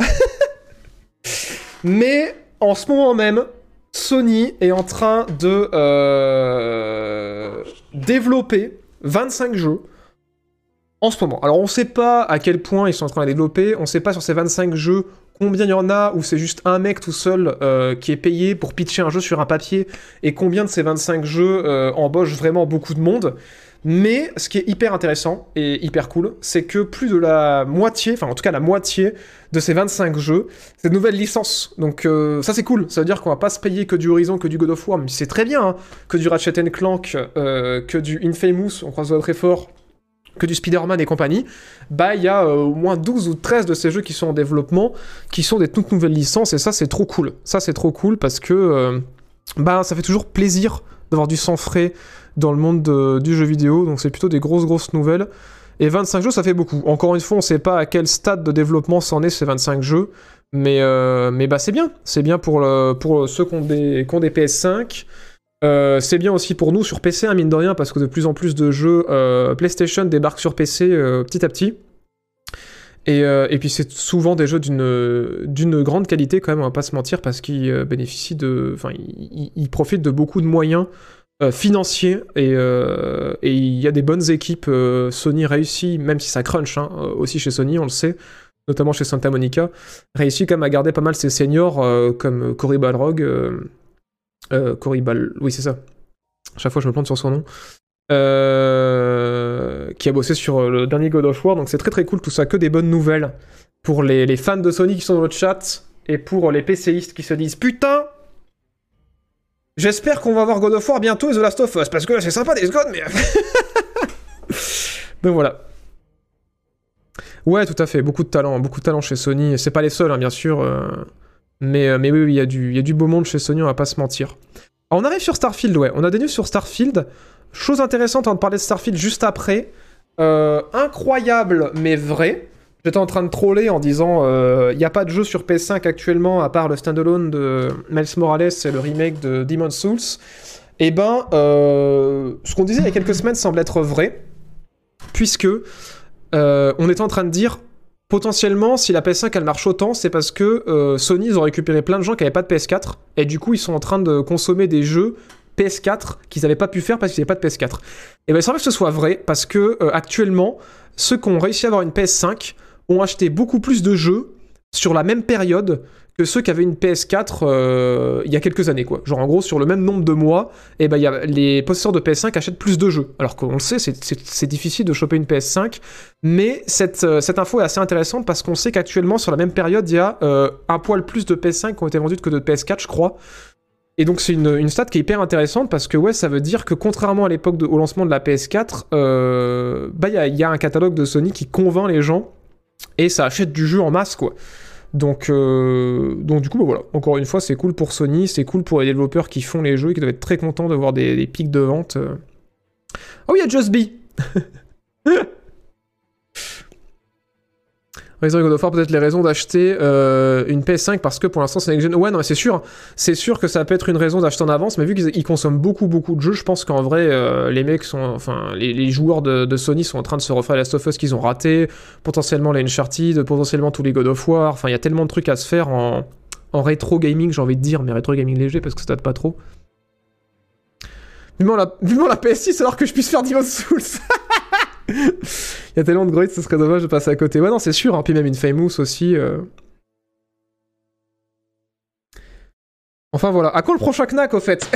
Mais en ce moment même, Sony est en train de euh, développer vingt-cinq jeux. En ce moment. Alors on sait pas à quel point ils sont en train de les développer, on sait pas sur ces vingt-cinq jeux combien il y en a, ou c'est juste un mec tout seul euh, qui est payé pour pitcher un jeu sur un papier, et combien de ces vingt-cinq jeux euh, embauchent vraiment beaucoup de monde. Mais ce qui est hyper intéressant et hyper cool, c'est que plus de la moitié, enfin en tout cas la moitié de ces vingt-cinq jeux, c'est de nouvelles licences. Donc euh, ça c'est cool, ça veut dire qu'on va pas se payer que du Horizon, que du God of War, mais c'est très bien, hein, que du Ratchet and Clank, euh, que du Infamous, on croise doigts très fort, que du Spider-Man et compagnie, bah il y a euh, au moins douze ou treize de ces jeux qui sont en développement, qui sont des toutes nouvelles licences, et ça c'est trop cool. Ça c'est trop cool parce que euh, bah ça fait toujours plaisir d'avoir du sang frais dans le monde de, du jeu vidéo, donc c'est plutôt des grosses grosses nouvelles. Et vingt-cinq jeux ça fait beaucoup. Encore une fois, on sait pas à quel stade de développement c'en est ces vingt-cinq jeux, mais, euh, mais bah c'est bien. C'est bien pour, le, pour ceux qui ont des, qui ont des P S cinq. Euh, c'est bien aussi pour nous sur P C, hein, mine de rien, parce que de plus en plus de jeux euh, PlayStation débarquent sur P C euh, petit à petit. Et, euh, et puis c'est souvent des jeux d'une, d'une grande qualité quand même, on va pas se mentir, parce qu'ils euh, bénéficient de... Enfin, ils, ils profitent de beaucoup de moyens euh, financiers, et euh, et il y a des bonnes équipes. euh, Sony réussit, même si ça crunch, hein, aussi chez Sony, on le sait, notamment chez Santa Monica, réussit quand même à garder pas mal ses seniors, euh, comme Cory Balrog... Euh, Euh, Cory Bal... Oui, c'est ça. À chaque fois, je me plante sur son nom. Euh... Qui a bossé sur le dernier God of War. Donc, c'est très très cool tout ça. Que des bonnes nouvelles pour les, les fans de Sony qui sont dans le chat et pour les PCistes qui se disent putain, j'espère qu'on va voir God of War bientôt et The Last of Us. Parce que là, c'est sympa, Days Gone, mais. Donc, voilà. Ouais, tout à fait. Beaucoup de talent. Beaucoup de talent chez Sony. C'est pas les seuls, hein, bien sûr. Euh... Mais, euh, mais oui, il y, y a du beau monde chez Sony, on va pas se mentir. Alors, on arrive sur Starfield, ouais. On a des news sur Starfield. Chose intéressante, on va parler de Starfield juste après. Euh, incroyable, mais vrai. J'étais en train de troller en disant il euh, n'y a pas de jeu sur P S cinq actuellement, à part le standalone de Miles Morales et le remake de Demon's Souls. Et ben, euh, ce qu'on disait il y a quelques semaines semble être vrai. Puisque euh, on était en train de dire... Potentiellement, si la P S cinq elle marche autant, c'est parce que euh, Sony ils ont récupéré plein de gens qui n'avaient pas de P S quatre, et du coup ils sont en train de consommer des jeux P S quatre qu'ils n'avaient pas pu faire parce qu'ils n'avaient pas de P S quatre. Et bien il semble que ce soit vrai, parce que euh, actuellement, ceux qui ont réussi à avoir une P S cinq ont acheté beaucoup plus de jeux sur la même période que ceux qui avaient une P S quatre euh, il y a quelques années, quoi. Genre en gros, sur le même nombre de mois, et ben, y a, les possesseurs de P S cinq achètent plus de jeux. Alors qu'on le sait, c'est, c'est, c'est difficile de choper une P S cinq, mais cette, euh, cette info est assez intéressante parce qu'on sait qu'actuellement, sur la même période, il y a euh, un poil plus de P S cinq qui ont été vendus que de P S quatre, je crois. Et donc c'est une, une stat qui est hyper intéressante parce que ouais, ça veut dire que contrairement à l'époque de, au lancement de la P S quatre, euh, bah il y a, y a un catalogue de Sony qui convainc les gens et ça achète du jeu en masse, quoi. Donc, euh, donc du coup, bah voilà, encore une fois, c'est cool pour Sony, c'est cool pour les développeurs qui font les jeux et qui doivent être très contents d'avoir des, des pics de vente. Oh, il y a Just Be. Raison God of War, peut-être les raisons d'acheter euh, une P S cinq parce que pour l'instant c'est next gen. Ouais, non, mais c'est sûr, c'est sûr que ça peut être une raison d'acheter en avance, mais vu qu'ils ils consomment beaucoup, beaucoup de jeux, je pense qu'en vrai, euh, les mecs sont, enfin, les, les joueurs de, de Sony sont en train de se refaire Last of Us qu'ils ont raté, potentiellement les Uncharted, potentiellement tous les God of War. Enfin, il y a tellement de trucs à se faire en, en rétro gaming, j'ai envie de dire, mais rétro gaming léger parce que ça date pas trop. Vivement la, vivement la P S six alors que je puisse faire Demon's Souls. Il y a tellement de grades, ce serait dommage de passer à côté. Ouais, non, c'est sûr, hein. Puis même Infamous aussi. Euh... Enfin voilà. À quoi le prochain Knack, au fait?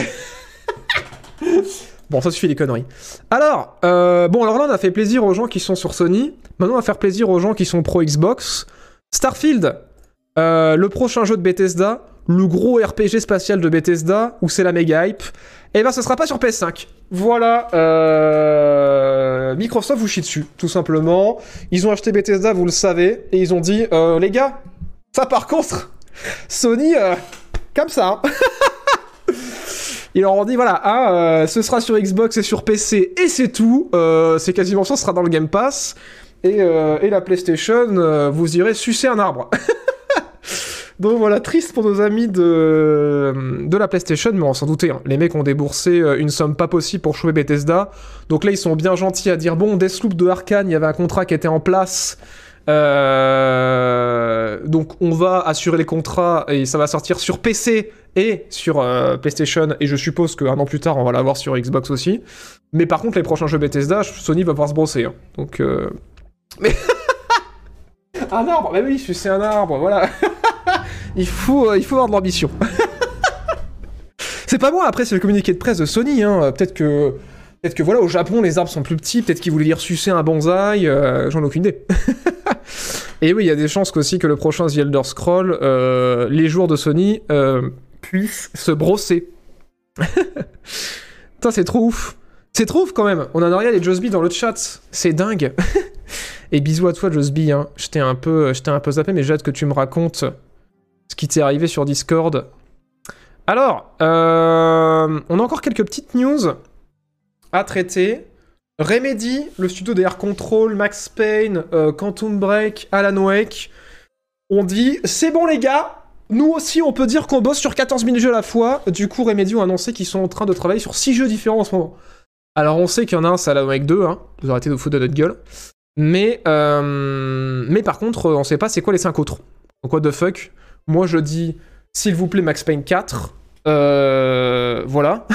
Bon, ça suffit les conneries. Alors, euh, bon, alors là, on a fait plaisir aux gens qui sont sur Sony. Maintenant, on va faire plaisir aux gens qui sont pro Xbox. Starfield, euh, le prochain jeu de Bethesda, le gros R P G spatial de Bethesda, où c'est la méga hype. Et ben, ce sera pas sur P S cinq. Voilà, euh... Microsoft vous chie dessus, tout simplement. Ils ont acheté Bethesda, vous le savez, et ils ont dit, euh, les gars, ça par contre, Sony, euh, comme ça. Hein. Ils leur ont dit, voilà, ah, euh, ce sera sur Xbox et sur P C, et c'est tout. Euh, c'est quasiment ça, ce sera dans le Game Pass. Et, euh, et la PlayStation, euh, vous irez sucer un arbre. Donc voilà, triste pour nos amis de, de la PlayStation, mais on s'en doutait. Hein. Les mecs ont déboursé une somme pas possible pour choper Bethesda. Donc là, ils sont bien gentils à dire, bon, Deathloop de Arkane, il y avait un contrat qui était en place. Euh... Donc on va assurer les contrats et ça va sortir sur P C et sur euh, PlayStation. Et je suppose qu'un an plus tard, on va l'avoir sur Xbox aussi. Mais par contre, les prochains jeux Bethesda, Sony va pouvoir se brosser. Hein. Donc... Euh... Mais... un arbre, bah oui, c'est un arbre, voilà. il, faut, euh, il faut avoir de l'ambition. C'est pas moi, après, c'est le communiqué de presse de Sony. Hein. Peut-être que, peut-être que voilà, au Japon, les arbres sont plus petits. Peut-être qu'ils voulaient dire sucer un bonsaï. Euh, j'en ai aucune idée. Et oui, il y a des chances aussi que le prochain The Elder Scrolls, euh, les joueurs de Sony euh, puissent se brosser. Putain, c'est trop ouf. C'est trop ouf quand même. On a Noriel et Just Be dans le chat. C'est dingue. Et bisous à toi, Just Be. Hein. J'étais un peu, j'étais un peu zappé, mais j'ai hâte que tu me racontes ce qui t'est arrivé sur Discord. Alors, euh, on a encore quelques petites news à traiter. Remedy, le studio des Air Control, Max Payne, euh, Quantum Break, Alan Wake, on dit c'est bon les gars, nous aussi on peut dire qu'on bosse sur quatorze mille jeux à la fois. Du coup, Remedy ont annoncé qu'ils sont en train de travailler sur six jeux différents en ce moment. Alors on sait qu'il y en a un, c'est Alan Wake deux, hein, vous arrêtez de vous foutre de notre gueule. Mais, euh, mais par contre, on sait pas c'est quoi les cinq autres. Donc what the fuck. Moi je dis, s'il vous plaît, Max Payne quatre. Euh, voilà.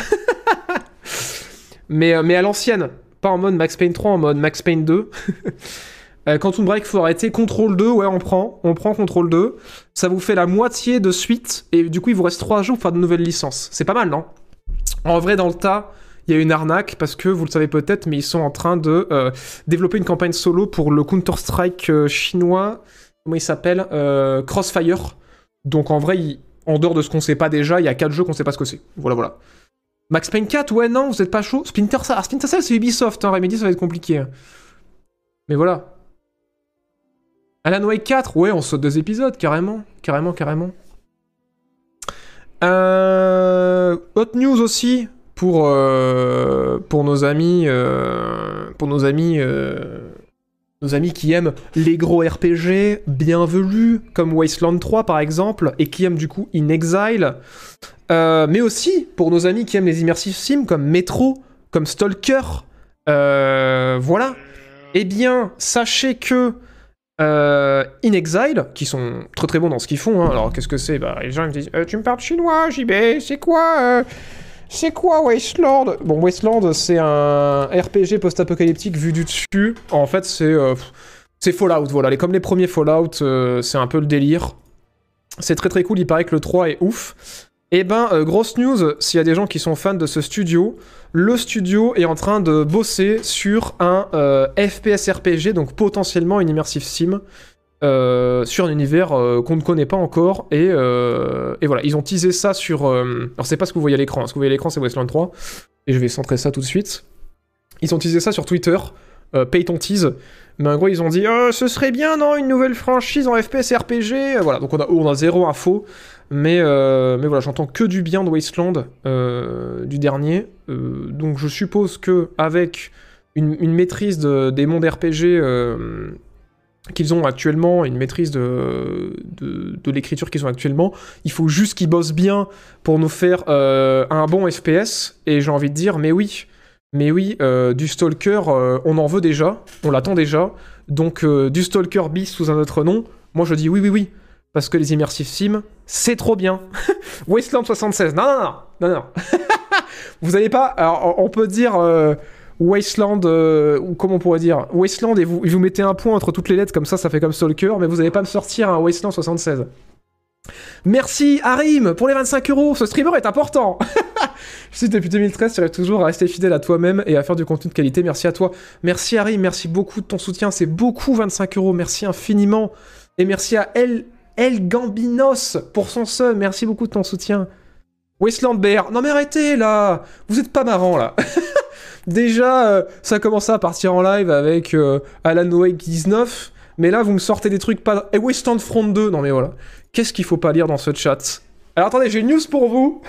mais, mais à l'ancienne. Pas en mode Max Payne trois, en mode Max Payne deux. euh, Quantum Break, faut arrêter. Control deux, ouais, on prend. On prend Control deux. Ça vous fait la moitié de suite. Et du coup, il vous reste trois jours pour faire de nouvelles licences. C'est pas mal, non? En vrai, dans le tas, il y a une arnaque parce que, vous le savez peut-être, mais ils sont en train de euh, développer une campagne solo pour le Counter-Strike euh, chinois. Comment il s'appelle euh, Crossfire. Donc en vrai, il, en dehors de ce qu'on sait pas déjà, il y a quatre jeux qu'on sait pas ce que c'est. Voilà, voilà. Max Payne quatre, ouais, non, vous êtes pas chaud. Splinter Cell, ah, Splinter Cell, c'est Ubisoft, hein, Remedy, ça va être compliqué. Mais voilà. Alan Wake quatre, ouais, on saute deux épisodes, carrément, carrément, carrément. Euh... Autre news aussi, pour, euh... pour nos amis, euh... pour nos amis, euh... nos amis qui aiment les gros R P G bienvenus, comme Wasteland trois, par exemple, et qui aiment, du coup, In Exile. Euh, mais aussi pour nos amis qui aiment les immersive sims comme Metro, comme Stalker, euh, voilà. Eh bien, sachez que euh, In Exile, qui sont très très bons dans ce qu'ils font, hein. Alors qu'est-ce que c'est? Bah, les gens me disent euh, tu me parles chinois, J B, c'est quoi euh, c'est quoi Wasteland? Bon, Wasteland, c'est un R P G post-apocalyptique vu du dessus. En fait, c'est euh, c'est Fallout, voilà. Comme les premiers Fallout, euh, c'est un peu le délire. C'est très très cool, il paraît que le trois est ouf. Eh ben, euh, grosse news, s'il y a des gens qui sont fans de ce studio, le studio est en train de bosser sur un euh, F P S R P G, donc potentiellement une immersive sim, euh, sur un univers euh, qu'on ne connaît pas encore, et, euh, et voilà, ils ont teasé ça sur... Euh, alors c'est pas ce que vous voyez à l'écran, ce que vous voyez à l'écran c'est Wasteland trois, et je vais centrer ça tout de suite. Ils ont teasé ça sur Twitter, euh, paye ton tease. Mais en gros, ils ont dit oh, ce serait bien, non, une nouvelle franchise en F P S R P G. Voilà, donc on a, on a zéro info. Mais, euh, mais voilà, j'entends que du bien de Wasteland, euh, du dernier. Euh, donc je suppose que avec une, une maîtrise de, des mondes R P G euh, qu'ils ont actuellement, une maîtrise de, de, de l'écriture qu'ils ont actuellement, il faut juste qu'ils bossent bien pour nous faire euh, un bon F P S. Et j'ai envie de dire, mais oui. Mais oui, euh, du Stalker, euh, on en veut déjà, on l'attend déjà, donc euh, du Stalker bis sous un autre nom, moi je dis oui, oui, oui, parce que les Immersive Sim, c'est trop bien. Wasteland soixante-seize, non, non, non, non, non. Vous allez pas, alors on peut dire euh, Wasteland, euh, ou comment on pourrait dire, Wasteland, et vous, vous mettez un point entre toutes les lettres, comme ça, ça fait comme Stalker, mais vous allez pas me sortir un Wasteland soixante-seize. Merci Harim pour les vingt-cinq euros, ce streamer est important. Je sais depuis deux mille treize, tu arrives toujours à rester fidèle à toi-même et à faire du contenu de qualité, merci à toi. Merci Harim, merci beaucoup de ton soutien, c'est beaucoup vingt-cinq euros, merci infiniment. Et merci à El, El Gambinos pour son sub, merci beaucoup de ton soutien. Wasteland Bear, non mais arrêtez là, vous êtes pas marrant là. Déjà, euh, ça a commencé à partir en live avec euh, Alan Wake dix-neuf, mais là vous me sortez des trucs pas... Et Wasteland Front deux, non mais voilà. Qu'est-ce qu'il faut pas lire dans ce chat? Alors attendez, j'ai une news pour vous.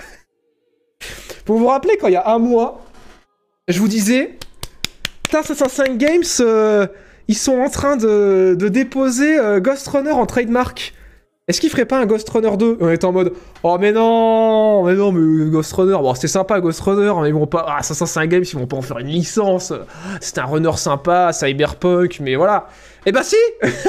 Vous vous rappelez quand il y a un mois, je vous disais, putain, cinq cent cinq Games, euh, ils sont en train de, de déposer euh, Ghost Runner en trademark. Est-ce qu'ils feraient pas un Ghost Runner deux? On est en mode, oh mais non, mais non, mais Ghost Runner, bon c'était sympa Ghost Runner, mais ils vont pas, ah cinq cent cinq Games, ils vont pas en faire une licence. C'est un runner sympa, cyberpunk, mais voilà. Eh bah si.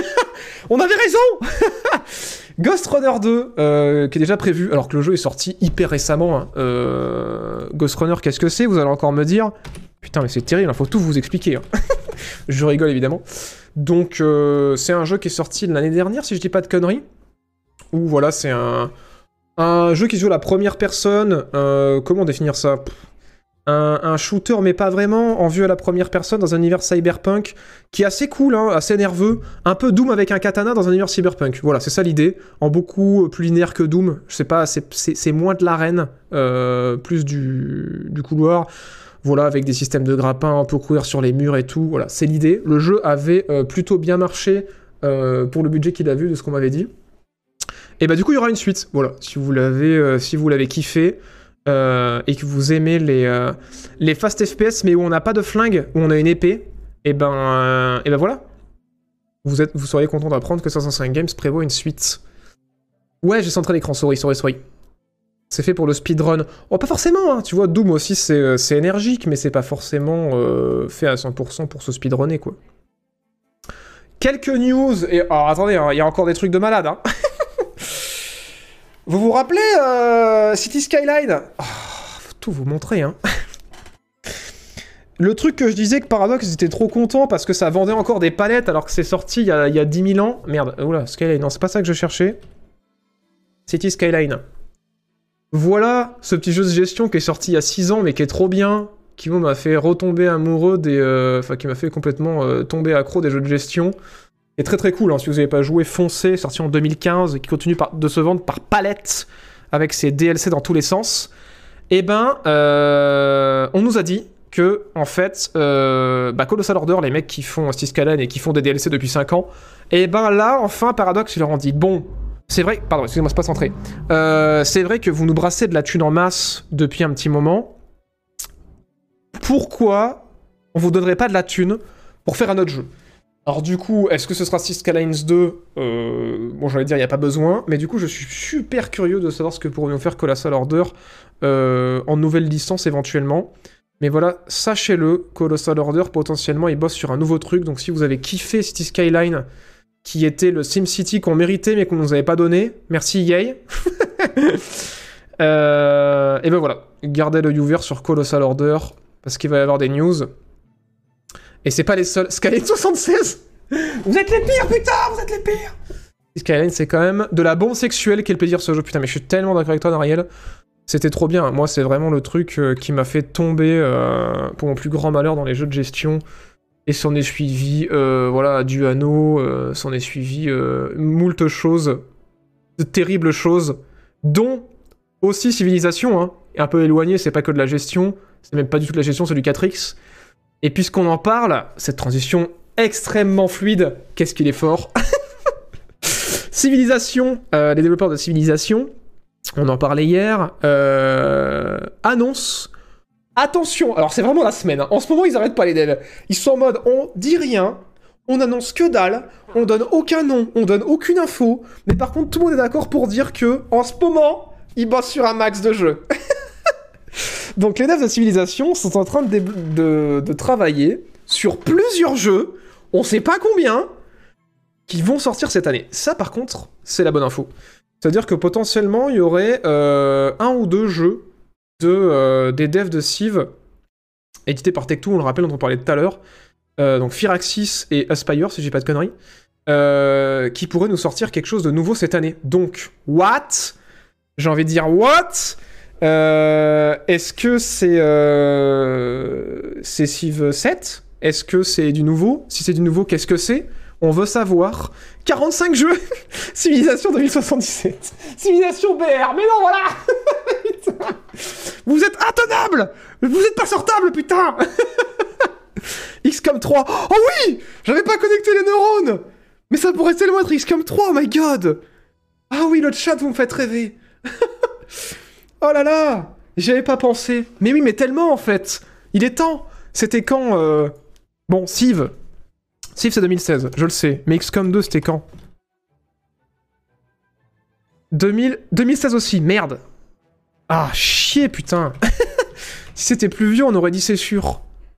On avait raison. Ghost Runner deux, euh, qui est déjà prévu, alors que le jeu est sorti hyper récemment. Hein. Euh, Ghost Runner, qu'est-ce que c'est? Vous allez encore me dire. Putain, mais c'est terrible, il faut tout vous expliquer. Hein. Je rigole évidemment. Donc, euh, c'est un jeu qui est sorti l'année dernière, si je dis pas de conneries. Où voilà, c'est un, un jeu qui se joue à la première personne. Euh, comment définir ça? Un, un shooter, mais pas vraiment, en vue à la première personne dans un univers cyberpunk qui est assez cool, hein, assez nerveux. Un peu Doom avec un katana dans un univers cyberpunk. Voilà, c'est ça l'idée. En beaucoup plus linéaire que Doom. Je sais pas, c'est, c'est, c'est moins de l'arène, euh, plus du, du couloir. Voilà, avec des systèmes de grappin, on peut courir sur les murs et tout. Voilà, c'est l'idée. Le jeu avait euh, plutôt bien marché euh, pour le budget qu'il a vu, de ce qu'on m'avait dit. Et bah du coup, il y aura une suite. Voilà, si vous l'avez, euh, si vous l'avez kiffé. Euh, et que vous aimez les, euh, les fast F P S mais où on n'a pas de flingue, où on a une épée, et ben, euh, et ben voilà. Vous, êtes, vous seriez content d'apprendre que cinq cent cinq Games prévoit une suite. Ouais, j'ai centré l'écran, sorry, sorry, sorry. C'est fait pour le speedrun. Oh, pas forcément, hein. Tu vois, Doom aussi, c'est, c'est énergique, mais c'est pas forcément euh, fait à cent pour cent pour se speedrunner, quoi. Quelques news, et alors attendez, il hein, y a encore des trucs de malade, hein. Vous vous rappelez euh, City Skyline? Oh, faut tout vous montrer, hein. Le truc que je disais que Paradox, ils étaient trop contents parce que ça vendait encore des palettes alors que c'est sorti il y a, il y a dix mille ans. Merde, oula, Skyline, non, c'est pas ça que je cherchais. City Skyline. Voilà ce petit jeu de gestion qui est sorti il y a six ans mais qui est trop bien, qui m'a fait retomber amoureux des... Euh, enfin, qui m'a fait complètement euh, tomber accro des jeux de gestion. Et très très cool, hein, si vous n'avez pas joué, foncez, sorti en deux mille quinze, qui continue par, de se vendre par palette, avec ses D L C dans tous les sens. Et ben, euh, on nous a dit que, en fait, euh, bah, Colossal Order, les mecs qui font City Skyline et qui font des D L C depuis cinq ans, et ben là, enfin, Paradox, ils leur ont dit, bon, c'est vrai, pardon, excusez-moi, c'est pas centré, euh, c'est vrai que vous nous brassez de la thune en masse depuis un petit moment, pourquoi on vous donnerait pas de la thune pour faire un autre jeu? Alors du coup, est-ce que ce sera City Skylines deux? euh, Bon, j'allais dire, il n'y a pas besoin, mais du coup, je suis super curieux de savoir ce que pourrions faire Colossal Order euh, en nouvelle licence éventuellement. Mais voilà, sachez-le, Colossal Order, potentiellement, il bosse sur un nouveau truc, donc si vous avez kiffé City Skyline, qui était le SimCity qu'on méritait, mais qu'on nous avait pas donné, merci Yay. euh, et ben voilà, gardez l'œil ouvert sur Colossal Order, parce qu'il va y avoir des news. Et c'est pas les seuls. Skyline soixante-seize. Vous êtes les pires, putain, vous êtes les pires. Skyline, c'est quand même de la bombe sexuelle qu'est le plaisir ce jeu. Putain, mais je suis tellement d'accord avec toi, Nariel. C'était trop bien. Moi, c'est vraiment le truc euh, qui m'a fait tomber, euh, pour mon plus grand malheur, dans les jeux de gestion. Et s'en est suivi, euh, voilà, du anneau, euh, s'en est suivi euh, moult choses, de terribles choses, dont aussi Civilisation, hein. Un peu éloigné, c'est pas que de la gestion, c'est même pas du tout de la gestion, c'est du quatre X. Et puisqu'on en parle, cette transition extrêmement fluide, qu'est-ce qu'il est fort. Civilisation, euh, les développeurs de Civilisation, on en parlait hier, euh, annonce. Attention, alors c'est vraiment la semaine, hein. En ce moment ils arrêtent pas les devs. Ils sont en mode, on dit rien, on annonce que dalle, on donne aucun nom, on donne aucune info, mais par contre tout le monde est d'accord pour dire que, en ce moment, ils bossent sur un max de jeux. Donc les devs de Civilisation sont en train de, de, de travailler sur plusieurs jeux, on sait pas combien, qui vont sortir cette année. Ça par contre, c'est la bonne info. C'est-à-dire que potentiellement il y aurait euh, un ou deux jeux de, euh, des devs de Civ, édités par Tech deux, on le rappelle, dont on parlait tout à l'heure, euh, donc Firaxis et Aspire, si j'ai pas de conneries, euh, qui pourraient nous sortir quelque chose de nouveau cette année. Donc, what? J'ai envie de dire what? Euh, est-ce que c'est euh, c'est Civ sept? Est-ce que c'est du nouveau? Si c'est du nouveau, qu'est-ce que c'est? On veut savoir. quarante-cinq jeux. Civilisation deux mille soixante-dix-sept. Civilisation B R. Mais non, voilà. Vous êtes intenable. Vous êtes pas sortable, putain. X COM trois. Oh oui. J'avais pas connecté les neurones. Mais ça pourrait tellement être X COM trois, oh my god. Ah oui, le chat, vous me faites rêver. Oh là là. J'y avais pas pensé. Mais oui, mais tellement, en fait. Il est temps. C'était quand euh... Bon, Civ. Civ, c'est deux mille seize, je le sais. Mais X COM deux, c'était quand? deux mille... deux mille seize aussi, merde. Ah, chier, putain. Si c'était plus vieux, on aurait dit c'est sûr.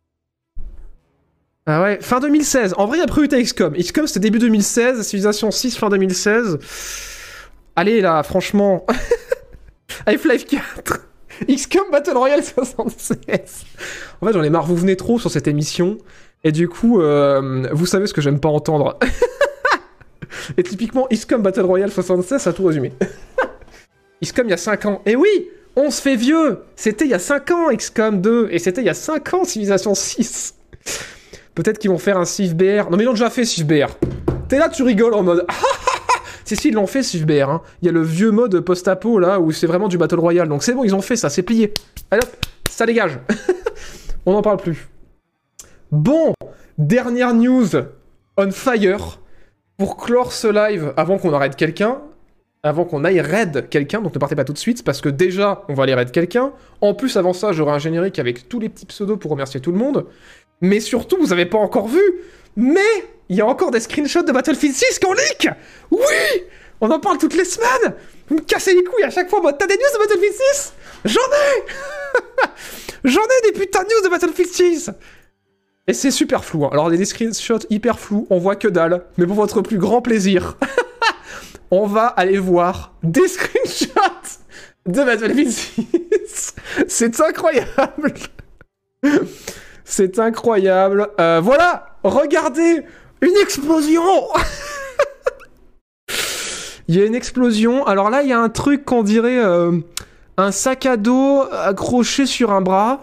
Ah ouais, fin deux mille seize. En vrai, il y a priorité X COM. X COM, c'était début deux mille seize. Civilization six, fin deux mille seize. Allez, là, franchement. Half-Life quatre. X COM Battle Royale soixante-seize. En fait, j'en ai marre, vous venez trop sur cette émission. Et du coup, euh, vous savez ce que j'aime pas entendre. Et typiquement, X COM Battle Royale soixante-seize, ça a tout résumé. X COM il y a cinq ans. Et oui, on se fait vieux. C'était il y a cinq ans X COM deux. Et c'était il y a cinq ans Civilization six. Peut-être qu'ils vont faire un Civ B R. Non mais ils l'ont déjà fait Civ B R. T'es là, tu rigoles en mode... C'est si, ils l'ont fait Civ B R. Hein. Il y a le vieux mode post-apo là, où c'est vraiment du Battle Royale. Donc c'est bon, ils ont fait ça, c'est plié. Allez hop, ça dégage. On n'en parle plus. Bon, dernière news on fire pour clore ce live avant qu'on arrête quelqu'un, avant qu'on aille raid quelqu'un, donc ne partez pas tout de suite, parce que déjà, on va aller raid quelqu'un. En plus, avant ça, j'aurai un générique avec tous les petits pseudos pour remercier tout le monde. Mais surtout, vous avez pas encore vu, mais il y a encore des screenshots de Battlefield six qu'on leak. Oui, on en parle toutes les semaines. Vous me cassez les couilles à chaque fois, moi, t'as des news de Battlefield six? J'en ai. J'en ai des putains de news de Battlefield six. Et c'est super flou, hein. Alors des screenshots hyper flous, on voit que dalle, mais pour votre plus grand plaisir, on va aller voir des screenshots de Battlefield six. C'est incroyable. C'est incroyable. Euh, voilà, regardez, une explosion. Il y a une explosion. Alors là, il y a un truc qu'on dirait euh, un sac à dos accroché sur un bras.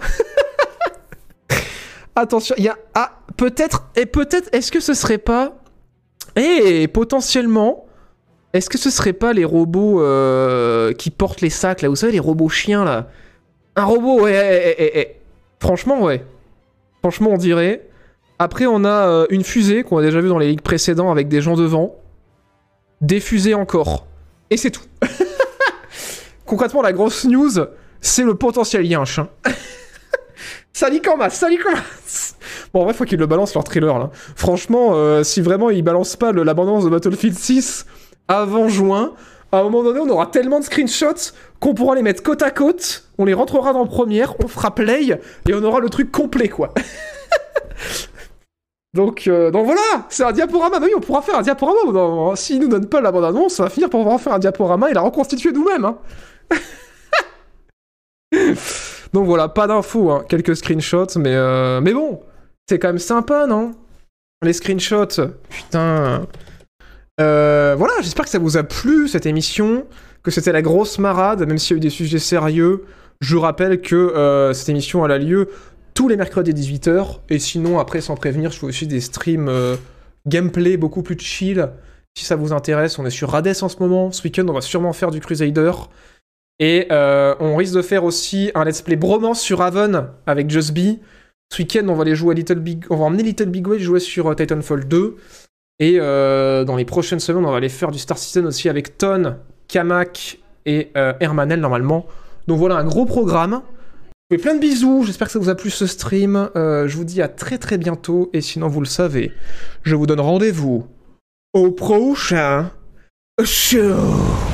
Attention, il y a... Ah, peut-être... Et peut-être, est-ce que ce serait pas... Et potentiellement, est-ce que ce serait pas les robots euh, qui portent les sacs, là? Vous savez, les robots chiens, là? Un robot, ouais, ouais, ouais, ouais. Franchement, ouais. Franchement, on dirait. Après, on a euh, une fusée qu'on a déjà vu dans les ligues précédents avec des gens devant. Des fusées encore. Et c'est tout. Concrètement, la grosse news, c'est le potentiel yinche, hein. Ça lit en masse, ça lit en masse. Bon, en vrai, faut qu'ils le balancent leur trailer, là. Franchement, euh, si vraiment ils balancent pas le, l'abondance de Battlefield six avant juin, à un moment donné, on aura tellement de screenshots qu'on pourra les mettre côte à côte, on les rentrera dans première, on fera play, et on aura le truc complet, quoi. donc, euh, donc voilà, c'est un diaporama. Bah oui, on pourra faire un diaporama. Non, s'ils nous donnent pas la bande-annonce, on va finir par pouvoir faire un diaporama et la reconstituer nous-mêmes, hein. Donc voilà, pas d'infos, hein. Quelques screenshots, mais, euh, mais bon, c'est quand même sympa, non? Les screenshots, putain. Euh, voilà, j'espère que ça vous a plu, cette émission, que c'était la grosse marade, même s'il y a eu des sujets sérieux. Je rappelle que euh, cette émission, elle a lieu tous les mercredis à dix-huit heures, et sinon, après, sans prévenir, je fais aussi des streams euh, gameplay beaucoup plus chill. Si ça vous intéresse, on est sur Hades en ce moment. Ce week-end, on va sûrement faire du Crusader. Et euh, on risque de faire aussi un let's play bromance sur Haven avec Just Be. Ce week-end, on va aller jouer à Little Big... On va emmener Little Big Way jouer sur euh, Titanfall deux. Et euh, dans les prochaines semaines, on va aller faire du Star Citizen aussi avec Ton, Kamak et euh, Hermanel normalement. Donc voilà, un gros programme. Je vous fais plein de bisous, j'espère que ça vous a plu ce stream. Euh, je vous dis à très très bientôt. Et sinon, vous le savez, je vous donne rendez-vous au prochain show.